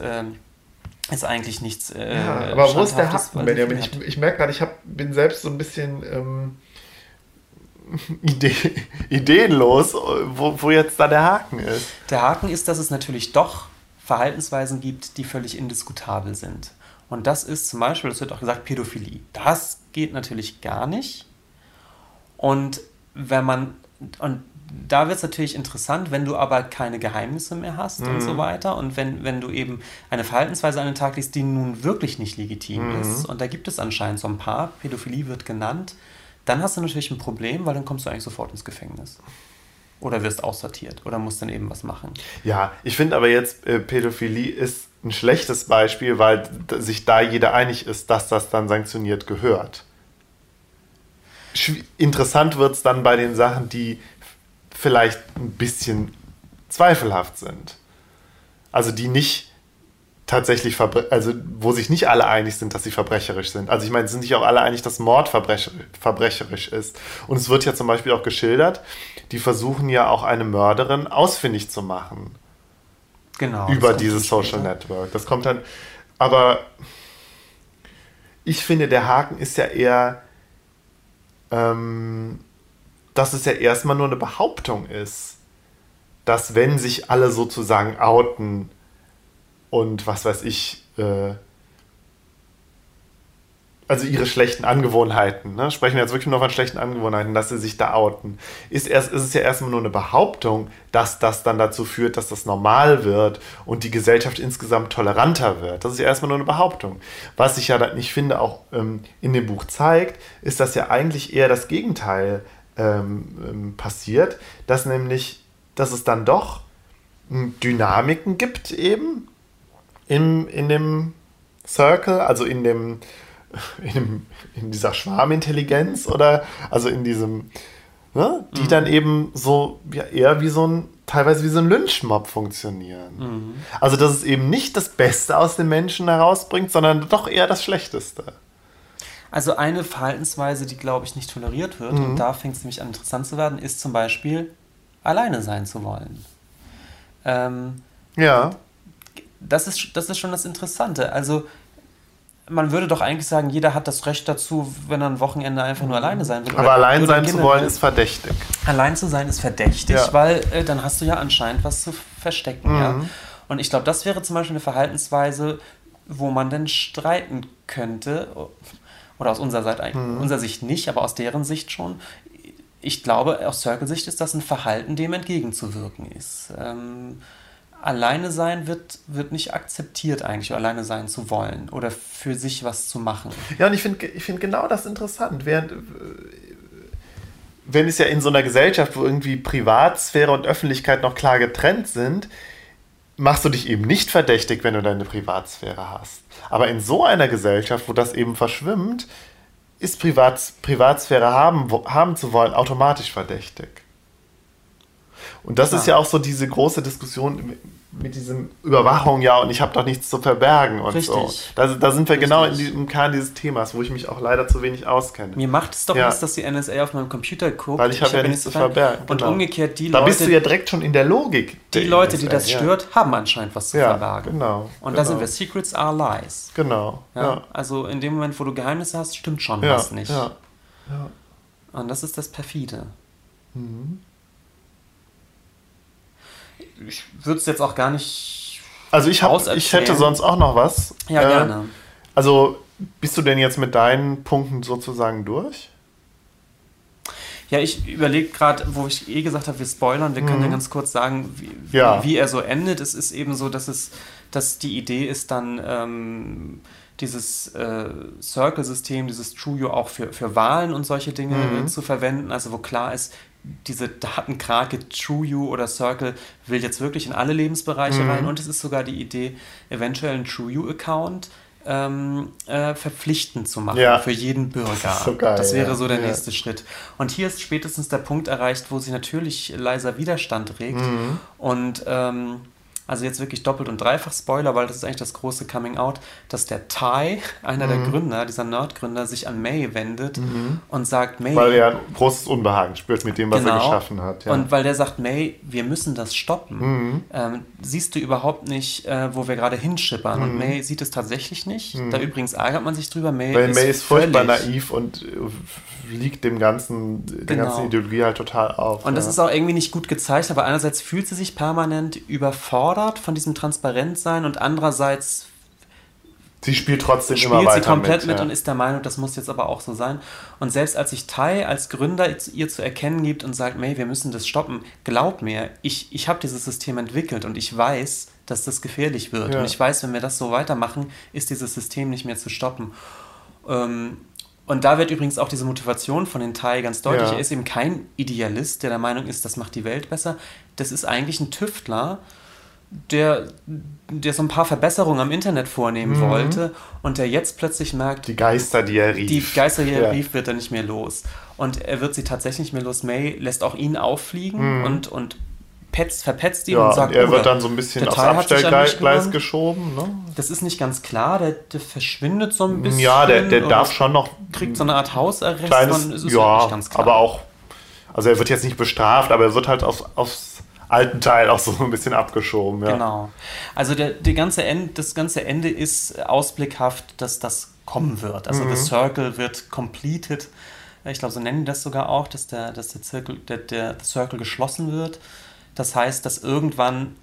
Aber wo ist der Standhaftes, Haken, weil sie Benjamin? viel hat. Ich merke gerade, bin selbst so ein bisschen ideenlos, wo jetzt da der Haken ist. Der Haken ist, dass es natürlich doch Verhaltensweisen gibt, die völlig indiskutabel sind. Und das ist zum Beispiel, das wird auch gesagt, Pädophilie. Das geht natürlich gar nicht. Und da wird es natürlich interessant, wenn du aber keine Geheimnisse mehr hast und so weiter. Und wenn du eben eine Verhaltensweise an den Tag legst, die nun wirklich nicht legitim ist, und da gibt es anscheinend so ein paar, Pädophilie wird genannt, dann hast du natürlich ein Problem, weil dann kommst du eigentlich sofort ins Gefängnis. Oder wirst aussortiert oder musst dann eben was machen. Ja, ich finde aber jetzt, Pädophilie ist ein schlechtes Beispiel, weil sich da jeder einig ist, dass das dann sanktioniert gehört. Interessant wird es dann bei den Sachen, die vielleicht ein bisschen zweifelhaft sind. Also die nicht tatsächlich, wo sich nicht alle einig sind, dass sie verbrecherisch sind. Also ich meine, es sind sich auch alle einig, dass Mord verbrecherisch ist. Und es wird ja zum Beispiel auch geschildert, die versuchen ja auch eine Mörderin ausfindig zu machen. Genau. Über dieses Social Network. Das kommt dann, aber ich finde, der Haken ist ja eher, dass es ja erstmal nur eine Behauptung ist, dass wenn sich alle sozusagen outen und was weiß ich, also ihre schlechten Angewohnheiten, ne? Sprechen wir jetzt wirklich nur von schlechten Angewohnheiten, dass sie sich da outen, ist es ja erstmal nur eine Behauptung, dass das dann dazu führt, dass das normal wird und die Gesellschaft insgesamt toleranter wird. Das ist ja erstmal nur eine Behauptung. Was sich ja dann, ich finde, auch in dem Buch zeigt, ist, dass ja eigentlich eher das Gegenteil passiert, dass es dann doch Dynamiken gibt eben in dem Circle, also in dieser Schwarmintelligenz oder also in diesem, ne, die dann eben so ja, eher teilweise wie so ein Lynchmob funktionieren. Also dass es eben nicht das Beste aus den Menschen herausbringt, sondern doch eher das Schlechteste. Also eine Verhaltensweise, die, glaube ich, nicht toleriert wird, und da fängt es nämlich an interessant zu werden, ist zum Beispiel, alleine sein zu wollen. Ja. Das ist schon das Interessante. Also man würde doch eigentlich sagen, jeder hat das Recht dazu, wenn er ein Wochenende einfach nur alleine sein will. Aber allein sein zu wollen generell. ist verdächtig. Allein zu sein ist verdächtig, Ja. weil dann hast du ja anscheinend was zu verstecken. Ja? Und ich glaube, das wäre zum Beispiel eine Verhaltensweise, wo man dann streiten könnte, oder aus unserer Sicht nicht, aber aus deren Sicht schon. Ich glaube, aus Circle-Sicht ist das ein Verhalten, dem entgegenzuwirken ist. Alleine sein wird nicht akzeptiert eigentlich, alleine sein zu wollen oder für sich was zu machen. Ja, und ich find genau das interessant. Wenn es ja in so einer Gesellschaft, wo irgendwie Privatsphäre und Öffentlichkeit noch klar getrennt sind, machst du dich eben nicht verdächtig, wenn du deine Privatsphäre hast. Aber in so einer Gesellschaft, wo das eben verschwimmt, ist Privatsphäre haben zu wollen automatisch verdächtig. Und das ist ja auch so diese große Diskussion mit diesem Überwachung, ja, und ich habe doch nichts zu verbergen und Richtig. so. Da sind wir genau im Kern dieses Themas, wo ich mich auch leider zu wenig auskenne. Mir macht es doch nichts, dass die NSA auf meinem Computer guckt. Weil ich habe ja nichts zu verbergen. Und genau. umgekehrt, Da bist du ja direkt schon in der Logik. Die Leute, die das stört, haben anscheinend was zu Ja, verbergen. genau. Und da sind wir, Secrets are lies. Genau. Ja? Also in dem Moment, wo du Geheimnisse hast, stimmt schon Ja, was nicht. ja. Und das ist das Perfide. Ich würde es jetzt auch gar nicht Also ich hätte sonst auch noch was. Ja, gerne. Also bist du denn jetzt mit deinen Punkten sozusagen durch? Ja, ich überlege gerade, wo ich gesagt habe, wir spoilern, wir können ja ganz kurz sagen, wie er so endet. Es ist eben so, dass die Idee ist dann dieses Circle-System, dieses Chuyo auch für Wahlen und solche Dinge zu verwenden, also wo klar ist, diese Datenkrake Chuyo oder Circle will jetzt wirklich in alle Lebensbereiche rein, und es ist sogar die Idee, eventuell einen Chuyo-Account verpflichtend zu machen für jeden Bürger. Das ist so geil, das wäre so der nächste Schritt. Und hier ist spätestens der Punkt erreicht, wo sich natürlich leiser Widerstand regt. Und also jetzt wirklich doppelt und dreifach Spoiler, weil das ist eigentlich das große Coming-out, dass der Tai, einer der Gründer, dieser Nerd-Gründer, sich an May wendet und sagt, May... Weil er ein großes Unbehagen spürt mit dem, was er geschaffen hat. Ja. Und weil der sagt, May, wir müssen das stoppen. Siehst du überhaupt nicht, wo wir gerade hinschippern? Und May sieht es tatsächlich nicht. Da übrigens ärgert man sich drüber. Weil May ist furchtbar naiv und liegt der ganzen Ideologie halt total auf. Und das ist auch irgendwie nicht gut gezeigt, aber einerseits fühlt sie sich permanent überfordert von diesem Transparentsein und andererseits sie spielt trotzdem immer weiter komplett mit und ist der Meinung, das muss jetzt aber auch so sein. Und selbst als sich Tai als Gründer ihr zu erkennen gibt und sagt, May, wir müssen das stoppen, glaub mir, ich habe dieses System entwickelt und ich weiß, dass das gefährlich wird. Und ich weiß, wenn wir das so weitermachen, ist dieses System nicht mehr zu stoppen. Und da wird übrigens auch diese Motivation von den Tai ganz deutlich. Er ist eben kein Idealist, der Meinung ist, das macht die Welt besser. Das ist eigentlich ein Tüftler, der so ein paar Verbesserungen am Internet vornehmen wollte und der jetzt plötzlich merkt, die Geister, die er rief, wird er nicht mehr los. Und er wird sie tatsächlich nicht mehr los. May lässt auch ihn auffliegen und verpetzt ihn und sagt, er wird dann so ein bisschen aufs Abstellgleis geschoben. Ne? Das ist nicht ganz klar, der verschwindet so ein bisschen. Ja, der darf schon noch... Kriegt so eine Art Hausarrest. Kleines, ist nicht ganz klar. Aber auch... Also er wird jetzt nicht bestraft, aber er wird halt aufs alten Teil auch so ein bisschen abgeschoben. Ja. Genau. Also das ganze Ende ist ausblickhaft, dass das kommen wird. Also The Circle wird completed. Ich glaube, so nennen die das sogar auch, dass der Circle geschlossen wird. Das heißt, dass irgendwann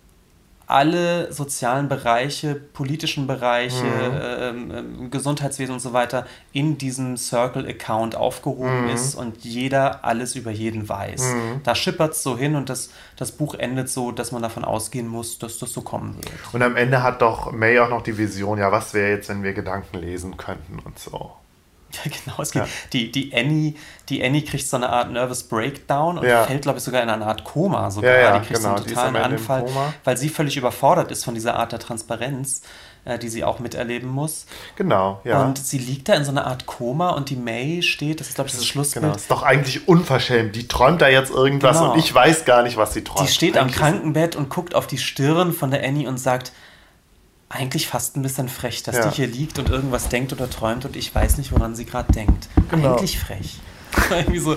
alle sozialen Bereiche, politischen Bereiche, Gesundheitswesen und so weiter in diesem Circle-Account aufgehoben ist und jeder alles über jeden weiß. Da schippert es so hin und das Buch endet so, dass man davon ausgehen muss, dass das so kommen wird. Und am Ende hat doch May auch noch die Vision, ja, was wäre jetzt, wenn wir Gedanken lesen könnten und so. Ja, genau. Es gibt die Annie kriegt so eine Art Nervous Breakdown und fällt, glaube ich, sogar in eine Art Koma. Sogar. Die kriegt so einen totalen Anfall, weil sie völlig überfordert ist von dieser Art der Transparenz, die sie auch miterleben muss. Genau, ja. Und sie liegt da in so einer Art Koma und die May steht, das ist, glaube ich, das Schlussbild. Genau, das ist doch eigentlich unverschämt. Die träumt da jetzt irgendwas und ich weiß gar nicht, was sie träumt. Die steht am Krankenbett und guckt auf die Stirn von der Annie und sagt, eigentlich fast ein bisschen frech, dass die hier liegt und irgendwas denkt oder träumt und ich weiß nicht, woran sie gerade denkt. Genau. Eigentlich frech. Irgendwie so,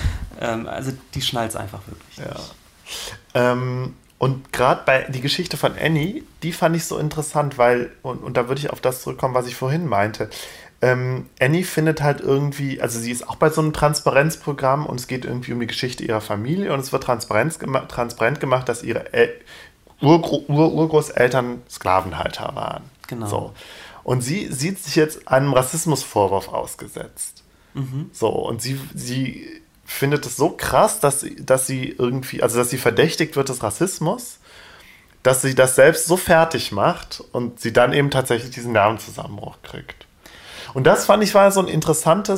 also die schnallt es einfach wirklich. Ja. Und gerade bei die Geschichte von Annie, die fand ich so interessant, weil, und da würde ich auf das zurückkommen, was ich vorhin meinte. Annie findet halt irgendwie, also sie ist auch bei so einem Transparenzprogramm und es geht irgendwie um die Geschichte ihrer Familie und es wird transparent gemacht, dass ihre Urgroßeltern Sklavenhalter waren. Genau. So. Und sie sieht sich jetzt einem Rassismusvorwurf ausgesetzt. So, und sie findet es so krass, dass sie irgendwie, also dass sie verdächtigt wird des Rassismus, dass sie das selbst so fertig macht und sie dann eben tatsächlich diesen Nervenzusammenbruch kriegt. Und das fand ich war so ein interessanter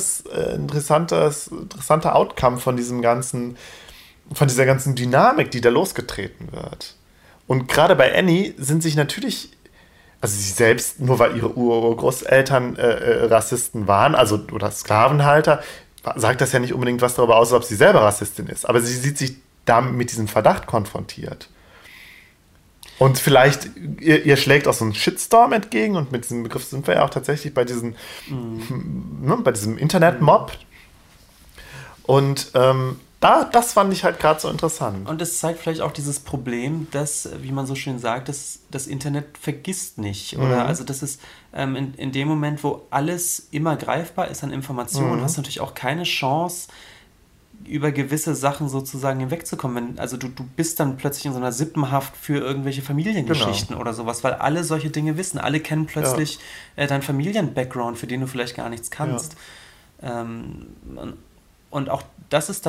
Outcome von dieser ganzen Dynamik, die da losgetreten wird. Und gerade bei Annie sind sich natürlich, also sie selbst, nur weil ihre Urgroßeltern Rassisten waren, also oder Sklavenhalter, sagt das ja nicht unbedingt was darüber aus, ob sie selber Rassistin ist. Aber sie sieht sich damit mit diesem Verdacht konfrontiert. Und vielleicht, ihr schlägt auch so ein Shitstorm entgegen und mit diesem Begriff sind wir ja auch tatsächlich bei diesem Internet-Mob. Und das fand ich halt gerade so interessant. Und es zeigt vielleicht auch dieses Problem, dass, wie man so schön sagt, das Internet vergisst nicht. Oder also das ist in dem Moment, wo alles immer greifbar ist an Informationen, hast du natürlich auch keine Chance, über gewisse Sachen sozusagen hinwegzukommen. Also du bist dann plötzlich in so einer Sippenhaft für irgendwelche Familiengeschichten oder sowas, weil alle solche Dinge wissen. Alle kennen plötzlich deinen Familien-Background, für den du vielleicht gar nichts kannst. Und auch das ist dann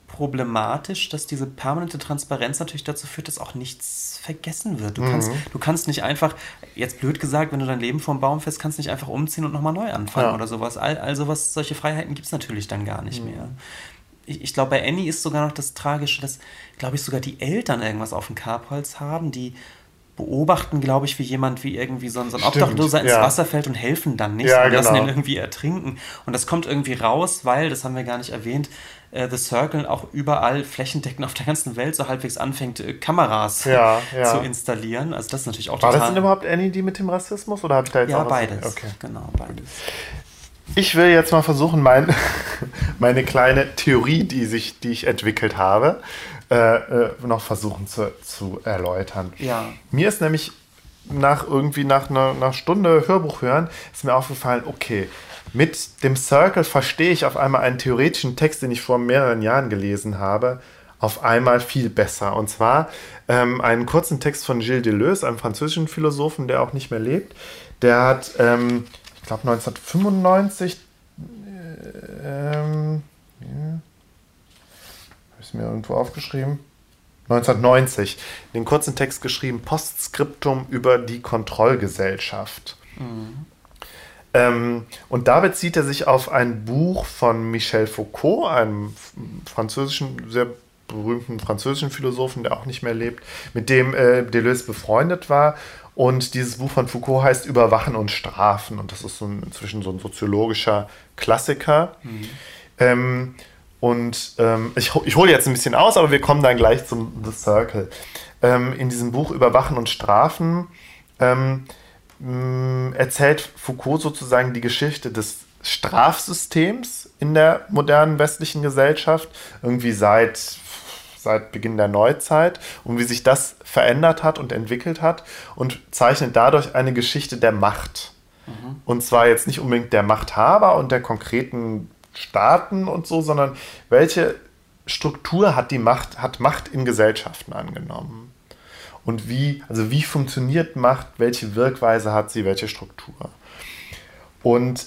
problematisch, dass diese permanente Transparenz natürlich dazu führt, dass auch nichts vergessen wird. Du kannst nicht einfach, jetzt blöd gesagt, wenn du dein Leben vorm Baum fährst, kannst nicht einfach umziehen und nochmal neu anfangen oder sowas. Also solche Freiheiten gibt es natürlich dann gar nicht mehr. Ich glaube, bei Annie ist sogar noch das Tragische, dass, glaube ich, sogar die Eltern irgendwas auf dem Kerbholz haben, die beobachten, glaube ich, wie irgendwie so ein Obdachloser ins Wasser fällt und helfen dann nicht und lassen ihn irgendwie ertrinken. Und das kommt irgendwie raus, weil, das haben wir gar nicht erwähnt, The Circle auch überall flächendeckend auf der ganzen Welt so halbwegs anfängt, Kameras zu installieren. Also das ist natürlich auch total... War das denn überhaupt Annie, die mit dem Rassismus? Oder habe ich da jetzt auch beides. Okay. Genau, beides. Ich will jetzt mal versuchen, meine kleine Theorie, die ich entwickelt habe, noch versuchen zu erläutern. Ja. Mir ist nämlich nach einer Stunde Hörbuch hören, ist mir aufgefallen, okay, mit dem Circle verstehe ich auf einmal einen theoretischen Text, den ich vor mehreren Jahren gelesen habe, auf einmal viel besser. Und zwar einen kurzen Text von Gilles Deleuze, einem französischen Philosophen, der auch nicht mehr lebt. Der hat, ich glaube 1995, habe ich es mir irgendwo aufgeschrieben, 1990, den kurzen Text geschrieben, Postskriptum über die Kontrollgesellschaft. Und da bezieht er sich auf ein Buch von Michel Foucault, einem sehr berühmten französischen Philosophen, der auch nicht mehr lebt, mit dem Deleuze befreundet war. Und dieses Buch von Foucault heißt Überwachen und Strafen. Und das ist inzwischen so ein soziologischer Klassiker. Ich hole jetzt ein bisschen aus, aber wir kommen dann gleich zum The Circle. In diesem Buch Überwachen und Strafen erzählt Foucault sozusagen die Geschichte des Strafsystems in der modernen westlichen Gesellschaft, irgendwie seit Beginn der Neuzeit, und wie sich das verändert hat und entwickelt hat, und zeichnet dadurch eine Geschichte der Macht. Und zwar jetzt nicht unbedingt der Machthaber und der konkreten Staaten und so, sondern welche Struktur hat Macht in Gesellschaften angenommen? Und wie funktioniert Macht, welche Wirkweise hat sie, welche Struktur? Und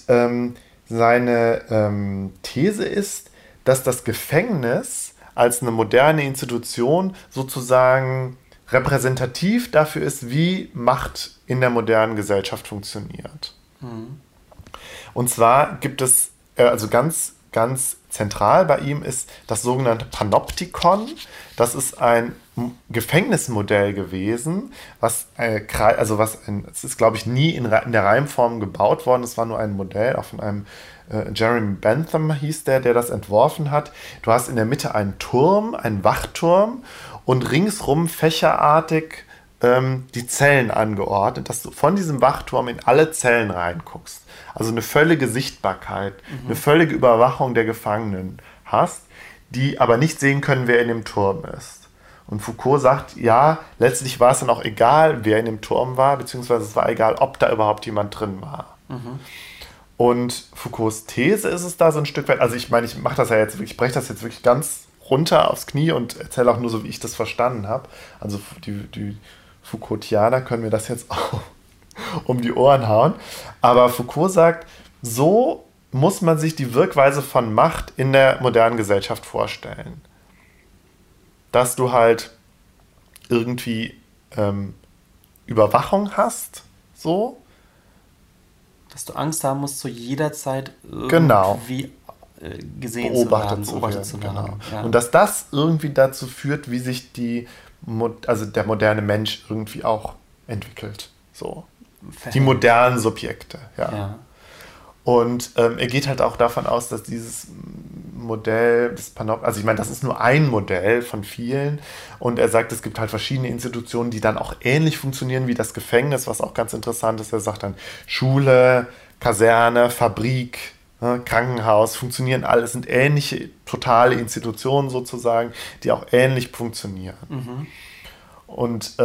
seine These ist, dass das Gefängnis als eine moderne Institution sozusagen repräsentativ dafür ist, wie Macht in der modernen Gesellschaft funktioniert. Und zwar gibt es, also ganz, ganz zentral bei ihm ist das sogenannte Panoptikon. Das ist ein Gefängnismodell gewesen, es ist, glaube ich, nie in der Reimform gebaut worden. Es war nur ein Modell, auch von einem Jeremy Bentham hieß der das entworfen hat. Du hast in der Mitte einen Turm, einen Wachturm, und ringsrum fächerartig die Zellen angeordnet, dass du von diesem Wachturm in alle Zellen reinguckst. Also eine völlige Sichtbarkeit, eine völlige Überwachung der Gefangenen hast, die aber nicht sehen können, wer in dem Turm ist. Und Foucault sagt, ja, letztlich war es dann auch egal, wer in dem Turm war, beziehungsweise es war egal, ob da überhaupt jemand drin war. Und Foucaults These ist es da so ein Stück weit, also ich meine, ich breche das jetzt wirklich ganz runter aufs Knie und erzähle auch nur so, wie ich das verstanden habe. Also die Foucaultianer können mir das jetzt auch um die Ohren hauen. Aber Foucault sagt, so muss man sich die Wirkweise von Macht in der modernen Gesellschaft vorstellen. Dass du halt irgendwie Überwachung hast, so. Dass du Angst haben musst, zu jeder Zeit irgendwie gesehen beobachtet zu werden. Genau. Ja. Und dass das irgendwie dazu führt, wie sich der moderne Mensch irgendwie auch entwickelt. So. Die modernen Subjekte. Ja. Und er geht halt auch davon aus, dass dieses Modell des also ich meine, das ist nur ein Modell von vielen, und er sagt, es gibt halt verschiedene Institutionen, die dann auch ähnlich funktionieren wie das Gefängnis, was auch ganz interessant ist. Er sagt dann, Schule, Kaserne, Fabrik, Krankenhaus funktionieren alle, sind ähnliche totale Institutionen sozusagen, die auch ähnlich funktionieren. Und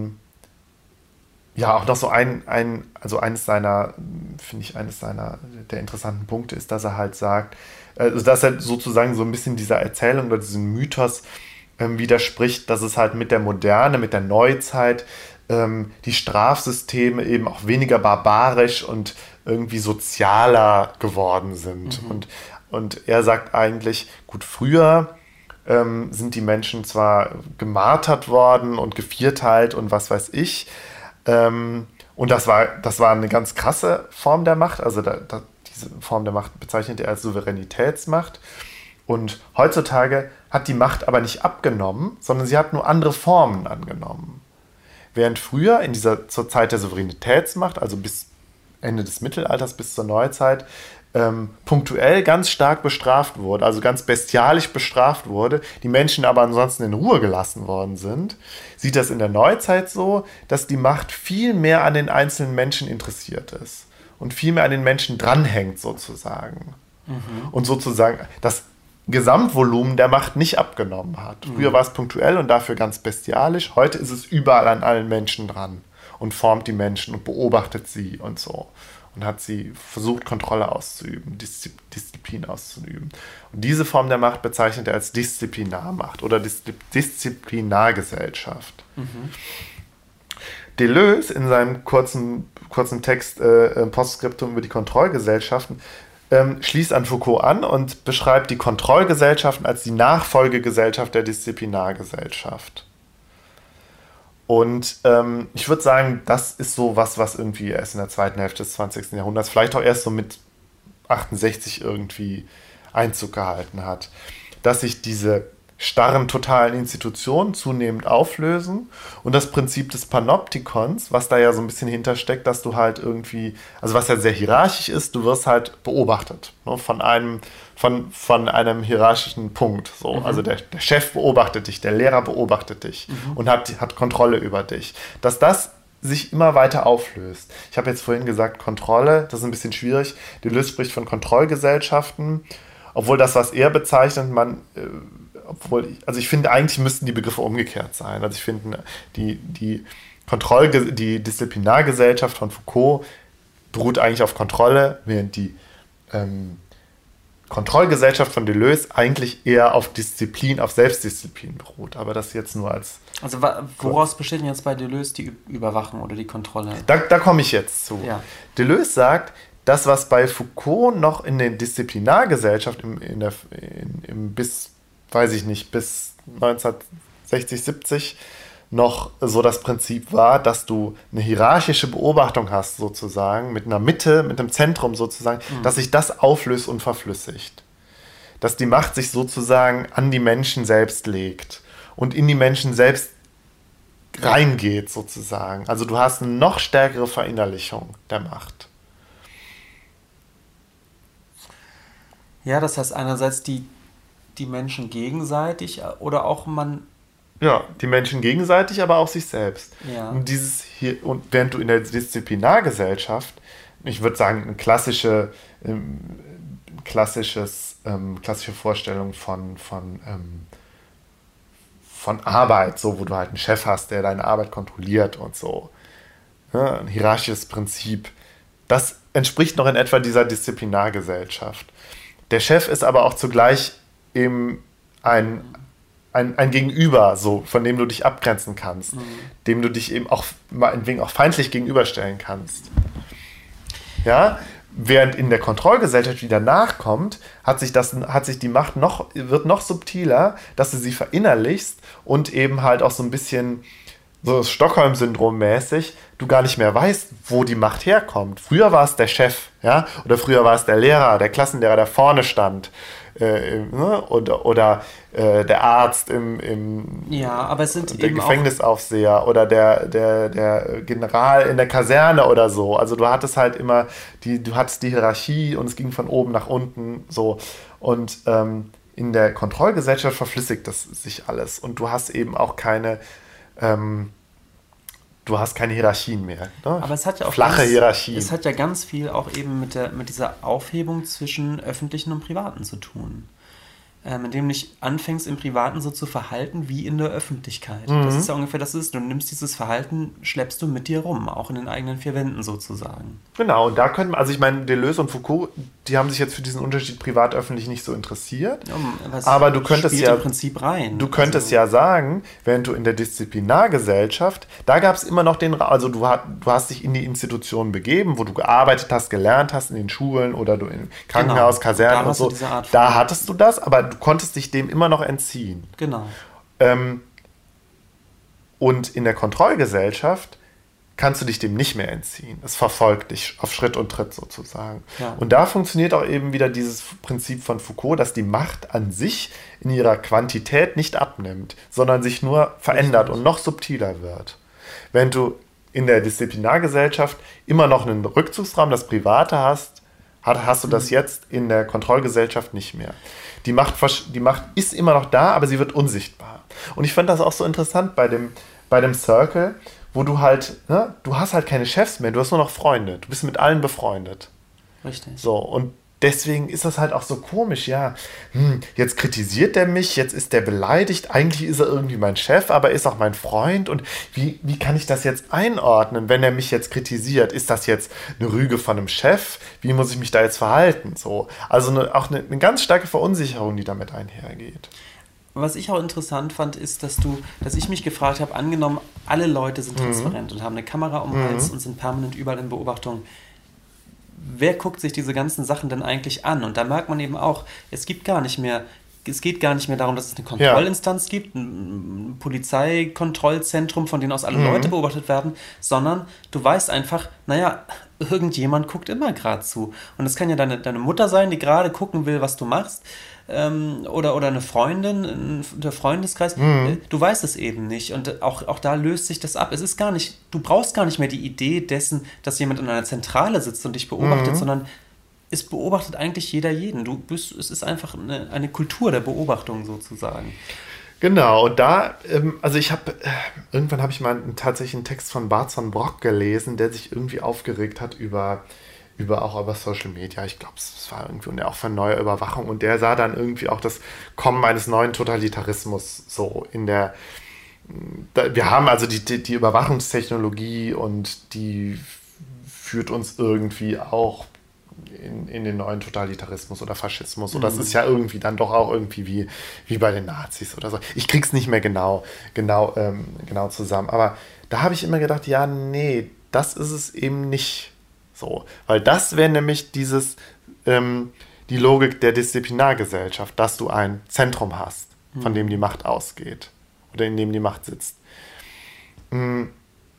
auch noch so eines seiner der interessanten Punkte ist, dass er halt sagt, dass er sozusagen so ein bisschen dieser Erzählung oder diesem Mythos widerspricht, dass es halt mit der Moderne, mit der Neuzeit die Strafsysteme eben auch weniger barbarisch und irgendwie sozialer geworden sind. Und er sagt eigentlich, gut, früher sind die Menschen zwar gemartert worden und gevierteilt und was weiß ich. Und das war eine ganz krasse Form der Macht. Also diese Form der Macht bezeichnet er als Souveränitätsmacht. Und heutzutage hat die Macht aber nicht abgenommen, sondern sie hat nur andere Formen angenommen. Während früher zur Zeit der Souveränitätsmacht, also bis Ende des Mittelalters bis zur Neuzeit, punktuell ganz stark bestraft wurde, also ganz bestialisch bestraft wurde, die Menschen aber ansonsten in Ruhe gelassen worden sind, sieht das in der Neuzeit so, dass die Macht viel mehr an den einzelnen Menschen interessiert ist und viel mehr an den Menschen dranhängt sozusagen. Und sozusagen das Gesamtvolumen der Macht nicht abgenommen hat. Früher war es punktuell und dafür ganz bestialisch. Heute ist es überall an allen Menschen dran und formt die Menschen und beobachtet sie und so. Und hat sie versucht, Kontrolle auszuüben, Disziplin auszuüben. Und diese Form der Macht bezeichnet er als Disziplinarmacht oder Disziplinargesellschaft. Deleuze in seinem kurzen Text Postskriptum über die Kontrollgesellschaften schließt an Foucault an und beschreibt die Kontrollgesellschaften als die Nachfolgegesellschaft der Disziplinargesellschaft. Und ich würde sagen, das ist so was irgendwie erst in der zweiten Hälfte des 20. Jahrhunderts, vielleicht auch erst so mit 68 irgendwie Einzug gehalten hat, dass sich diese starren totalen Institutionen zunehmend auflösen und das Prinzip des Panoptikons, was da ja so ein bisschen hintersteckt, dass du halt irgendwie, also was ja sehr hierarchisch ist, du wirst halt beobachtet, ne, von einem hierarchischen Punkt. So. Also der Chef beobachtet dich, der Lehrer beobachtet dich und hat Kontrolle über dich. Dass das sich immer weiter auflöst. Ich habe jetzt vorhin gesagt, Kontrolle, das ist ein bisschen schwierig. Deleuze spricht von Kontrollgesellschaften, obwohl das, was er bezeichnet, ich finde, eigentlich müssten die Begriffe umgekehrt sein. Also ich finde, die Disziplinargesellschaft von Foucault beruht eigentlich auf Kontrolle, während die Kontrollgesellschaft von Deleuze eigentlich eher auf Disziplin, auf Selbstdisziplin beruht. Aber das jetzt nur als... Also woraus besteht denn jetzt bei Deleuze die Überwachung oder die Kontrolle? Da komme ich jetzt zu. Ja. Deleuze sagt, das, was bei Foucault noch in der Disziplinargesellschaft bis 1960, 70 noch so das Prinzip war, dass du eine hierarchische Beobachtung hast sozusagen, mit einer Mitte, mit einem Zentrum sozusagen, dass sich das auflöst und verflüssigt. Dass die Macht sich sozusagen an die Menschen selbst legt und in die Menschen selbst reingeht sozusagen. Also du hast eine noch stärkere Verinnerlichung der Macht. Ja, das heißt einerseits die Menschen gegenseitig oder auch man... Ja, die Menschen gegenseitig, aber auch sich selbst. Ja. Und während du in der Disziplinargesellschaft, ich würde sagen, eine klassische Vorstellung von Arbeit, so, wo du halt einen Chef hast, der deine Arbeit kontrolliert und so. Ja, ein hierarchisches Prinzip. Das entspricht noch in etwa dieser Disziplinargesellschaft. Der Chef ist aber auch zugleich eben ein Gegenüber, so, von dem du dich abgrenzen kannst, dem du dich eben auch meinetwegen auch feindlich gegenüberstellen kannst. Ja? Während in der Kontrollgesellschaft, die danach kommt, hat sich die Macht wird noch subtiler, dass du sie verinnerlichst und eben halt auch so ein bisschen so Stockholm-Syndrom mäßig, du gar nicht mehr weißt, wo die Macht herkommt. Früher war es der Chef, ja, oder früher war es der Lehrer, der Klassenlehrer, der vorne stand, oder der Arzt aber es sind der eben Gefängnisaufseher oder der General in der Kaserne oder so. Also du hattest halt immer du hattest die Hierarchie und es ging von oben nach unten so. Und in der Kontrollgesellschaft verflüssigt das sich alles und du hast eben auch keine Hierarchien mehr. Ne? Aber es hat ja auch flache Hierarchien. Es hat ja ganz viel auch eben mit dieser Aufhebung zwischen Öffentlichen und Privaten zu tun. Indem du dich anfängst, im Privaten so zu verhalten wie in der Öffentlichkeit. Das ist ja ungefähr du nimmst dieses Verhalten, schleppst du mit dir rum, auch in den eigenen vier Wänden sozusagen. Genau, und da könnte man, also ich meine, Deleuze und Foucault, die haben sich jetzt für diesen Unterschied privat-öffentlich nicht so interessiert. Ja, aber du könntest ja im Prinzip rein. Du könntest ja sagen, während du in der Disziplinargesellschaft, da gab es immer noch also du hast dich in die Institutionen begeben, wo du gearbeitet hast, gelernt hast, in den Schulen oder du im Krankenhaus, Kasernen und so. Da hattest du das, aber du du konntest dich dem immer noch entziehen. Genau. Und in der Kontrollgesellschaft kannst du dich dem nicht mehr entziehen. Es verfolgt dich auf Schritt und Tritt sozusagen. Ja. Und da funktioniert auch eben wieder dieses Prinzip von Foucault, dass die Macht an sich in ihrer Quantität nicht abnimmt, sondern sich nur verändert und noch subtiler wird. Wenn du in der Disziplinargesellschaft immer noch einen Rückzugsraum, das Private hast du das jetzt in der Kontrollgesellschaft nicht mehr. Die Macht ist immer noch da, aber sie wird unsichtbar. Und ich fand das auch so interessant bei dem Circle, wo du halt, ne, du hast halt keine Chefs mehr, du hast nur noch Freunde. Du bist mit allen befreundet. Richtig. So, und deswegen ist das halt auch so komisch, ja. Jetzt kritisiert der mich, jetzt ist der beleidigt, eigentlich ist er irgendwie mein Chef, aber er ist auch mein Freund. Und wie kann ich das jetzt einordnen, wenn er mich jetzt kritisiert? Ist das jetzt eine Rüge von einem Chef? Wie muss ich mich da jetzt verhalten? So, also auch eine ganz starke Verunsicherung, die damit einhergeht. Was ich auch interessant fand, ist, dass ich mich gefragt habe, angenommen, alle Leute sind transparent und haben eine Kamera um den Hals und sind permanent überall in Beobachtung. Wer guckt sich diese ganzen Sachen denn eigentlich an? Und da merkt man eben auch, es geht gar nicht mehr darum, dass es eine Kontrollinstanz gibt, ein Polizeikontrollzentrum, von denen aus alle Leute beobachtet werden, sondern du weißt einfach, naja, irgendjemand guckt immer gerade zu. Und das kann ja deine Mutter sein, die gerade gucken will, was du machst, oder eine Freundin, der Freundeskreis. Du weißt es eben nicht. Und auch da löst sich das ab. Es ist gar nicht, du brauchst gar nicht mehr die Idee dessen, dass jemand in einer Zentrale sitzt und dich beobachtet, sondern es beobachtet eigentlich jeder jeden. Es ist einfach eine Kultur der Beobachtung sozusagen. Genau, und da, also irgendwann habe ich mal tatsächlich einen Text von Barton Brock gelesen, der sich irgendwie aufgeregt hat über Social Media. Ich glaube, es war irgendwie, und auch von neuer Überwachung. Und der sah dann irgendwie auch das Kommen eines neuen Totalitarismus so wir haben also die Überwachungstechnologie und die führt uns irgendwie auch in den neuen Totalitarismus oder Faschismus. Und das ist ja irgendwie dann doch auch irgendwie wie bei den Nazis oder so. Ich krieg's nicht mehr genau zusammen. Aber da habe ich immer gedacht, ja, nee, das ist es eben nicht so. Weil das wäre nämlich die Logik der Disziplinargesellschaft, dass du ein Zentrum hast, von dem die Macht ausgeht oder in dem die Macht sitzt. Und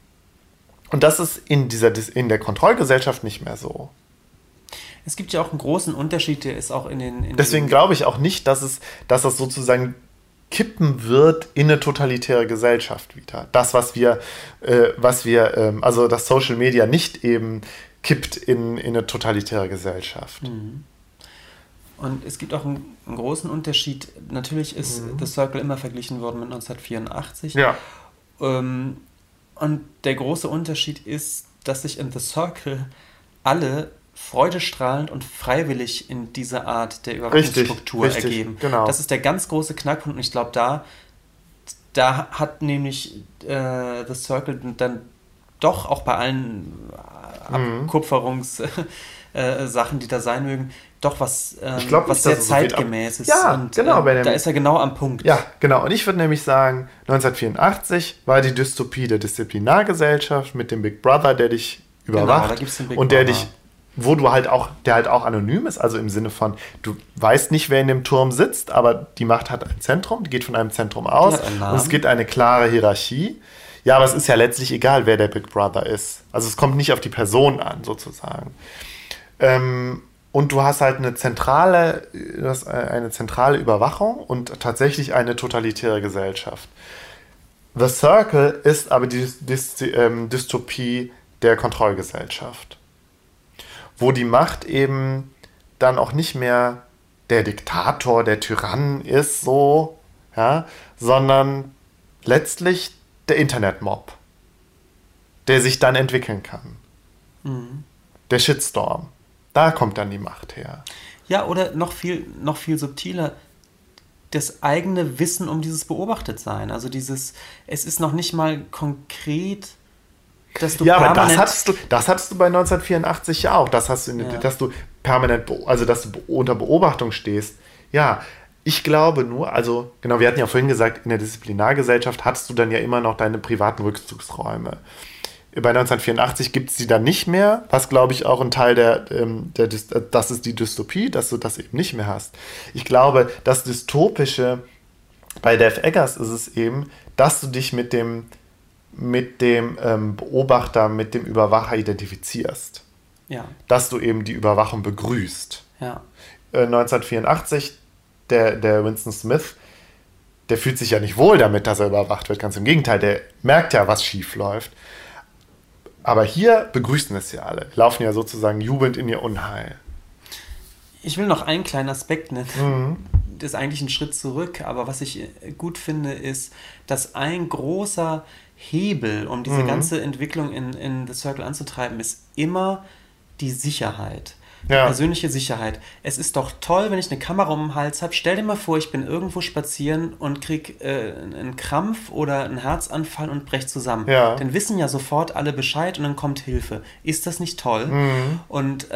das ist in der Kontrollgesellschaft nicht mehr so. Es gibt ja auch einen großen Unterschied, der ist auch Deswegen glaube ich auch nicht, dass das sozusagen kippen wird in eine totalitäre Gesellschaft wieder. Das, also dass Social Media nicht eben kippt in eine totalitäre Gesellschaft. Und es gibt auch einen großen Unterschied. Natürlich ist The Circle immer verglichen worden mit 1984. Ja. Und der große Unterschied ist, dass sich in The Circle alle freudestrahlend und freiwillig in diese Art der Überwachungsstruktur ergeben. Genau. Das ist der ganz große Knackpunkt. Und ich glaube, da hat nämlich The Circle dann doch auch bei allen Abkupferungssachen, die da sein mögen, doch was sehr zeitgemäß ist. Ja, und, genau. Da ist er genau am Punkt. Ja, genau. Und ich würde nämlich sagen, 1984 war die Dystopie der Disziplinargesellschaft mit dem Big Brother, der dich überwacht. Genau, da gibt's den Big und Brother. der halt auch anonym ist, also im Sinne von, du weißt nicht, wer in dem Turm sitzt, aber die Macht hat ein Zentrum, die geht von einem Zentrum aus und es gibt eine klare Hierarchie. Ja, aber es ist ja letztlich egal, wer der Big Brother ist. Also es kommt nicht auf die Person an, sozusagen. Und du hast halt eine zentrale Überwachung und tatsächlich eine totalitäre Gesellschaft. The Circle ist aber die Dystopie der Kontrollgesellschaft, wo die Macht eben dann auch nicht mehr der Diktator, der Tyrann ist, so, ja, sondern letztlich der Internetmob, der sich dann entwickeln kann. Der Shitstorm. Da kommt dann die Macht her. Ja, oder noch viel subtiler, das eigene Wissen um dieses Beobachtetsein. Also es ist noch nicht mal konkret, dass du aber das hattest du bei 1984 ja auch. Das hast du, dass du permanent, dass du unter Beobachtung stehst. Ja, ich glaube nur, also genau, wir hatten ja vorhin gesagt, in der Disziplinargesellschaft hattest du dann ja immer noch deine privaten Rückzugsräume. bei 1984 gibt es die dann nicht mehr, was glaube ich auch ein Teil das ist die Dystopie, dass du das eben nicht mehr hast. Ich glaube, das Dystopische bei Dave Eggers ist es eben, dass du dich mit dem Beobachter, mit dem Überwacher identifizierst. Ja. Dass du eben die Überwachung begrüßt. Ja. 1984, der Winston Smith, der fühlt sich ja nicht wohl damit, dass er überwacht wird. Ganz im Gegenteil, der merkt ja, was schief läuft. Aber hier begrüßen es ja alle. Laufen ja sozusagen jubelnd in ihr Unheil. Ich will noch einen kleinen Aspekt nennen. Das ist eigentlich ein Schritt zurück, aber was ich gut finde, ist, dass ein großer Hebel, um diese ganze Entwicklung in The Circle anzutreiben, ist immer die Sicherheit. Die persönliche Sicherheit. Es ist doch toll, wenn ich eine Kamera um den Hals habe. Stell dir mal vor, ich bin irgendwo spazieren und krieg einen Krampf oder einen Herzanfall und brech zusammen. Ja. Dann wissen ja sofort alle Bescheid und dann kommt Hilfe. Ist das nicht toll? Und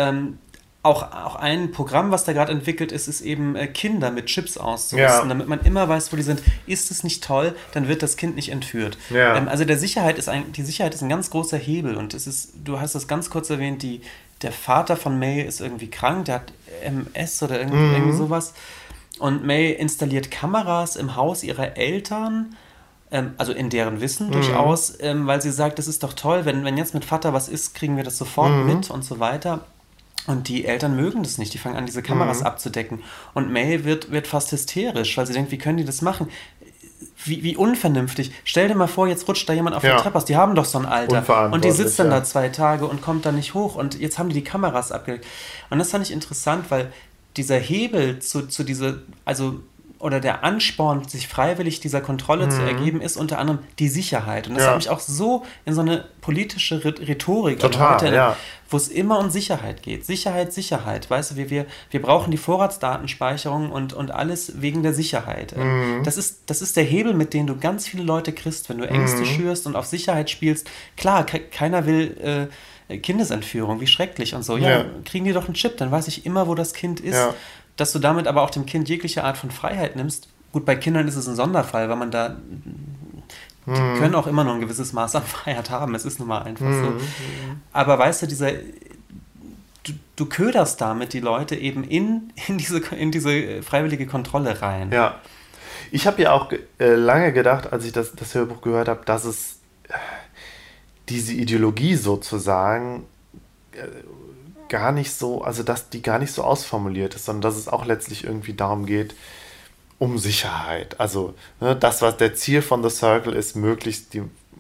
auch ein Programm, was da gerade entwickelt ist, ist eben Kinder mit Chips auszurüsten, damit man immer weiß, wo die sind. Ist es nicht toll, dann wird das Kind nicht entführt. Ja. Also die Sicherheit ist ein ganz großer Hebel und du hast das ganz kurz erwähnt, der Vater von May ist irgendwie krank, der hat MS oder irgendwie sowas. Und May installiert Kameras im Haus ihrer Eltern, also in deren Wissen durchaus, weil sie sagt, das ist doch toll, wenn jetzt mit Vater was ist, kriegen wir das sofort mit und so weiter. Und die Eltern mögen das nicht, die fangen an, diese Kameras abzudecken. Und May wird fast hysterisch, weil sie denkt, wie können die das machen? Wie unvernünftig. Stell dir mal vor, jetzt rutscht da jemand auf der Treppe aus. Die haben doch so ein Alter. Und die sitzt dann da 2 Tage und kommt dann nicht hoch. Und jetzt haben die Kameras abgelegt. Und das fand ich interessant, weil dieser Hebel zu dieser, oder der Ansporn, sich freiwillig dieser Kontrolle zu ergeben, ist unter anderem die Sicherheit. Und das hat mich auch so in so eine politische Rhetorik, wo es immer um Sicherheit geht. Sicherheit, Sicherheit. Weißt du, wir brauchen die Vorratsdatenspeicherung und alles wegen der Sicherheit. Das ist der Hebel, mit dem du ganz viele Leute kriegst, wenn du Ängste schürst und auf Sicherheit spielst. Klar, keiner will Kindesentführung, wie schrecklich und so. Ja, kriegen die doch einen Chip, dann weiß ich immer, wo das Kind ist. Ja. Dass du damit aber auch dem Kind jegliche Art von Freiheit nimmst. Gut, bei Kindern ist es ein Sonderfall, weil man da, die können auch immer noch ein gewisses Maß an Freiheit haben. Es ist nun mal einfach so. Aber weißt du, du köderst damit die Leute eben in diese freiwillige Kontrolle rein. Ja. Ich habe ja auch lange gedacht, als ich das Hörbuch gehört habe, dass es diese Ideologie sozusagen gar nicht so, also dass die gar nicht so ausformuliert ist, sondern dass es auch letztlich irgendwie darum geht, um Sicherheit. Also das, was der Ziel von The Circle ist, möglichst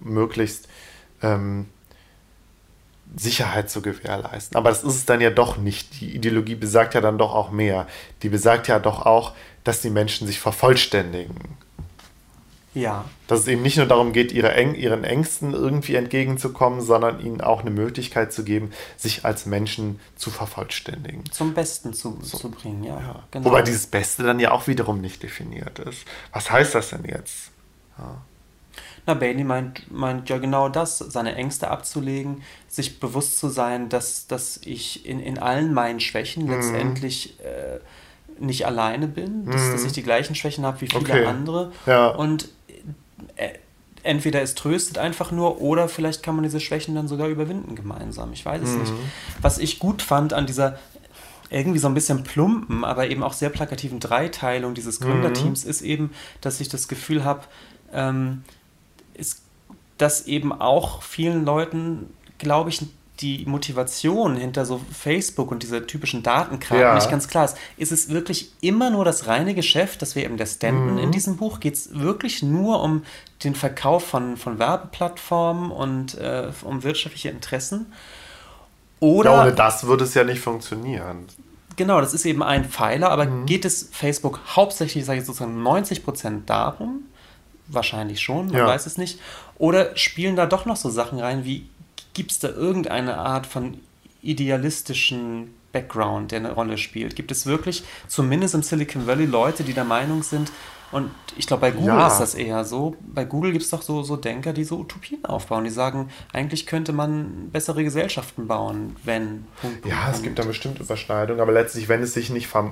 Sicherheit zu gewährleisten. Aber das ist es dann ja doch nicht. Die Ideologie besagt ja dann doch auch mehr. Die besagt ja doch auch, dass die Menschen sich vervollständigen. Ja. Dass es eben nicht nur darum geht, ihren Ängsten irgendwie entgegenzukommen, sondern ihnen auch eine Möglichkeit zu geben, sich als Menschen zu vervollständigen. Zum Besten zu bringen, ja. Genau. Wobei dieses Beste dann ja auch wiederum nicht definiert ist. Was heißt das denn jetzt? Ja. Na, Bailey meint ja genau das, seine Ängste abzulegen, sich bewusst zu sein, dass ich in allen meinen Schwächen letztendlich nicht alleine bin, dass ich die gleichen Schwächen habe wie viele andere. Ja. Und entweder es tröstet einfach nur oder vielleicht kann man diese Schwächen dann sogar überwinden gemeinsam. Ich weiß es nicht. Was ich gut fand an dieser irgendwie so ein bisschen plumpen, aber eben auch sehr plakativen Dreiteilung dieses Gründerteams ist eben, dass ich das Gefühl habe, dass eben auch vielen Leuten, glaube ich, die Motivation hinter so Facebook und dieser typischen Datenkram nicht ganz klar ist. Ist es wirklich immer nur das reine Geschäft, das wäre eben der Stanton in diesem Buch? Geht es wirklich nur um den Verkauf von Werbeplattformen und um wirtschaftliche Interessen? Oder ohne das würde es ja nicht funktionieren. Genau, das ist eben ein Pfeiler, aber geht es Facebook hauptsächlich, sage ich sozusagen 90% darum? Wahrscheinlich schon, man weiß es nicht. Oder spielen da doch noch so Sachen rein, wie gibt es da irgendeine Art von idealistischen Background, der eine Rolle spielt? Gibt es wirklich, zumindest im Silicon Valley, Leute, die der Meinung sind, und ich glaube, bei Google ist das eher so, bei Google gibt es doch so Denker, die so Utopien aufbauen, die sagen, eigentlich könnte man bessere Gesellschaften bauen, wenn... Es gibt da bestimmt Überschneidungen, aber letztlich, wenn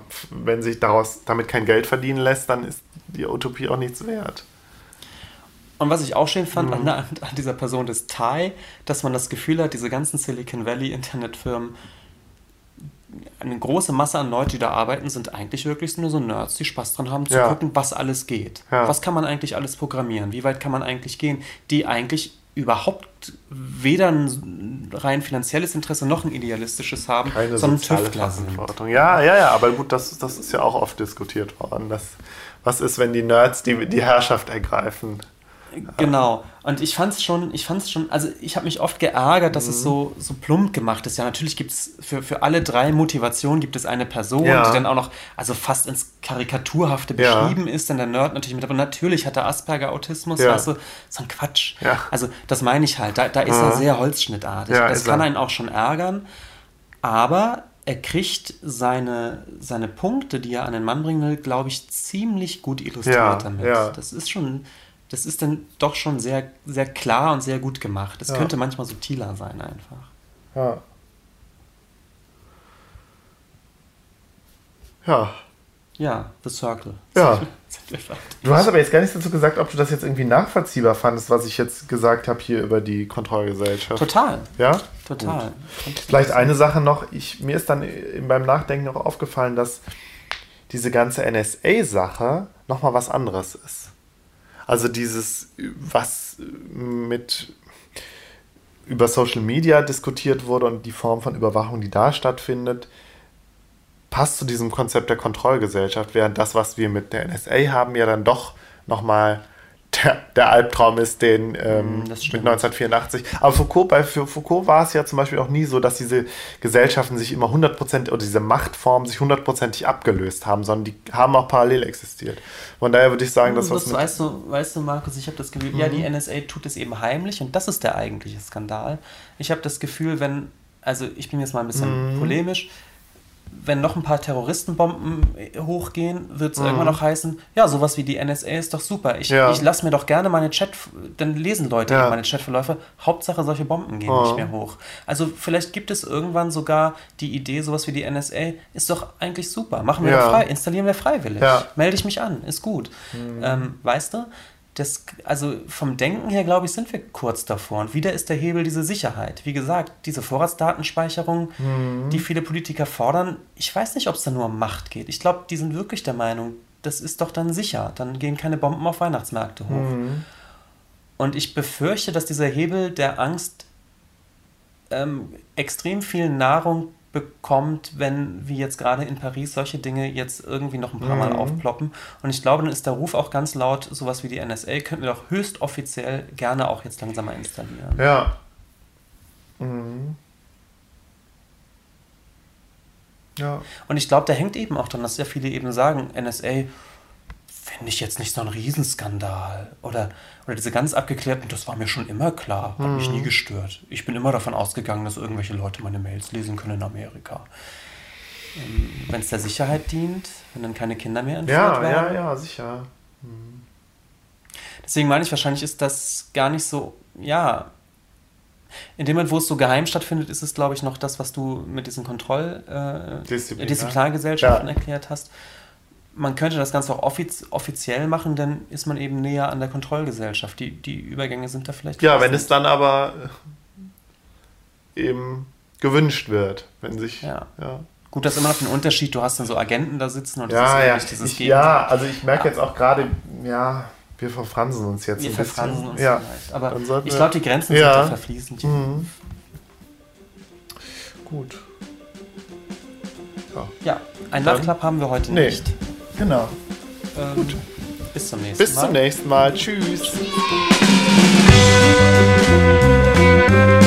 sich damit kein Geld verdienen lässt, dann ist die Utopie auch nichts wert. Und was ich auch schön fand an dieser Person des Ty, dass man das Gefühl hat, diese ganzen Silicon Valley Internetfirmen, eine große Masse an Leuten, die da arbeiten, sind eigentlich wirklich nur so Nerds, die Spaß dran haben, zu gucken, was alles geht. Ja. Was kann man eigentlich alles programmieren? Wie weit kann man eigentlich gehen? Die eigentlich überhaupt weder ein rein finanzielles Interesse noch ein idealistisches haben, Keine sondern soziale Tüftler sind. Verantwortung. Ja, aber gut, das ist ja auch oft diskutiert worden. Was ist, wenn die Nerds die Herrschaft ergreifen? Genau. Und ich fand's schon, also ich habe mich oft geärgert, dass es so plump gemacht ist. Ja, natürlich gibt es für alle 3 Motivationen gibt es eine Person, die dann auch noch also fast ins Karikaturhafte beschrieben ist, denn der Nerd natürlich mit, aber natürlich hat er Asperger-Autismus, weißt du, so ein Quatsch. Ja. Also das meine ich halt, da ist er sehr holzschnittartig. Das kann einen auch schon ärgern, aber er kriegt seine Punkte, die er an den Mann bringen will, glaube ich, ziemlich gut illustriert damit. Ja. Das ist dann doch schon sehr, sehr klar und sehr gut gemacht. Es könnte manchmal subtiler sein einfach. Ja. Ja. Ja, The Circle. Ja. Du hast aber jetzt gar nichts dazu gesagt, ob du das jetzt irgendwie nachvollziehbar fandest, was ich jetzt gesagt habe hier über die Kontrollgesellschaft. Total. Ja? Total. Vielleicht eine Sache noch. Mir ist dann beim Nachdenken noch aufgefallen, dass diese ganze NSA-Sache nochmal was anderes ist. Also dieses, was über Social Media diskutiert wurde und die Form von Überwachung, die da stattfindet, passt zu diesem Konzept der Kontrollgesellschaft, während das, was wir mit der NSA haben, ja dann doch nochmal der Albtraum ist, den mit 1984. Aber für Foucault war es ja zum Beispiel auch nie so, dass diese Gesellschaften sich immer 100% oder diese Machtformen sich 100%ig abgelöst haben, sondern die haben auch parallel existiert. Von daher würde ich sagen, dass was weißt du, Markus, ich habe das Gefühl, die NSA tut es eben heimlich und das ist der eigentliche Skandal. Ich habe das Gefühl, ich bin jetzt mal ein bisschen polemisch, wenn noch ein paar Terroristenbomben hochgehen, wird es irgendwann noch heißen, ja, sowas wie die NSA ist doch super. Ich lasse mir doch gerne meine dann lesen Leute meine Chatverläufe, Hauptsache solche Bomben gehen nicht mehr hoch. Also vielleicht gibt es irgendwann sogar die Idee, sowas wie die NSA ist doch eigentlich super. Machen wir doch frei, installieren wir freiwillig. Melde ich mich an, ist gut. Weißt du? Also vom Denken her, glaube ich, sind wir kurz davor. Und wieder ist der Hebel diese Sicherheit. Wie gesagt, diese Vorratsdatenspeicherung, die viele Politiker fordern, ich weiß nicht, ob es da nur um Macht geht. Ich glaube, die sind wirklich der Meinung, das ist doch dann sicher. Dann gehen keine Bomben auf Weihnachtsmärkte hoch. Und ich befürchte, dass dieser Hebel der Angst extrem viel Nahrung bekommt, wenn, wie jetzt gerade in Paris, solche Dinge jetzt irgendwie noch ein paar Mal aufploppen. Und ich glaube, dann ist der Ruf auch ganz laut, sowas wie die NSA könnten wir doch höchst offiziell gerne auch jetzt langsam mal installieren. Ja. Ja. Und ich glaube, da hängt eben auch dran, dass sehr viele eben sagen, NSA finde ich jetzt nicht so ein Riesenskandal. Oder diese ganz abgeklärten, das war mir schon immer klar, hat mich nie gestört. Ich bin immer davon ausgegangen, dass irgendwelche Leute meine Mails lesen können in Amerika. Wenn es der Sicherheit dient, wenn dann keine Kinder mehr entführt werden. Ja, sicher. Deswegen meine ich, wahrscheinlich ist das gar nicht so, in dem Moment, wo es so geheim stattfindet, ist es, glaube ich, noch das, was du mit diesen Disziplinargesellschaften erklärt hast. Man könnte das Ganze auch offiziell machen, dann ist man eben näher an der Kontrollgesellschaft. Die Übergänge sind da vielleicht... Ja, wenn es dann aber eben gewünscht wird. Wenn sich... Ja. Gut, das ist immer noch ein Unterschied. Du hast dann so Agenten da sitzen und das ist dieses Gegenteil. Also ich merke jetzt auch gerade, wir verfransen uns jetzt ein bisschen. Wir verfransen uns vielleicht. Aber ich wir... glaube, die Grenzen sind da verfließend. Gut. Ja, ein Love Club haben wir heute nicht. Genau. Gut. Bis zum nächsten Mal. Bis zum nächsten Mal. Tschüss.